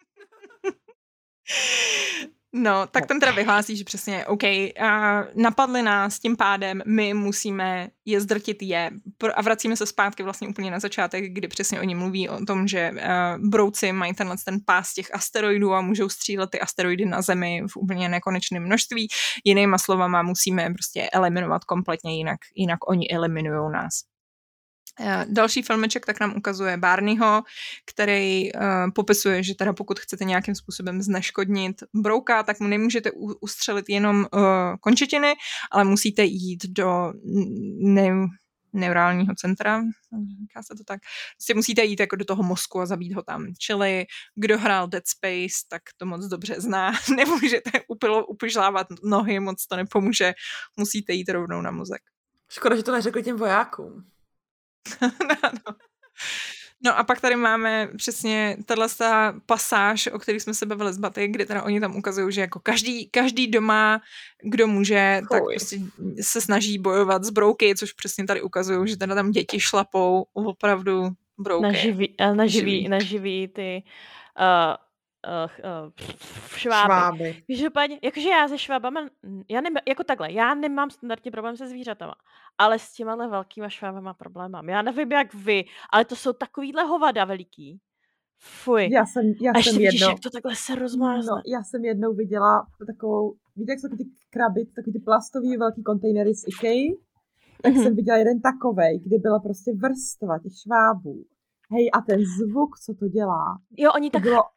No, tak ten teda vyhlásí, že přesně, OK, uh, napadli nás, tím pádem my musíme je zdrtit je. A vracíme se zpátky vlastně úplně na začátek, kdy přesně oni mluví o tom, že uh, brouci mají tenhle ten pás těch asteroidů a můžou střílet ty asteroidy na Zemi v úplně nekonečném množství. Jinýma slovama musíme prostě eliminovat kompletně, jinak, jinak oni eliminujou nás. Další filmeček tak nám ukazuje Barneyho, který uh, popisuje, že teda pokud chcete nějakým způsobem zneškodnit brouka, tak mu nemůžete u- ustřelit jenom uh, končetiny, ale musíte jít do ne- neurálního centra, říká se to tak, prostě musíte jít jako do toho mozku a zabít ho tam. Čili kdo hrál Dead Space, tak to moc dobře zná. Nemůžete upilo, upižlávat nohy, moc to nepomůže, musíte jít rovnou na mozek. Škoda, že to neřekli těm vojákům. no. no a pak tady máme přesně tato pasáž, o který jsme se bavili s Baty, kde teda oni tam ukazují, že jako každý, každý doma, kdo může, Chuj. tak prostě se snaží bojovat s brouky, což přesně tady ukazují, že teda tam děti šlapou opravdu brouky. Naživí, naživí, naživí ty uh, uh, uh, šváby. šváby. Každopádně, jakože já se švábama, já nem, jako takhle, já nemám standardně problém se zvířatama, ale s těmahle velkýma švábama problém mám. Já nevím, jak vy, ale to jsou takovýhle hovada veliký. Fuj. Já jsem, já a ještě jsem vidíš, jednou, jak to takhle se rozmázne. No, já jsem jednou viděla takovou, víte, jak jsou ty kraby, takový ty plastový velký kontejnery z IKEA, tak mm-hmm. jsem viděla jeden takovej, kdy byla prostě vrstva těch švábů. Hej, a ten zvuk, co to dělá? Jo, oni To tak... bylo...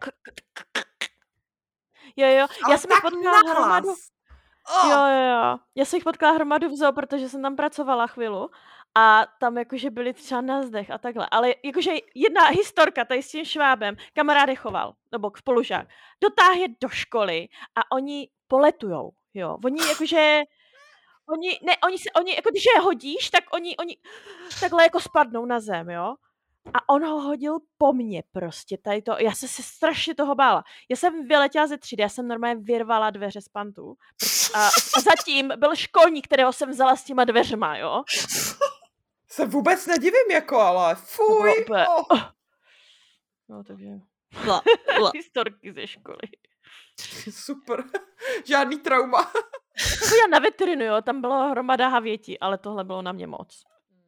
Jo, jo, Ale já jsem jich tak potkala nahlas. hromadu. Oh. Jo, jo, jo. Já jsem jich potkala hromadu v zoo, protože jsem tam pracovala chvilu a tam jakože byli třeba na zdech a takhle. Ale jakože jedna historka tady s tím švábem, kamarád je choval, nebo spolužák, dotáhl je do školy a oni poletujou, jo. Oni jakože, oni, ne, oni se, oni, jako když je hodíš, tak oni, oni takhle jako spadnou na zem, jo. A on ho hodil po mně prostě, tady to, já jsem se strašně toho bála. Já jsem vyletěla ze třídy, já jsem normálně vyrvala dveře z pantů. A, a zatím byl školník, kterého jsem vzala s těma dveřma, jo. Se vůbec nedivím, jako, ale fuj. Úplně, Oh. oh. No, takže... Historky ze školy. Super. Žádný trauma. Já na veterinu, jo, tam bylo hromada havětí, ale tohle bylo na mě moc.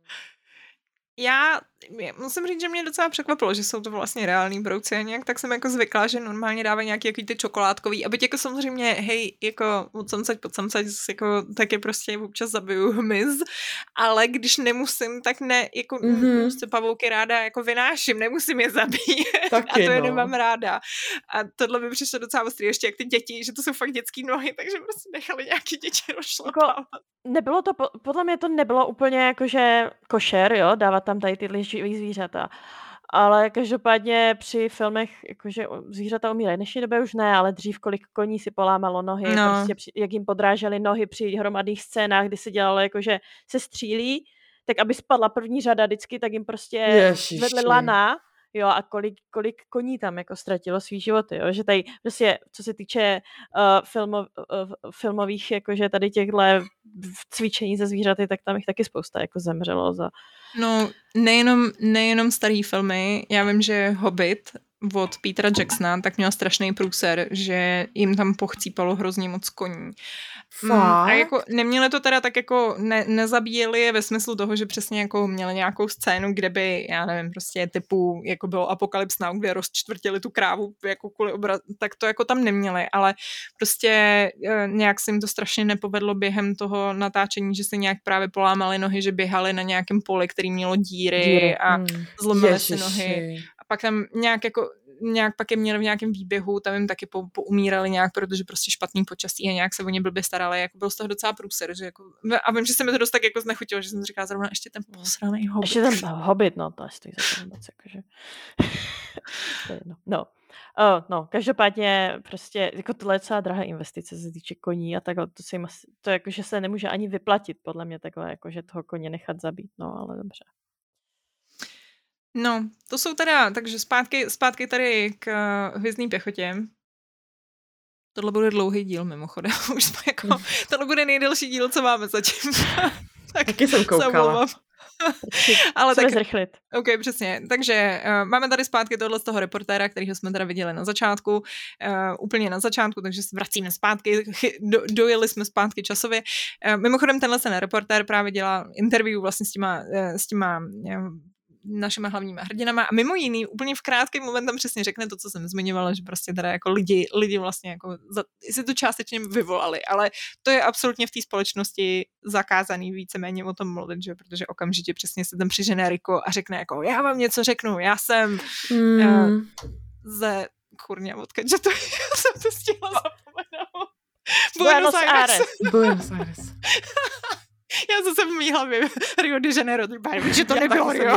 Já musím říct, že mě docela překvapilo, že jsou to vlastně reální brouci a nějak tak jsem jako zvykla, že normálně dávají nějaký jaký ty čokoládkový, a byť jako samozřejmě, hej, jako od samcať pod samcať, jako taky prostě občas zabiju hmyz, ale když nemusím, tak ne, jako mm-hmm. prostě pavouky ráda jako vynáším, nemusím je zabíjet. Taky, a to je no. nemám ráda. A tohle by přišlo docela ostrý, ještě jak ty děti, že to jsou fakt dětský nohy, takže prostě nechali nějaký děti rozšlapávat. Jako, nebylo to, podle mě to nebylo úplně jakože košer, jo, dávat tam tady tyhle živý zvířata. Ale každopádně při filmech, jakože zvířata umírají. V dnešní době už ne, ale dřív kolik koní si polámalo nohy, no. prostě při, jak jim podráželi nohy při hromadných scénách, kdy se dělalo jakože se střílí, tak aby spadla první řada vždycky, tak jim prostě zvedli lana, jo, a kolik, kolik koní tam jako ztratilo svý životy, jo, že tady prostě, co se týče uh, filmo, uh, filmových, jakože tady těchto cvičení ze zvířaty, tak tam jich taky spousta jako zemřelo za... No, nejenom, nejenom starý filmy, já vím, že Hobbit od Petera Jacksona tak měl strašný průser, že jim tam pochcípalo hrozně moc koní. Fakt? A jako neměli to teda tak jako, ne, nezabíjeli je ve smyslu toho, že přesně jako měli nějakou scénu, kde by, já nevím, prostě typu, jako bylo Apocalypse Now, kde rozčtvrtili tu krávu jako kvůli obraz, tak to jako tam neměli, ale prostě nějak se jim to strašně nepovedlo během toho natáčení, že se nějak právě polámali nohy, že běhali na nějakém poli, který mělo díry, díry. a mm. zlomili si nohy. A pak tam nějak jako nějak pak je měli v nějakém výběhu, tam jim taky po, poumírali nějak, protože prostě špatný počasí a nějak se o ně blbě starali, jako byl z toho docela průser, že jako, a vím, že se mi to dost tak jako znechutilo, že jsem říkala zrovna ještě ten posraný Hobbit. Ještě ten Hobbit, no, to stojí za to moc, jakože. no. Oh, no, každopádně prostě, jako tohle je celá drahá investice, se týče koní a takhle, to se jim asi, to jakože se nemůže ani vyplatit, podle mě takhle, jakože toho koně nechat zabít, no, ale dobře. No, to jsou teda, takže zpátky, zpátky tady k uh, Hvězdný pěchotě. Tohle bude dlouhý díl, mimochodem. Už jsme jako, mm. tohle bude nejdelší díl, co máme zatím. tak Taky jsem koukala. Ale tak zrychlit. OK, přesně. Takže uh, máme tady zpátky tohle z toho reportéra, kterýho jsme teda viděli na začátku, uh, úplně na začátku, takže se vracíme zpátky, chy, do, dojeli jsme zpátky časově. Uh, mimochodem tenhle ten reportér právě dělá interview vlastně s těma, uh, s těma uh, našimi hlavními hrdinama a mimo jiný úplně v krátkém moment tam přesně řekne to, co jsem zmiňovala, že prostě teda jako lidi, lidi vlastně jako za, si to částečně vyvolali, ale to je absolutně v té společnosti zakázaný víceméně o tom mluvit, že? Protože okamžitě přesně se tam přižene Rico a řekne jako já vám něco řeknu, já jsem mm. uh, ze kurňa, odkud, že to já jsem to stihla zapomenout. Buenos Aires. Buenos Aires. Já zase v mý hlavě Rio de Janeiro, že to nebylo Rio.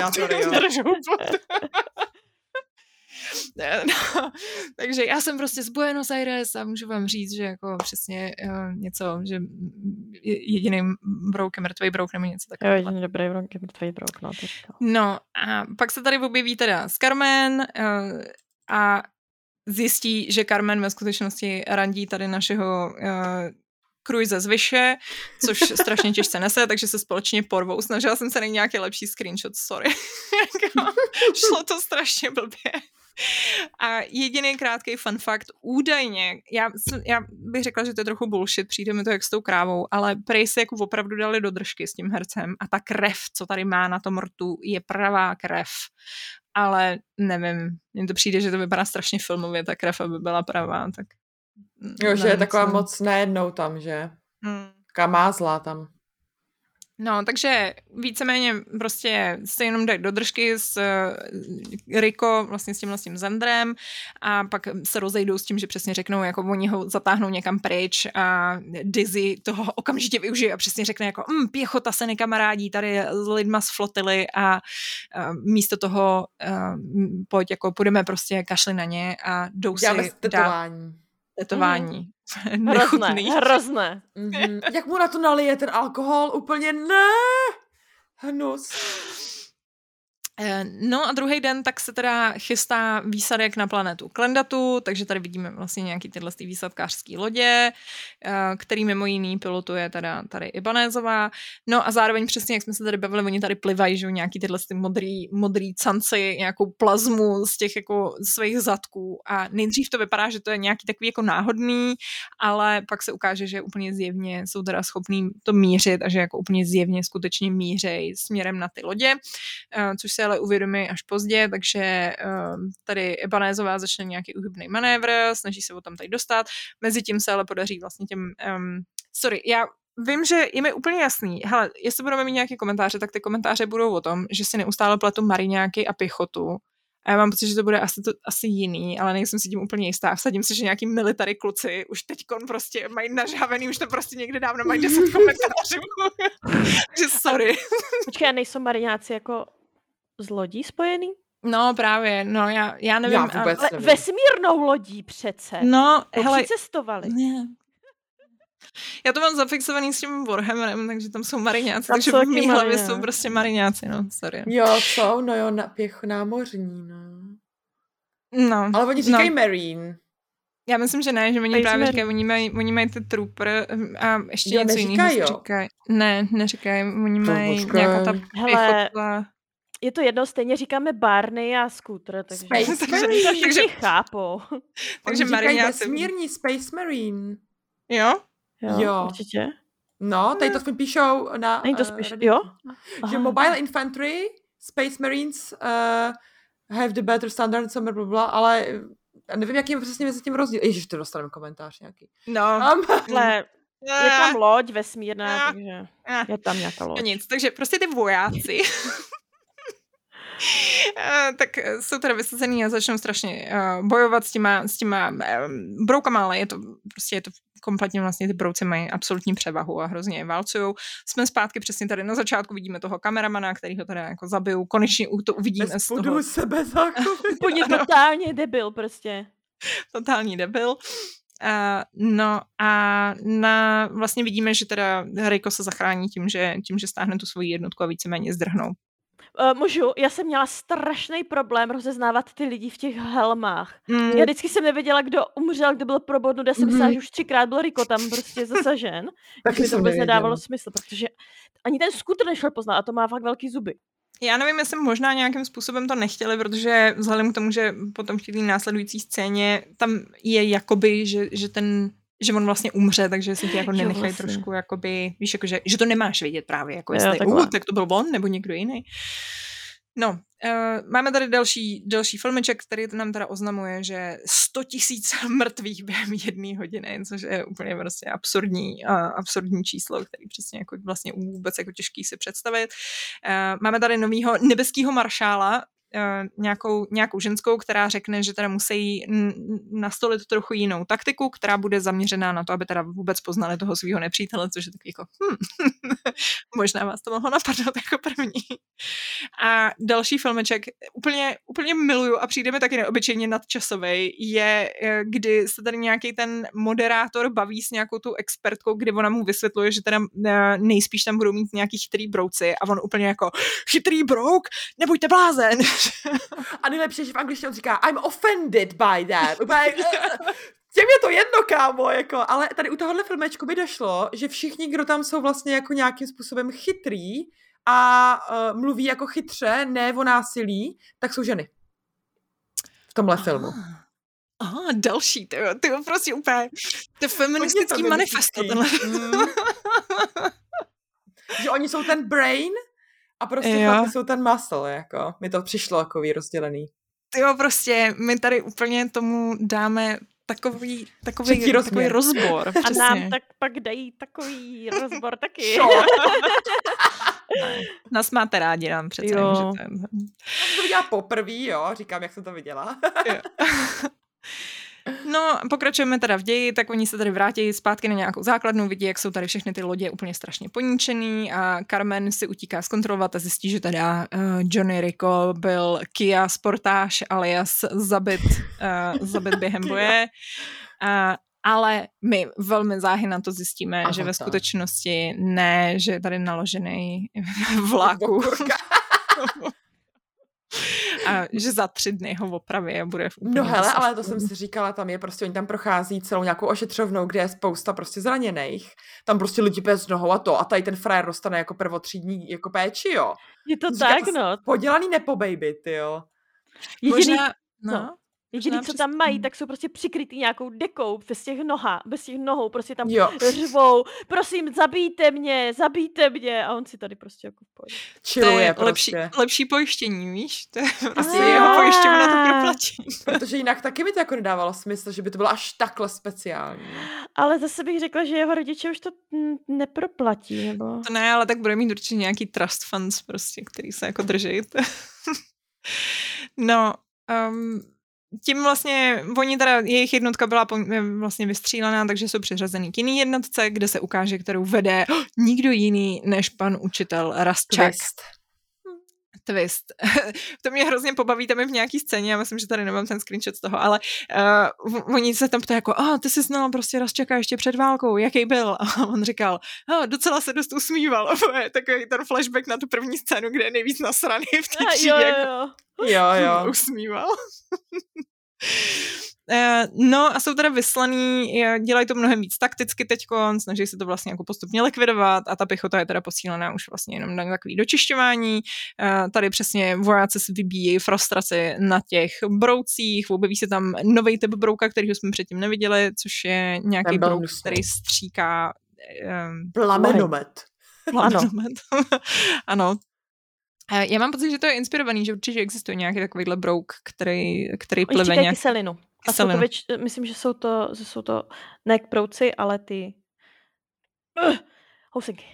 No, takže já jsem prostě z Buenos Aires a můžu vám říct, že jako přesně uh, něco, že jediným brouk je mrtvej brouk nebo něco takového. Jo, jediný dobrý brouk je mrtvej brouk, no to říkal. No a pak se tady objeví teda s Carmen uh, a zjistí, že Carmen ve skutečnosti randí tady našeho uh, Cruise z Vyše, což strašně těžce nese, takže se společně porvou. Snažila jsem se najít nějaký lepší screenshot, sorry. Šlo to strašně blbě. A jediný krátký fun fact, údajně, já, já bych řekla, že to je trochu bullshit, přijde mi to jak s tou krávou, ale prej se jako opravdu dali do držky s tím hercem a ta krev, co tady má na tom rtu, je pravá krev. Ale nevím, mně to přijde, že to vypadá strašně filmově, ta krev, aby byla pravá, tak... Jo, že je taková moc najednou tam, že? Hmm. Taková mázlá tam. No, takže víceméně prostě se jenom dají do držky s uh, Rico, vlastně s tímhle s tím Zendrem a pak se rozejdou s tím, že přesně řeknou, jako oni ho zatáhnou někam pryč a Dizzy toho okamžitě využije a přesně řekne jako mm, pěchota se nekamarádí tady s lidma z flotily a uh, místo toho uh, pojď, jako půjdeme prostě kašli na ně a jdou si dát tetování. Mm. Hrozné, hrozné. Mm-hmm. Jak mu na to nalije ten alkohol? Úplně ne! Hnus. No a druhý den tak se teda chystá výsadek na planetu Klendatu, takže tady vidíme vlastně nějaký tyhle výsadkářský lodě, který mimo jiný pilotuje teda tady Ibanezová. No a zároveň přesně, jak jsme se tady bavili, oni tady plivají, že nějaký tyhle ty modrý, modrý canci, nějakou plazmu z těch jako svých zadků a nejdřív to vypadá, že to je nějaký takový jako náhodný, ale pak se ukáže, že úplně zjevně jsou teda schopní to mířit a že jako úplně zjevně skutečně mířej směrem na ty lodě, což se ale uvědomí až pozdě, takže um, tady Ibanezová začne nějaký uhybný manévr, snaží se ho tam tady dostat, mezi tím se ale podaří vlastně těm, um, sorry, já vím, že je mi úplně jasný, hele, jestli budeme mít nějaké komentáře, tak ty komentáře budou o tom, že si neustále pletu mariňáky a pěchotu a já mám pocit, že to bude asi, to, asi jiný, ale nejsem si tím úplně jistá a vsadím si, že nějaký military kluci už teďkon prostě mají nažhavený, už to prostě někde dávno mají deset komentářů, takže sorry. Počkej, a nejsou mariňáci jako z lodí spojený? No právě, no já, já nevím. Já vůbec ale nevím. Vesmírnou lodí přece. No, to hele. Přicestovali. Ne. Já to mám zafixovaný s tím Warhammerem, takže tam jsou mariňáci, Tam takže jsou v mý mariňáci. hlavě jsou prostě mariňáci, no, sorry. Jo, jsou, no jo, na, pěch námořní, no. No. Ale oni říkají no. Marine. Já myslím, že ne, že oni Space právě Marine. říkají, oni mají, oni mají ty trooper a ještě Jo, něco neříkají, jiného jo? říkají. Ne, neříkají, oni To mají počkej. nějaká ta Hele, pěchota. je to jedno, stejně říkáme Barney a Scooter, takže Space takže, Marine. to všichni chápou. Takže Oni říkají mariňáci. vesmírní Space Marine. Jo? Jo, Jo. určitě. No, tady to aspoň píšou na... Není to eh, spíš, Redditu. jo? Že Aha. Mobile Infantry, Space Marines uh, have the better standards, blablabla, ale uh, nevím, jaký je přesně mezi tím rozdíl. Ježiš, to dostaneme komentář nějaký. No. Um, Ale je tam loď vesmírná, Ah. takže Ah. je tam nějaká loď. No nic, takže prostě ty vojáci Uh, tak jsou teda vysazený a začnou strašně uh, bojovat s těma, s těma um, broukama, ale je to prostě je to kompletně vlastně ty brouci mají absolutní převahu a hrozně je válcujou. Jsme zpátky přesně tady na začátku, vidíme toho kameramana, který ho teda jako zabijou, konečně to uvidíme bez z toho. pudu sebe záchovy. Úplně totálně debil prostě. Totální debil. Uh, no a na, vlastně vidíme, že teda Rico se zachrání tím, že, tím, že stáhne tu svoji jednotku a víceméně zdrhnou. Uh, můžu, já jsem měla strašný problém rozeznávat ty lidi v těch helmách. Mm. Já vždycky jsem nevěděla, kdo umřel, kdo byl probodnut. Já jsem myslela, že už třikrát byl Rico tam prostě zasažen. Taky mi to jsem vůbec nevěděla. nedávalo smysl, protože ani ten Scooter nešel poznat a to má fakt velký zuby. Já nevím, jestli možná nějakým způsobem to nechtěli, protože vzhledem k tomu, že potom v té následující scéně tam je jakoby, že, že ten že on vlastně umře, že si tě jako nenechají vlastně. trošku, jakoby, víš, jako, že, že to nemáš vědět právě, jako Jo, jestli, takhle. uh, tak to byl on, nebo někdo jiný. No, uh, máme tady další, další filmeček, který nám teda oznamuje, že sto tisíc mrtvých během jedné hodiny, což je úplně prostě absurdní, uh, absurdní číslo, který přesně jako vlastně vůbec jako těžký si představit. Uh, máme tady novýho nebeskýho maršála, Uh, nějakou, nějakou ženskou, která řekne, že teda musí n- nastolit trochu jinou taktiku, která bude zaměřená na to, aby teda vůbec poznali toho svého nepřítele, což je takový jako hm, možná vás to mohlo napadnout jako první. A další filmeček, úplně, úplně miluju a přijde mi taky neobyčejně nadčasovej, je, kdy se tady nějaký ten moderátor baví s nějakou tu expertkou, kdy ona mu vysvětluje, že teda nejspíš tam budou mít nějaký chytrý brouci a on úplně jako chytrý brouk? Nebuďte blázen! A nejlepší, že v angličtině on říká I'm offended by that. Těm je to jedno, kámo, jako, ale tady u tohohle filmečku by došlo, že všichni, kdo tam jsou vlastně jako nějakým způsobem chytrý a uh, mluví jako chytře, ne o násilí, tak jsou ženy. V tomhle Aha. filmu. Aha, další, to je prostě úplně to je feministický manifesto. Tenhle. Mm. Že oni jsou ten brain a prostě Jo. chlapi jsou ten muscle, jako. Mi to přišlo jako rozdělený. Jo, prostě my tady úplně tomu dáme takový, takový, Třetí takový rozměr. rozbor. A Přesně. nám tak pak dají takový rozbor taky. ne. Nás máte rádi, nám přece. Jo. Že to, je... Já jsem to viděla poprvý, jo, říkám, jak jsem to viděla. No, pokračujeme teda v ději, tak oni se tady vrátí zpátky na nějakou základnu, vidí, jak jsou tady všechny ty lodě úplně strašně poníčený a Carmen si utíká zkontrolovat a zjistí, že teda uh, Johnny Rico byl Kia Sportage alias zabit, uh, zabit během boje. Uh, ale my velmi záhy na to zjistíme, Aha, že ve tak. skutečnosti ne, že je tady naložený vláku. A že za tři dny ho opraví a bude v úplně No hele, ale to jsem si říkala, tam je prostě, oni tam prochází celou nějakou ošetřovnou, kde je spousta prostě zraněných. Tam prostě lidi bez nohou a to. A tady ten frajer dostane jako prvotřídní jako péči, jo. Je to Říká, tak, no. Podělaný nepo baby, ty jo. Jediný, Možná, no. no. Jediný, co tam mají, tak jsou prostě přikrytý nějakou dekou bez těch noha, bez těch nohou, prostě tam jo. řvou, prosím, zabijte mě, zabijte mě a on si tady prostě jako v pohodě. Chilluje to prostě. Lepší, lepší pojištění, víš? To je asi jeho pojišťovna to proplatí. Protože jinak taky mi to jako nedávalo smysl, že by to bylo až takhle speciální. Ale zase bych řekla, že jeho rodiče už to neproplatí, nebo... To ne, ale tak bude mít určitě nějaký trust funds prostě, který se jako drží. No, um, tím vlastně, oni teda, jejich jednotka byla vlastně vystřílená, takže jsou přiřazený k jiný jednotce, kde se ukáže, kterou vede oh, nikdo jiný než pan učitel Rasčák. Twist. Twist. To mě hrozně pobaví tam je v nějaký scéně, já myslím, že tady nemám ten screenshot z toho, ale uh, oni se tam ptají jako, a oh, ty jsi znal prostě Rasčáka ještě před válkou, jaký byl? A on říkal, oh, docela se dost usmíval. A je takový ten flashback na tu první scénu, kde je nejvíc nasraný v té třídě. Jo, jako, jo, jo. Usmíval. No a jsou teda vyslaný, dělají to mnohem víc takticky teďko, snaží se to vlastně jako postupně likvidovat a ta pěchota je teda posílená už vlastně jenom na takový dočišťování. Tady přesně vojáci se vybíjí frustraci na těch broucích, objeví se tam nový typ brouka, kterýho jsme předtím neviděli, což je nějaký brouk, hnusný. Který stříká um, plamenomet. Plamenomet. Ano. Já mám pocit, že to je inspirovaný, že určitě existuje nějaký takovýhle brouk, který, který plive nějak... kyselinu. A jsou to věč, myslím, že jsou to, že jsou to ne brouci, ale ty uh, housenky.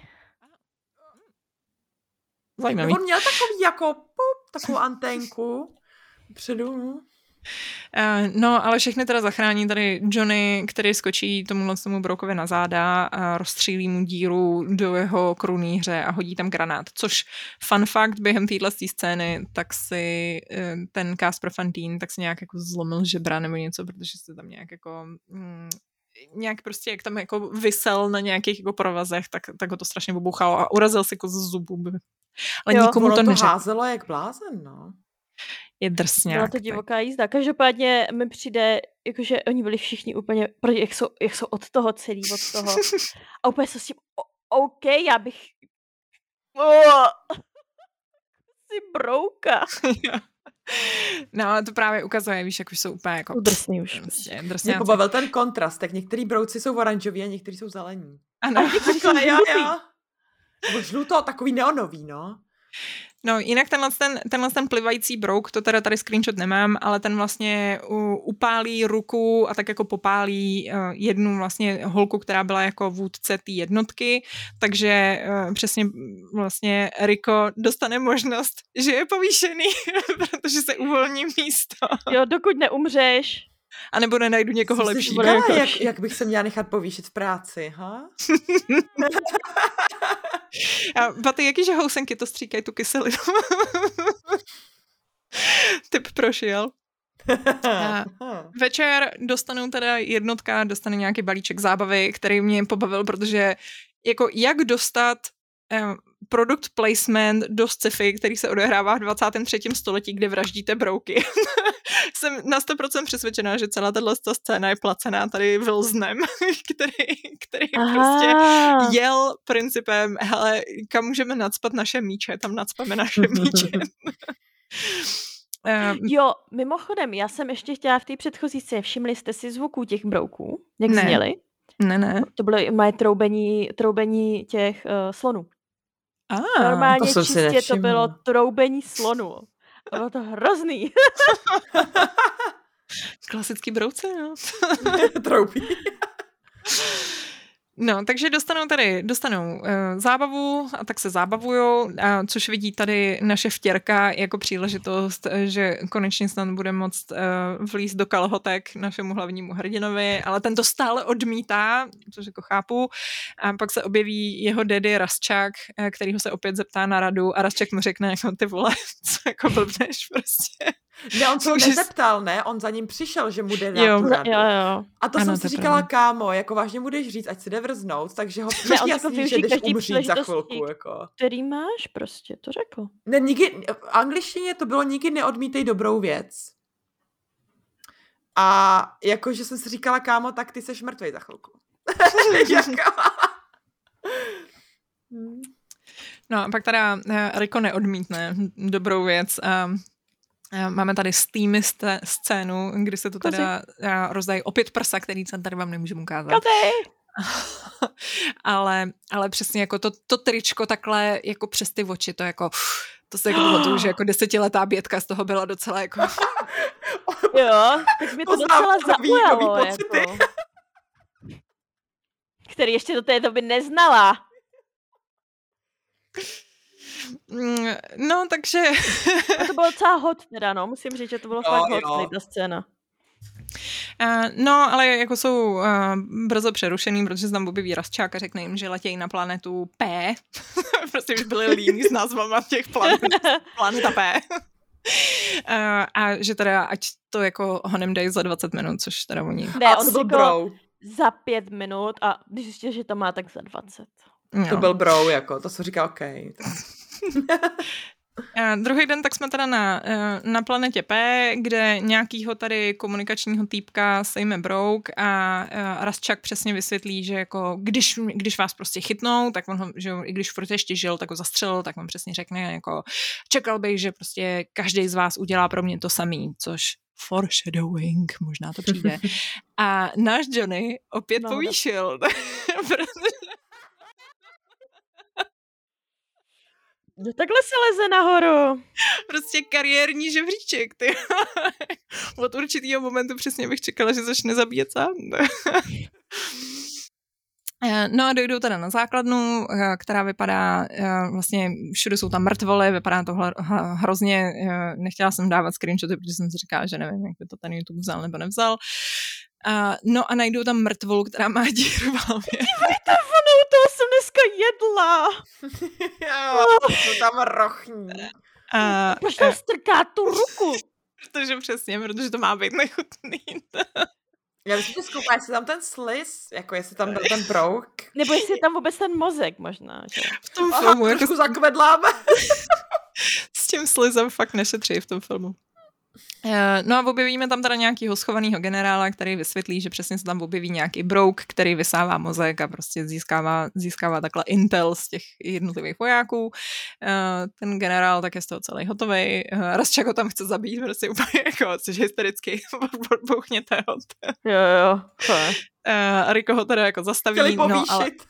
Zajímavý. On měl takový jako pup, takovou anténku předu. Uh, no, ale všechny teda zachrání tady Johnny, který skočí tomuhle tomu broukovi na záda a rozstřílí mu díru do jeho krunýře a hodí tam granát. Což fun fact, během téhle scény, tak si uh, ten Casper Van Dien tak si nějak jako zlomil žebra nebo něco, protože se tam nějak jako... Mm, nějak prostě, jak tam jako visel na nějakých jako provazech, tak, tak ho to strašně obuchalo a urazil si jako z zubů. Ale jo, nikomu to neřekl. To házelo jak blázen, no. Je drsňák. Byla to divoká tak. jízda. Každopádně mi přijde, jakože oni byli všichni úplně, jak jsou, jak jsou od toho celý, od toho. A úplně jsou s tím, OK, já bych... Oh, si brouka. No, ale to právě ukazuje, víš, jak už jsou úplně jako... Drsný už. Prostě, mě pobavil ten kontrast, tak některý brouci jsou oranžoví a některý jsou zelení. Ano. A já, já. Nebo žluto, takový neonový, no. No, jinak tenhle ten, tenhle ten plivající brouk, to teda tady screenshot nemám, ale ten vlastně uh, upálí ruku a tak jako popálí uh, jednu vlastně holku, která byla jako vůdce té jednotky, takže uh, přesně vlastně Rico dostane možnost, že je povýšený, protože se uvolní místo. Jo, dokud neumřeš. A nebo nenajdu někoho lepšího. Jako jak, jak bych se měla nechat povýšit v práci, ha? A Paty, jakýže housenky to stříkají tu kyselinu? Typ prošel. A večer dostanou teda jednotka, dostane nějaký balíček zábavy, který mě pobavil, protože jako jak dostat um, product placement do sci-fi, který se odehrává v dvacátém třetím století, kde vraždíte brouky. Jsem na sto procent přesvědčená, že celá tato scéna je placená tady Wilsonem, který, který prostě jel principem, hele, kam můžeme nacpat naše míče, tam nacpeme naše míče. Um, jo, mimochodem, já jsem ještě chtěla v té předchozí scéně, všimli jste si zvuků těch brouků, jak ne. zněly? Ne, ne. To bylo moje troubení, troubení těch uh, slonů. Ah, Normálně to čistě to bylo troubení slonů. Bylo to hrozný. Klasický brouci, no. Troubí. No, takže dostanou tady, dostanou uh, zábavu a tak se zábavujou, a což vidí tady naše vtěrka jako příležitost, že konečně snad bude moct uh, vlízt do kalhotek našemu hlavnímu hrdinovi, ale ten to stále odmítá, což jako chápu, a pak se objeví jeho daddy Rasčák, kterýho se opět zeptá na radu a Rasčák mu řekne, jako ty vole, co jako blbneš prostě. Ne, on se ho nezeptal, ne? On za ním přišel, že mu jde na tu radu. Jo, jo. A to ano, jsem to si říkala, pravda. kámo, jako vážně budeš říct, ať si jde vrznout, takže ho Ne, on jasný, jako že jdeš každý umřít za příležitosti, chvilku, jako. Který máš prostě, to řekl. Ne, nikdy, v angličtině to bylo nikdy neodmítej dobrou věc. A jakože jsem si říkala, kámo, tak ty seš mrtvej za chvilku. Jako. No a pak teda uh, Rico neodmítne dobrou věc. Um, uh, máme tady Steamy st- scénu, kdy se to teda uh, rozdají opět prsa, který jsem tady vám nemůžu ukázat. Koty! ale, ale přesně jako to, to tričko takhle jako přes ty oči, to jako to se jako pamatuju, že jako desetiletá bětka z toho byla docela jako jo, tak mě to docela zaujalo, jako. Který ještě do té doby neznala. No, takže... A to bylo docela hot teda, no. Musím říct, že to bylo jo, fakt hot, tady ta scéna. Uh, no, ale jako jsou uh, brzo přerušený, protože se tam objeví Rasčák a řekne jim, že letějí na planetu P. Prostě už byli líní s názvama těch planet. Planeta P. uh, a že teda, ať to jako honem dají za dvacet minut, což teda oni... Ne, on byl bro. Za pět minut a když zjistil, že to má, tak za dvacet. No. To byl bro, jako, to jsem říkal, OK. A druhý den tak jsme teda na, na planetě P, kde nějakýho tady komunikačního týpka sejme Brouk a Rasčák přesně vysvětlí, že jako když, když vás prostě chytnou, tak on ho, že i když furt ještě žil, tak ho zastřelil, tak on přesně řekne jako čekal bych, že prostě každý z vás udělá pro mě to samý, což foreshadowing, možná to přijde. A náš Johnny opět no, povýšil. No takhle se leze nahoru. Prostě kariérní žebříček, ty. Od určitýho momentu přesně bych čekala, že začne zabíjet sám. No a dojdou teda na základnu, která vypadá, vlastně všude jsou tam mrtvoly, vypadá to hrozně, nechtěla jsem dávat screenshoty, protože jsem si říkala, že nevím, jak by to ten YouTube vzal nebo nevzal. No a najdou tam mrtvolu, která má díru v hlavě. Dívejte, ono, toho jsem dneska jedla. Jo, to tam rochní. Proč tam strká tu ruku? Protože přesně, protože to má být nechutný. Já myslím, že zkoumá, jestli tam ten sliz, jako jestli tam byl ten brouk. Nebo jestli je tam vůbec ten mozek možná. Že? V tom Aha, filmu. Trošku jako... zakvedláme. S tím slizem fakt nešetří v tom filmu. No a objevíme tam teda nějakýho schovaného generála, který vysvětlí, že přesně se tam objeví nějaký brouk, který vysává mozek a prostě získává, získává takhle intel z těch jednotlivých vojáků. Ten generál tak je z toho celý hotovej. Rasčák ho tam chce zabít, prostě úplně jako, což je hysterický, bouchněte ho. Jo, jo. A Rico ho teda jako zastaví. Chtěli povýšit. No, ale...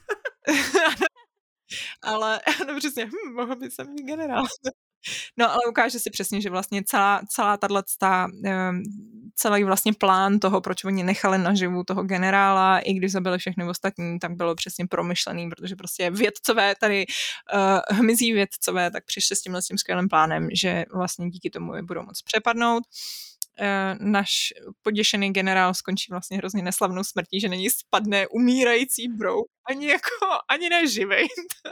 ale no přesně, hm, mohl by jsem být generál. No, ale ukáže si přesně, že vlastně celá, celá tato, celý vlastně plán toho, proč oni nechali naživu toho generála, i když zabili všechny ostatní, tak bylo přesně promyšlený, protože prostě vědcové tady, uh, hmyzí vědcové, tak přišli s tímhle s tím skvělým plánem, že vlastně díky tomu je budou moc přepadnout. Uh, náš poděšený generál skončí vlastně hrozně neslavnou smrtí, že na něj spadne umírající brouk, ani jako, ani neživej.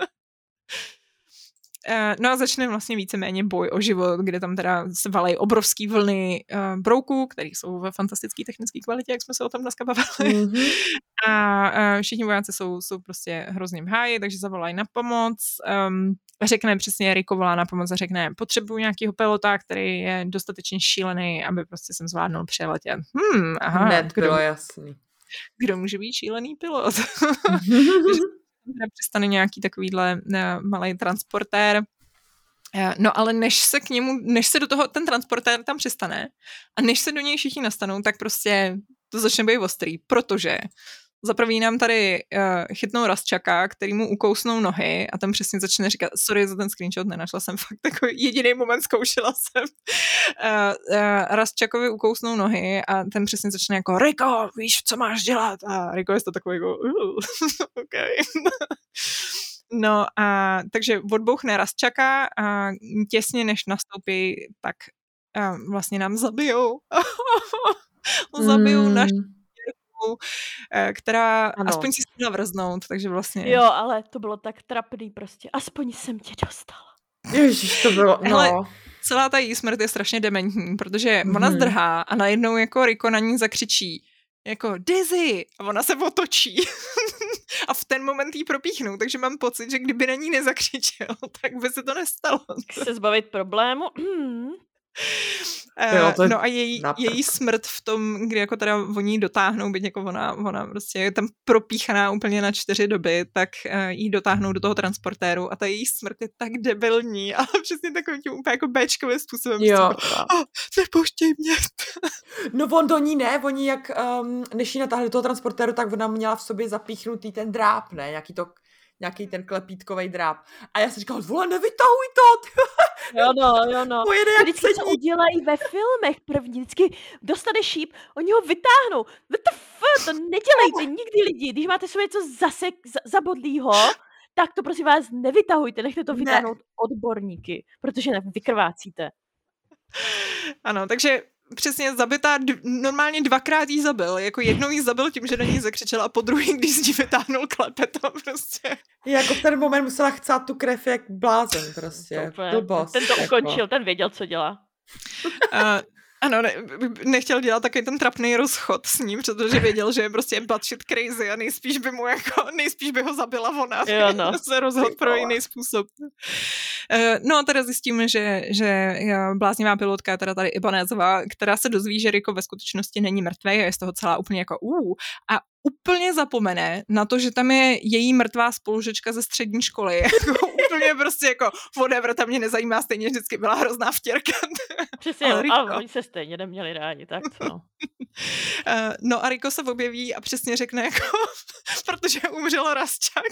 No a začne vlastně víceméně boj o život, kde tam teda se valej obrovský vlny uh, brouků, které jsou ve fantastické technické kvalitě, jak jsme se o tom dneska bavili. Mm-hmm. A uh, všichni vojáci jsou, jsou prostě hrozně v háji, takže zavolají na pomoc. Um, řekne přesně, Rico volá na pomoc a řekne, potřebuju nějakého pilota, který je dostatečně šílený, aby prostě jsem zvládnul přeletět. Hmm, aha. Hned bylo jasný. Kdo může být šílený pilot? Přistane nějaký takovýhle uh, malej transportér. Uh, no ale než se k němu, než se do toho ten transportér tam přistane a než se do něj všichni nastanou, tak prostě to začne být ostrý, protože za prvý nám tady uh, chytnou Rasčaka, který mu ukousnou nohy a tam přesně začne říkat, sorry za ten screenshot, nenašla jsem fakt takový jediný moment, zkoušela jsem. Uh, uh, Rasčakovi ukousnou nohy a ten přesně začne jako, Riko, víš, co máš dělat? A Riko je to takový jako, uh, ok. No a takže odbouchne Rasčaka a těsně než nastoupí, tak uh, vlastně nám zabijou. zabijou mm. naši která ano. aspoň si stihla vrznout, takže vlastně... Jo, ale to bylo tak trapný prostě. Aspoň jsem tě dostala. Ježiš, to bylo, no. Hele, celá ta její smrt je strašně dementní, protože mm. ona zdrhá a najednou jako Riko na ní zakřičí jako Dizzy! A ona se otočí. A v ten moment jí propíchnou, takže mám pocit, že kdyby na ní nezakřičel, tak by se to nestalo. Se zbavit problému? Mm. Uh, no a její, její smrt v tom, kdy jako teda oni jí dotáhnou, byť jako ona, ona prostě je tam propíchaná úplně na čtyři doby, tak uh, jí dotáhnou do toho transportéru a ta její smrt je tak debilní, ale přesně takovým tím úplně jako béčkovým způsobem. Jo. Oh, nepouštěj mě. No on do ní ne, oni jak, um, než jí natáhli do toho transportéru, tak ona měla v sobě zapíchnutý ten dráp, ne, nějaký to nějaký ten klepítkovej dráp. A já jsem říkal, vole, nevytahuj to! Jo no, jo no. Pojede jak vždycky to udělají ve filmech první, vždycky dostane šíp, oni ho vytáhnou. What the fuck, to nedělejte nikdy lidi. Když máte sobě něco zasek, zabodlýho, tak to prosím vás nevytahujte, nechte to vytáhnout ne. odborníky, protože vykrvácíte. Ano, takže přesně zabitá, d- normálně dvakrát jí zabil, jako jednou jí zabil tím, že na ní zakřičela a po druhý, když z ní vytáhnul klepeto prostě. Jako v ten moment musela chcát tu krev jak blázen prostě. Ten to ukončil, ten věděl, co dělá. Uh, ano, ne, nechtěl dělat takový ten trapný rozchod s ním, protože věděl, že je prostě batshit crazy a nejspíš by mu jako, nejspíš by ho zabila ona. Jo, no. Se rozhodl pro jiný způsob. Uh, no a teda zjistíme, že, že bláznivá pilotka je teda tady Ibanezová, která se dozví, že Riko ve skutečnosti není mrtvý a je z toho celá úplně jako uh, a úplně zapomene na to, že tam je její mrtvá spolužečka ze střední školy. Jako úplně prostě jako whatever, tam mě nezajímá, stejně vždycky byla hrozná vtěrka. Přesně, ale, ale oni se stejně neměli rádi, tak co? uh, no a Riko se objeví a přesně řekne jako, protože umřel Rasčak.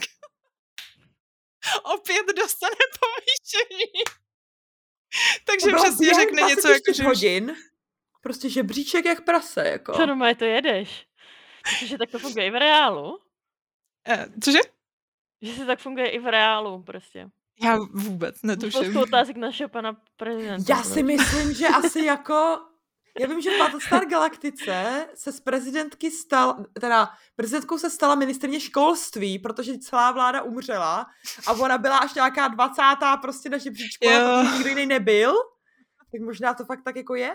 Opět dostane povýšení. Takže přesně řekne něco jako, že hodin. Prostě žebříček jak prase, jako. Co normálně to jedeš? Protože tak to funguje i v reálu. Uh, cože? Že se tak funguje i v reálu prostě. Já vůbec netuším. Spoustu otázek našeho pana prezidenta. Já si myslím, že asi jako... Já vím, že v Battlestar Galactice se z prezidentky stal... Teda prezidentkou se stala ministryně školství, protože celá vláda umřela a ona byla až nějaká dvacátá prostě na žebříčku, protože nikdo jiný nebyl. Tak možná to fakt tak jako je?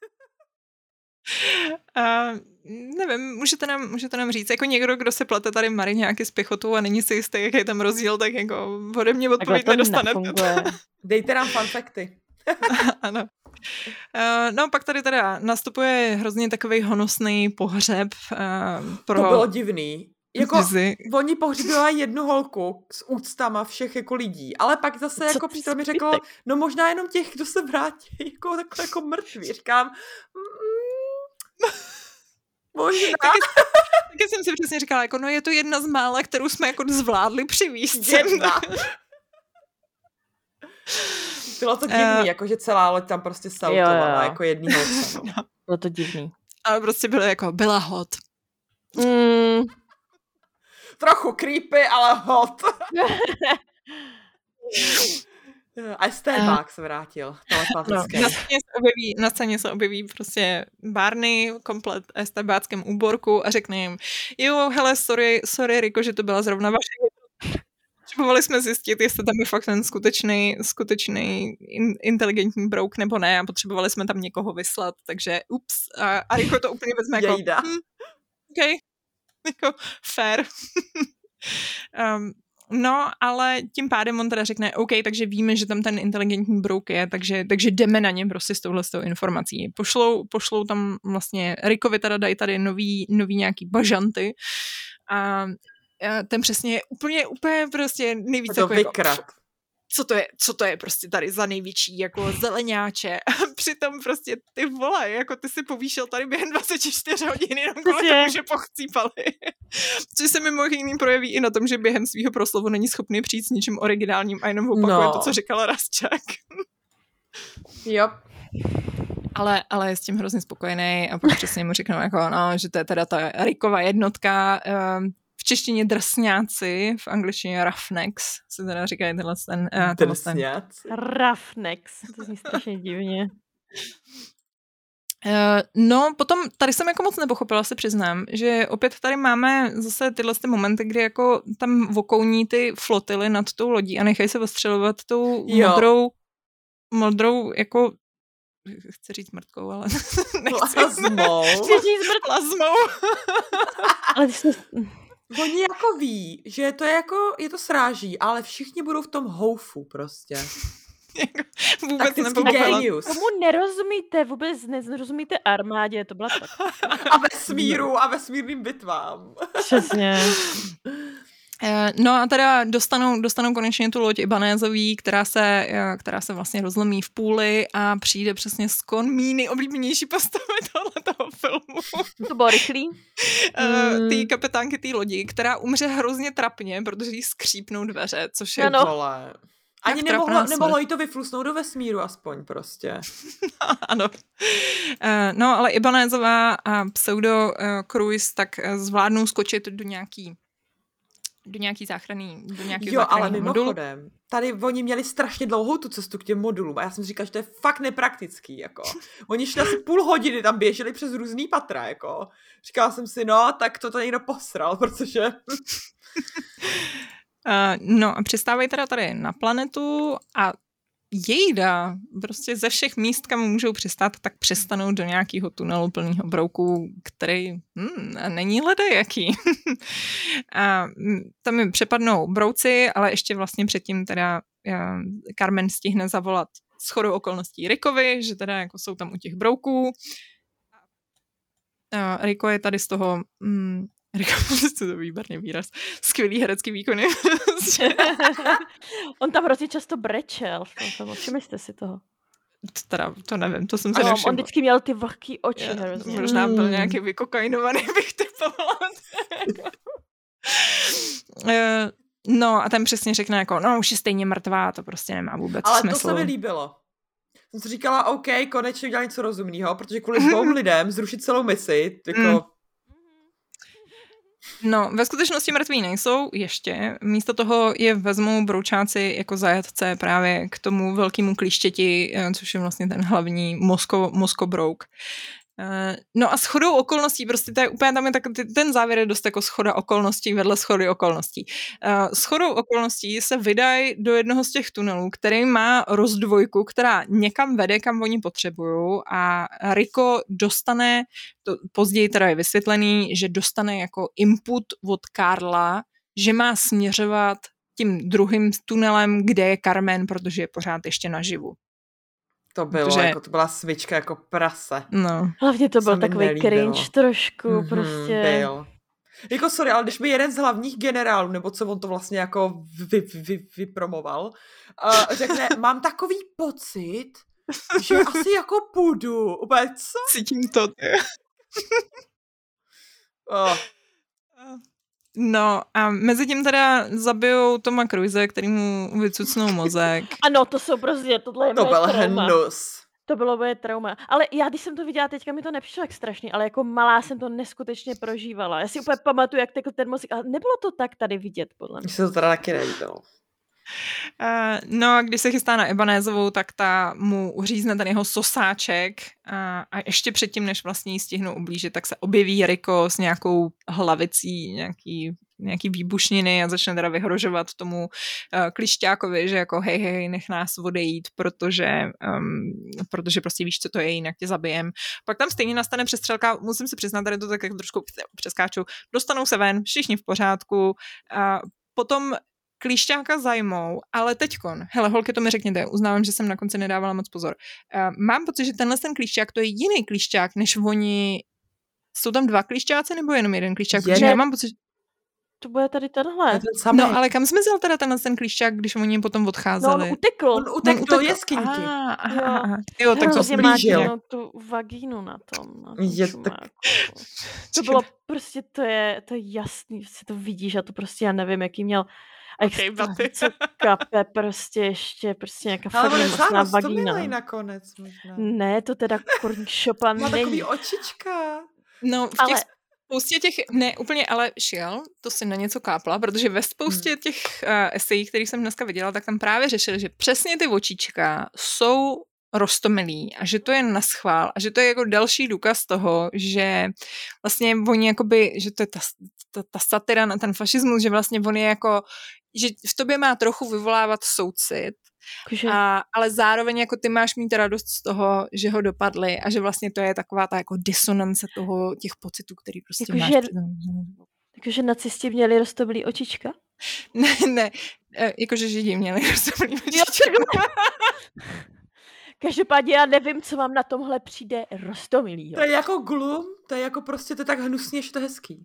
Uh, nevím, můžete nám, můžete nám říct, jako někdo, kdo se plete tady mariňáky s pichotou a není si jistý, jaký je tam rozdíl, tak jako ode mě odpověď nedostanete. Dejte nám fun facty. Ano. Uh, no pak tady teda nastupuje hrozně takovej honosný pohřeb. Uh, pro to bylo divný. Jako, oni pohřbili jednu holku s úctama všech jako lidí, ale pak zase co jako přítel mi řekl, no možná jenom těch, kdo se vrátí jako, takhle jako mrtví. Říkám, mm, možná. Taky, taky jsem si přesně říkala, jako no je to jedna z mála, kterou jsme jako zvládli přivízt. Jedna. Bylo to divný, uh, jako že celá loď tam prostě sautovala, jako jedný holce. No. No. Bylo to divný. Ale prostě bylo jako, byla hot. Mm. Trochu creepy, ale hot. A Estébák se vrátil. No, na, scéně se objeví, na scéně se objeví prostě Barney komplet estébáckém úborku a řekne jim, jo, hele, sorry, sorry Riko, že to byla zrovna vaše. Potřebovali jsme zjistit, jestli tam je fakt ten skutečný, skutečný in, inteligentní brouk nebo ne a potřebovali jsme tam někoho vyslat, takže ups. A, a Riko to úplně vezme jako, hm, ok, jako fair. um, no, ale tím pádem on teda řekne, OK, takže víme, že tam ten inteligentní brouk je, takže, takže jdeme na ně prostě s touhle s tou informací. Pošlou, pošlou tam vlastně, Rikovi teda dají tady nový, nový nějaký bažanty a ten přesně je úplně, úplně prostě nejvíc to jako... vykrat. co to je, co to je prostě tady za největší jako zeleňáče. A přitom prostě ty vole, jako ty si povýšil tady během dvacet čtyři hodin jenom kvůli tomu, že pochcípali. Což se mimo jiný projeví i na tom, že během svého proslovu není schopný přijít s ničím originálním a jenom opakuje No. to, co říkala Rasčák. Jo. Ale, ale je s tím hrozně spokojený a pak přesně mu řeknou, jako, no, že to je teda ta Rickova jednotka, um, v češtině drsňáci, v angličtině roughnecks, se teda říkají tenhle ten... Uh, tenhle ten. Drsňáci. Roughnecks, to zní strašně divně. Uh, no, potom tady jsem jako moc nepochopila, se přiznám, že opět tady máme zase tyhle ty momenty, kdy jako tam vokouní ty flotily nad tou lodí a nechají se ostřelovat tou Jo. modrou, modrou jako chci říct mrtkou, ale nechci. Plazmou. Chci říct zmrt... Plazmou. Ale ty jsi... Oni jako ví, že to je jako, je to sráží, ale všichni budou v tom houfu prostě. Vůbec Taktický nepochopila. genius. Tomu nerozumíte, vůbec nerozumíte armádě, to byla tak. A vesmíru a vesmírným bitvám. Přesně. No a teda dostanou, dostanou konečně tu loď Ibanézový, která se, která se vlastně rozlomí v půli a přijde přesně skon mý nejoblíbenější postavy tohletoho filmu. To bylo rychlý. Mm. Ty kapitánky té lodi, která umře hrozně trapně, protože jí skřípnou dveře, což je... Ano. Vole. Ani Tak nemohlo, trapná nemohlo smrt. jí to vyflusnout do vesmíru aspoň prostě. Ano. No, ale Ibanézová a Pseudo Cruise tak zvládnou skočit do nějaký do nějaký záchranný, do nějakého Jo, ale záchranného modulu. mimochodem, tady oni měli strašně dlouhou tu cestu k těm modulům a já jsem říkala, že to je fakt nepraktický, jako. Oni šli asi půl hodiny, tam běželi přes různý patra, jako. Říkala jsem si, no, tak to to někdo posral, protože... Uh, no a přistávají teda tady na planetu a jejda, prostě ze všech míst, kam můžou přistát, tak přestanou do nějakého tunelu plného brouků, který hmm, není ledajaký. A tam mi přepadnou brouci, ale ještě vlastně předtím teda uh, Carmen stihne zavolat shodou okolností Rickovi, že teda jako jsou tam u těch brouků. Uh, Rico je tady z toho... Mm, Rico, to je výborný výraz. Skvělý herecký výkony. On tam hrozně často brečel. Všimli jste si toho? Teda, to nevím, to jsem si Ano, nevšimla. on vždycky měl ty vlhký oči Já, hrozně. možná byl nějaký vykokainovaný, bych typovala. uh, no a ten přesně řekne jako, no už je stejně mrtvá, to prostě nemá vůbec Ale smysl. to se mi líbilo. Jsem si říkala, OK, konečně udělal něco rozumného, protože kvůli dvou lidem zrušit celou misi, jako... Mm. No, ve skutečnosti mrtví nejsou ještě. Místo toho je vezmou broučáci jako zajatce právě k tomu velkému klíštěti, což je vlastně ten hlavní mosko, moskobrouk. No a shodou okolností, prostě to je úplně tam je tak, ten závěr je dost jako shoda okolností vedle schody okolností. Shodou okolností se vydají do jednoho z těch tunelů, který má rozdvojku, která někam vede, kam oni potřebují a Rico dostane, to později teda je vysvětlený, že dostane jako input od Karla, že má směřovat tím druhým tunelem, kde je Carmen, protože je pořád ještě naživu. To bylo, Protože... jako to byla svička jako prase. No. Hlavně to byl mi takový nelíbilo. cringe trošku, Mm-hmm, prostě. Byl. Jako sorry, ale když mi jeden z hlavních generálů, nebo co on to vlastně jako vy, vy, vypromoval, uh, řekne, mám takový pocit, že asi jako půjdu. Úplně, co? Cítím to. Oh. No a mezi tím teda zabijou Toma Cruise, který mu vycucnou mozek. Ano, to jsou prostě, tohle je To moje byl trauma. hnus. To bylo moje trauma. Ale já, když jsem to viděla teďka, mi to nepřišlo jak strašný, ale jako malá jsem to neskutečně prožívala. Já si úplně pamatuju, jak tekl ten mozek, ale nebylo to tak tady vidět, podle mě. Mně se to teda taky nelíbilo. Uh, no a když se chystá na Ibanézovou, tak ta mu uřízne ten jeho sosáček a, a ještě předtím, než vlastně jí stihnou ublížit, tak se objeví Rico s nějakou hlavicí, nějaký, nějaký výbušniny a začne teda vyhrožovat tomu uh, klišťákovi, že jako hej, hej, nech nás odejít, protože, um, protože prostě víš, co to je, jinak tě zabijem. Pak tam stejně nastane přestřelka, musím si přiznat, tady to tak jako trošku přeskáču, dostanou se ven, všichni v pořádku a potom klíšťáka zajmou, ale teďkon, hele, holky, to mi řekněte, uznávám, že jsem na konci nedávala moc pozor. Uh, mám pocit, že tenhle ten klíšťák, to je jiný klíšťák, než oni... Jsou tam dva klíšťáci nebo jenom jeden klíšťák? Je, Protože já mám pocit, to bude tady To je tenhle. ten samý. No, ale kam zmizel teda tenhle ten klíšťák, když oni potom No, on odcházeli? utekl. On utek On do utekl. jeskyňky. Ah, aha, Jo. aha. Jo, tak to Hrozně má blížil. divnou tu vagínu na tom. Na tom Je tak- čumáku. To bylo prostě, to je, to je jasný, si to vidíš a to prostě já nevím, jaký měl a jak Okej, okay, baty. co kape, prostě ještě, prostě nějaká Ale fakt on je nemocná sám vagína. roztomilej nakonec možná. Ne, to teda kurník šopa Má takový není. očička. No, v těch Ale spoustě těch, ne úplně, ale šel, to si na něco kápla, protože ve spoustě Hmm. těch uh, esejí, kterých jsem dneska viděla, tak tam právě řešili, že přesně ty očička jsou roztomilí a že to je naschvál a že to je jako další důkaz toho, že vlastně oni jakoby, že to je ta, ta, ta satira na ten fašismus, že vlastně on je jako, že v tobě má trochu vyvolávat soucit, jakože, a, ale zároveň jako ty máš mít radost z toho, že ho dopadli a že vlastně to je taková ta jako disonance toho, těch pocitů, který prostě Jako máš. že- při tom. jakože nacisti měli roztoblý očička? Ne, ne, e, jakože židi měli roztomilý Jo, očička. Každopádně já nevím, co vám na tomhle přijde roztomilýho. To je jako glum, to je jako prostě, to je tak hnusně, že to je hezký.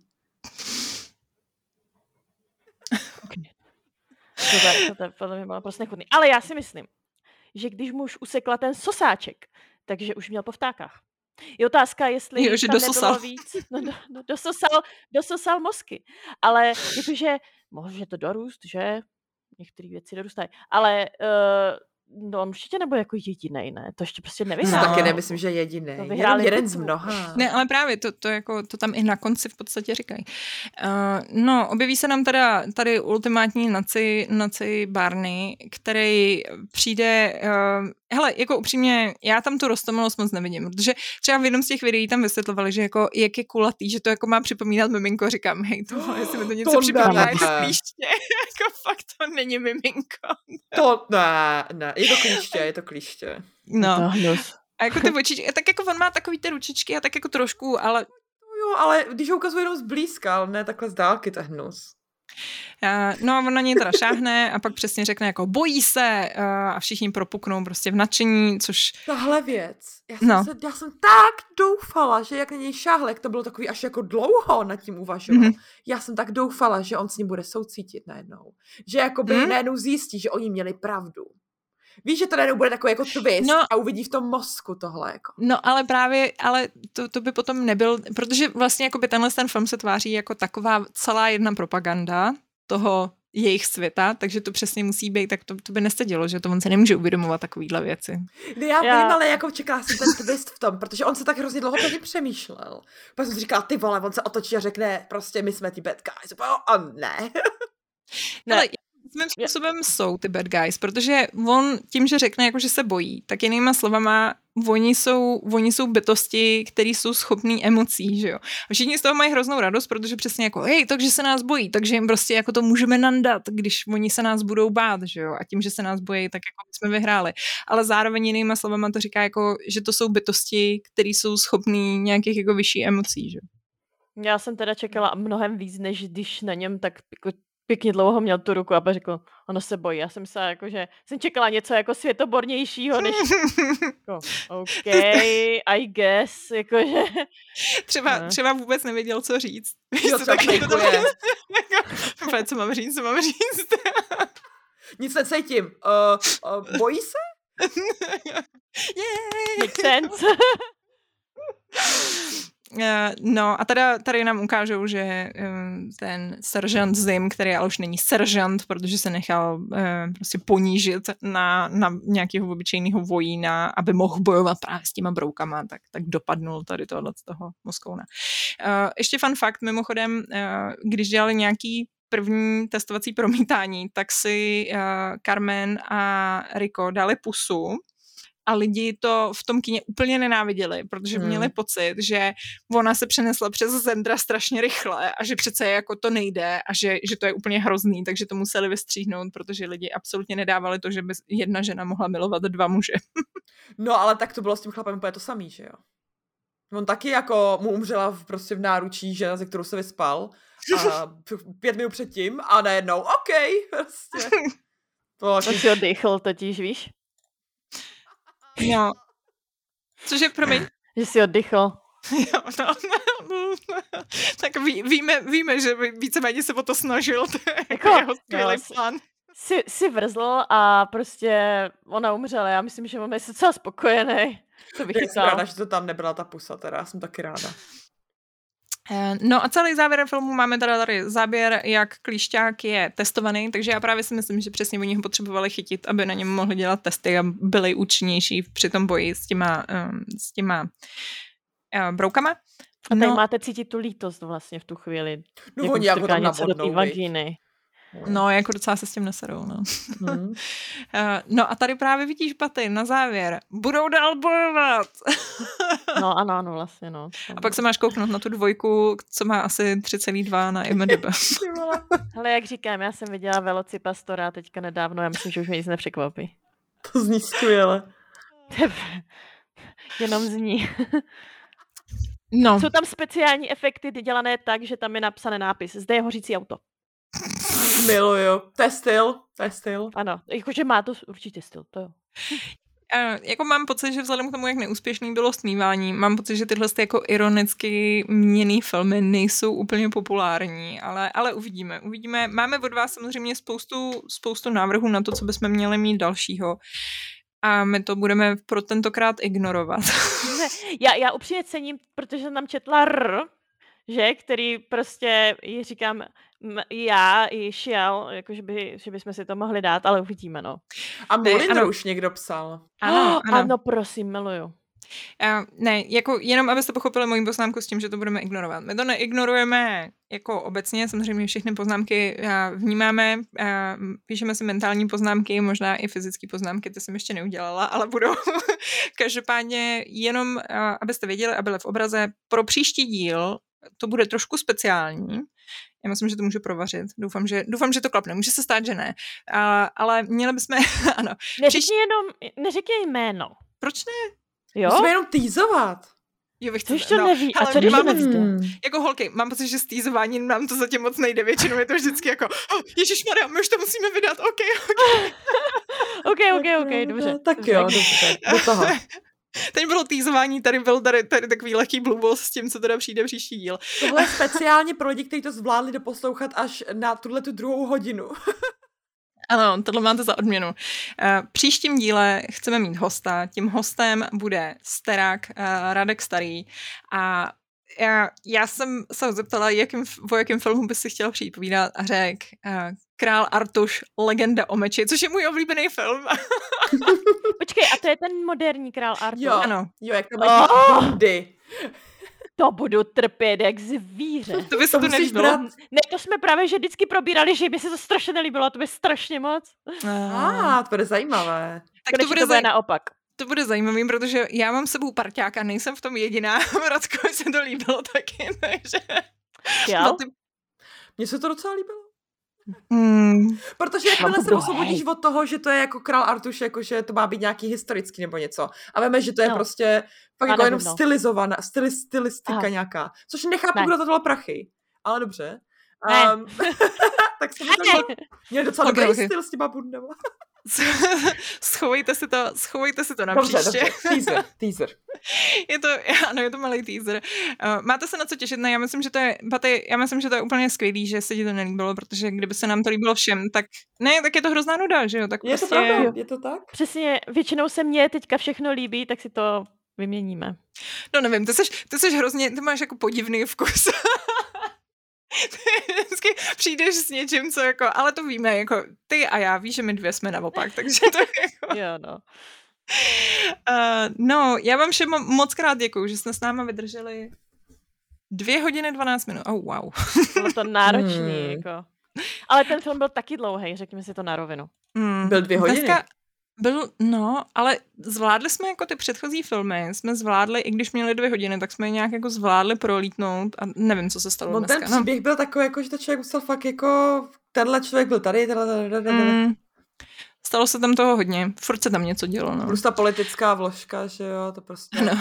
To je, to je podle mě bylo prostě nechutný. Ale já si myslím, že když muž usekla ten sosáček, takže už měl po vtákách. Je otázka, jestli Jo, že tam dososal. nebylo víc. No, do, do, dososal, dososal mozky. Ale jakože, může to dorůst, že? Některé věci dorůstají. Ale uh, no, on určitě nebude jako jedinej, ne? To ještě prostě Já nevyhrál. taky nemymyslím, že jediný. To Jenom vyhráli jeden z bitvu. mnoha. Ne, ale právě to, to, jako, to tam i na konci v podstatě říkají. Uh, no, objeví se nám teda tady ultimátní naci, naci Barney, který přijde, uh, hele, jako upřímně, já tam tu roztomilost moc nevidím, protože třeba v jednom z těch videí tam vysvětlovali, že jako, jak je kulatý, že to jako má připomínat miminko, říkám, hej, to, jestli mi to něco To připomíná, ne. je to klíště, jako fakt to není miminko. To ne, ne, je to klíště, je to klíště. No, To hnus. a jako ty očičky, tak jako on má takový ty ručičky a tak jako trošku, ale Jo, ale když ho ukazuje jenom zblízka, ale ne takhle z dálky, to je hnus. Uh, no a on na něj teda šáhne a pak přesně řekne jako bojí se uh, a všichni propuknou prostě v nadšení, což Tahle věc. Já jsem, No. se, já jsem tak doufala, že jak na něj šáhl, jak to bylo takový až jako dlouho nad tím uvažoval. Mhm. Mm-hmm. Já jsem tak doufala, že on s ním bude soucítit najednou. Že jakoby Mhm. mm. najednou zjistí, že oni měli pravdu. Víš, že to najednou bude takový jako twist No. a uvidí v tom mozku tohle jako. no ale právě, ale to, to by potom nebyl, protože vlastně jako by tenhle ten film se tváří jako taková celá jedna propaganda toho jejich světa, takže to přesně musí být, tak to, to by nestadilo, že to on se nemůže uvědomovat takovýhle věci. No já, Já- vím, ale jako čekala jsem ten twist v tom, protože on se tak hrozně dlouho tady přemýšlel. Pak jsem si říkala, ty vole, on se otočí a řekne, prostě my jsme ty bad guys. A ne. Ne. Ale svým způsobem jsou ty bad guys, protože on tím, že řekne, jako, že se bojí, tak jinýma slovama, oni jsou, oni jsou bytosti, které jsou schopný emocí, že jo. A všichni z toho mají hroznou radost, protože přesně jako, hej, takže se nás bojí, takže jim prostě jako to můžeme nandat, když oni se nás budou bát, že jo. A tím, že se nás bojí, tak jako jsme vyhráli. Ale zároveň jinýma slovama to říká jako, že to jsou bytosti, které jsou schopný nějakých jako vyšší emocí, že jo. Já jsem teda čekala mnohem víc, než když na něm tak jako pěkně dlouho měl tu ruku a pak řekl, ono se bojí. Já jsem se jako, že jsem čekala něco jako světobornějšího, než jako, OK, I guess, jakože, Třeba, Ne. třeba vůbec nevěděl, co říct. Jo, Co to taky to tam- funguje. Úplně, co mám říct, co mám říct. Nic necítím. Uh, uh, bojí se? Yay! make sense. Eh, No a teda, tady nám ukážou, že eh, ten seržant Zim, který ale už není seržant, protože se nechal eh, prostě ponížit na, na nějakého obyčejného vojína, aby mohl bojovat právě s těma broukama, tak, tak dopadnul tady tohle z toho Moskouna. Eh, Ještě fun fact, mimochodem, eh, když dělali nějaký první testovací promítání, tak si uh, Carmen a Rico dali pusu a lidi to v tom kině úplně nenáviděli, protože Hmm. měli pocit, že ona se přenesla přes Zendra strašně rychle a že přece jako to nejde a že, že to je úplně hrozný, takže to museli vystříhnout, protože lidi absolutně nedávali to, že by jedna žena mohla milovat dva muže. No, ale tak to bylo s tím chlapem úplně to samý, že jo? On taky jako mu umřela v, prostě v náručí žena, ze kterou se vyspal a p- pět minut předtím a najednou, OK, prostě. To On si oddychl totiž, víš? No. Cože, promiň? Že si oddychl. Jo, no. Tak ví, víme, víme, že víceméně se o to snažil. To je Jako, jeho skvělý no, plán. Si, si vrzl a prostě ona umřela. Já myslím, že máme docela spokojený. To bych Já jsem chytal. ráda, že to tam nebyla ta pusa, teda já jsem taky ráda. No a celý závěr filmu máme teda tady záběr, jak klíšťák je testovaný, takže já právě si myslím, že přesně oni ho potřebovali chytit, aby na něm mohli dělat testy a byli účinnější při tom boji s těma, um, s těma uh, broukama. A tady No, máte cítit tu lítost vlastně v tu chvíli. No Jak oni jak ho strká tam něco do té nabodnou, viď? vagíny. no, jako docela se s tím neserou, no. Hmm. Uh, no a tady právě vidíš, Paty, na závěr. Budou dál bojovat! No ano, ano, vlastně, no. A pak se máš kouknout na tu dvojku, co má asi tři celá dva na I M D B. Ale jak říkám, já jsem viděla Velocipastora teďka nedávno, já myslím, že už mě nic nepřekvapí. To zní skvěle. Jenom zní. No, Jsou tam speciální efekty dělané tak, že tam je napsaný nápis. Zde je hořící auto. Miluju. To je styl, to je styl. Ano, jakože má to určitě styl, to jo. Uh, jako mám pocit, že vzhledem k tomu, jak neúspěšný bylo Stmívání, mám pocit, že tyhle ty jako ironicky měný filmy nejsou úplně populární, ale, ale uvidíme, uvidíme. Máme od vás samozřejmě spoustu, spoustu návrhů na to, co bychom měli mít dalšího a my to budeme pro tentokrát ignorovat. Ne, já, já upřímně cením, protože jsem tam četla R, že, který prostě, jí říkám, m- já i Šiel, jako že, by, že bychom si to mohli dát, ale uvidíme, no. A Ne, Molin ano. už někdo psal. Ano, Oh, ano. ano, prosím, miluju. Uh, ne, jako jenom abyste pochopili moji poznámku s tím, že to budeme ignorovat. My to neignorujeme jako obecně, samozřejmě všechny poznámky uh, vnímáme, uh, píšeme si mentální poznámky, možná i fyzické poznámky, to jsem ještě neudělala, ale budou. Každopádně jenom, uh, abyste věděli a byli v obraze, pro příští díl to bude trošku speciální. Já myslím, že to můžu provařit. Doufám, že, doufám, že to klapne. Může se stát, že ne. Uh, ale měli bychom, ano. Neřekni Příští- jenom, neřekni jméno. Proč ne? Jo? Musíme jenom týzovat. Jo, vy To chcete- ještě neví. A hele, co když to máme- nevíte? Hmm. Jako holky, mám pocit, že stýzování nám to zatím moc nejde. Většinou je to vždycky jako, oh, ježišmarja, my už to musíme vydat, ok, ok. OK, OK, OK, dobře. Tak dobře. jo, dobře. Do toho. Teď bylo týzování, tady byl tady, tady takový lehký blue balls s tím, co teda přijde příští díl. Tohle je speciálně pro lidi, kteří to zvládli doposlouchat až na tuhle tu druhou hodinu. Ano, tohle máte za odměnu. Uh, příštím díle chceme mít hosta. Tím hostem bude Sterak, uh, Radek Starý. A já, já jsem se ho zeptala, jakým, o jakém filmu by si chtěl přijít povídat a řekl uh, Král Artuš, Legenda o meči, což je můj oblíbený film. Počkej, a to je ten moderní král Artur? Jo. Ano, Jo, jak tam mají Oh! bundy. To budu trpět jak zvíře. to by se To to musíš nelíbilo. brát. Ne, to jsme právě že vždycky probírali, že by se to strašně nelíbilo, a to by strašně moc. Uh, A, ah, to bude zajímavé. tak to Konečně bude, to bude zaj- naopak. to bude zajímavý, protože já mám s sebou parťáka, nejsem v tom jediná. Radkovi se to líbilo taky, takže... Jo? No, ty... Mně se to docela líbilo. Hmm. Protože jakmile to se bylo osvobodíš od toho, že to je jako král Artuš, jako že to má být nějaký historický nebo něco. A víme, že to je No. prostě fakt Já jako nevím, jenom no. stylizovaná, styli, stylistika Aha. nějaká. nějaká. Což nechápu, Ne. kdo to dal prachy. Ale dobře. Ne. Um, tak jsem to měl docela Ok, dobrý ok. styl s těma bundama. Schovejte si to, schovejte si to na Dobře, příště. dobře. Teaser, teaser. Je to, ano, je to malý teaser. Uh, máte se na co těšit? Ne, já myslím, že to je, Paty, já myslím, že to je úplně skvělý, že se ti to nelíbilo, protože kdyby se nám to líbilo všem, tak ne, tak je to hrozná nuda, že jo? Tak Je to prostě, pravda? Je to tak? Přesně, většinou se mně teďka všechno líbí, tak si to vyměníme. no nevím, ty seš, ty seš hrozně, ty máš jako podivný vkus. Ty vždycky přijdeš s něčím, co jako, ale to víme, jako ty a já, víš, že my dvě jsme naopak, takže to je jako... Jo, no. Uh, no, já vám všem mo- moc krát děkuju, že jste s náma vydrželi dvě hodiny dvanáct minut. Oh, wow. Bylo to náročný, Hmm. jako. Ale ten film byl taky dlouhý, řekněme si to na rovinu. Mm, Byl dvě hodiny. Dneska byl, no, ale zvládli jsme jako ty předchozí filmy, jsme zvládli, i když měli dvě hodiny, tak jsme je nějak jako zvládli prolítnout a nevím, co se stalo No ten dneska. No, příběh byl takový, jako, že to člověk musel fakt jako, tenhle člověk byl tady, tenhle, tenhle, tenhle. mm, stalo se tam toho hodně, furt se tam něco dělo, no. Plus ta politická vložka, že jo, to prostě... No.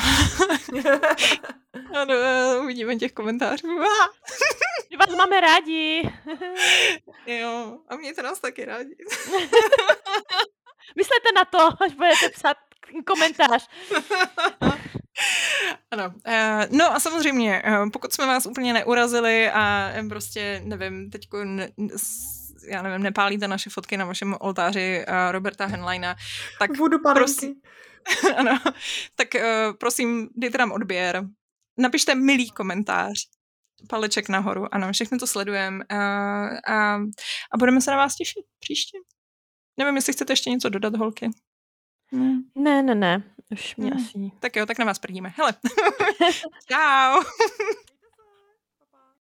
Ano, eh, uvidíme těch komentářů. Ah, Že vás máme rádi. jo, a mějte nás taky rádi. Myslete na to, až budete psát komentář. Ano. Uh, no a samozřejmě, uh, pokud jsme vás úplně neurazili a um, prostě, nevím, teďko ne, já nevím, nepálíte naše fotky na vašem oltáři uh, Roberta Henleina, tak Budu prosím, ano, tak uh, prosím, dejte nám odběr, napište milý komentář, paleček nahoru, ano, všechno to sledujeme uh, a, a budeme se na vás těšit příště. Nevím, jestli chcete ještě něco dodat, holky. Hmm. Ne, ne, ne, už mě hmm. asi. Tak jo, tak na vás prdíme. Hele. Čau.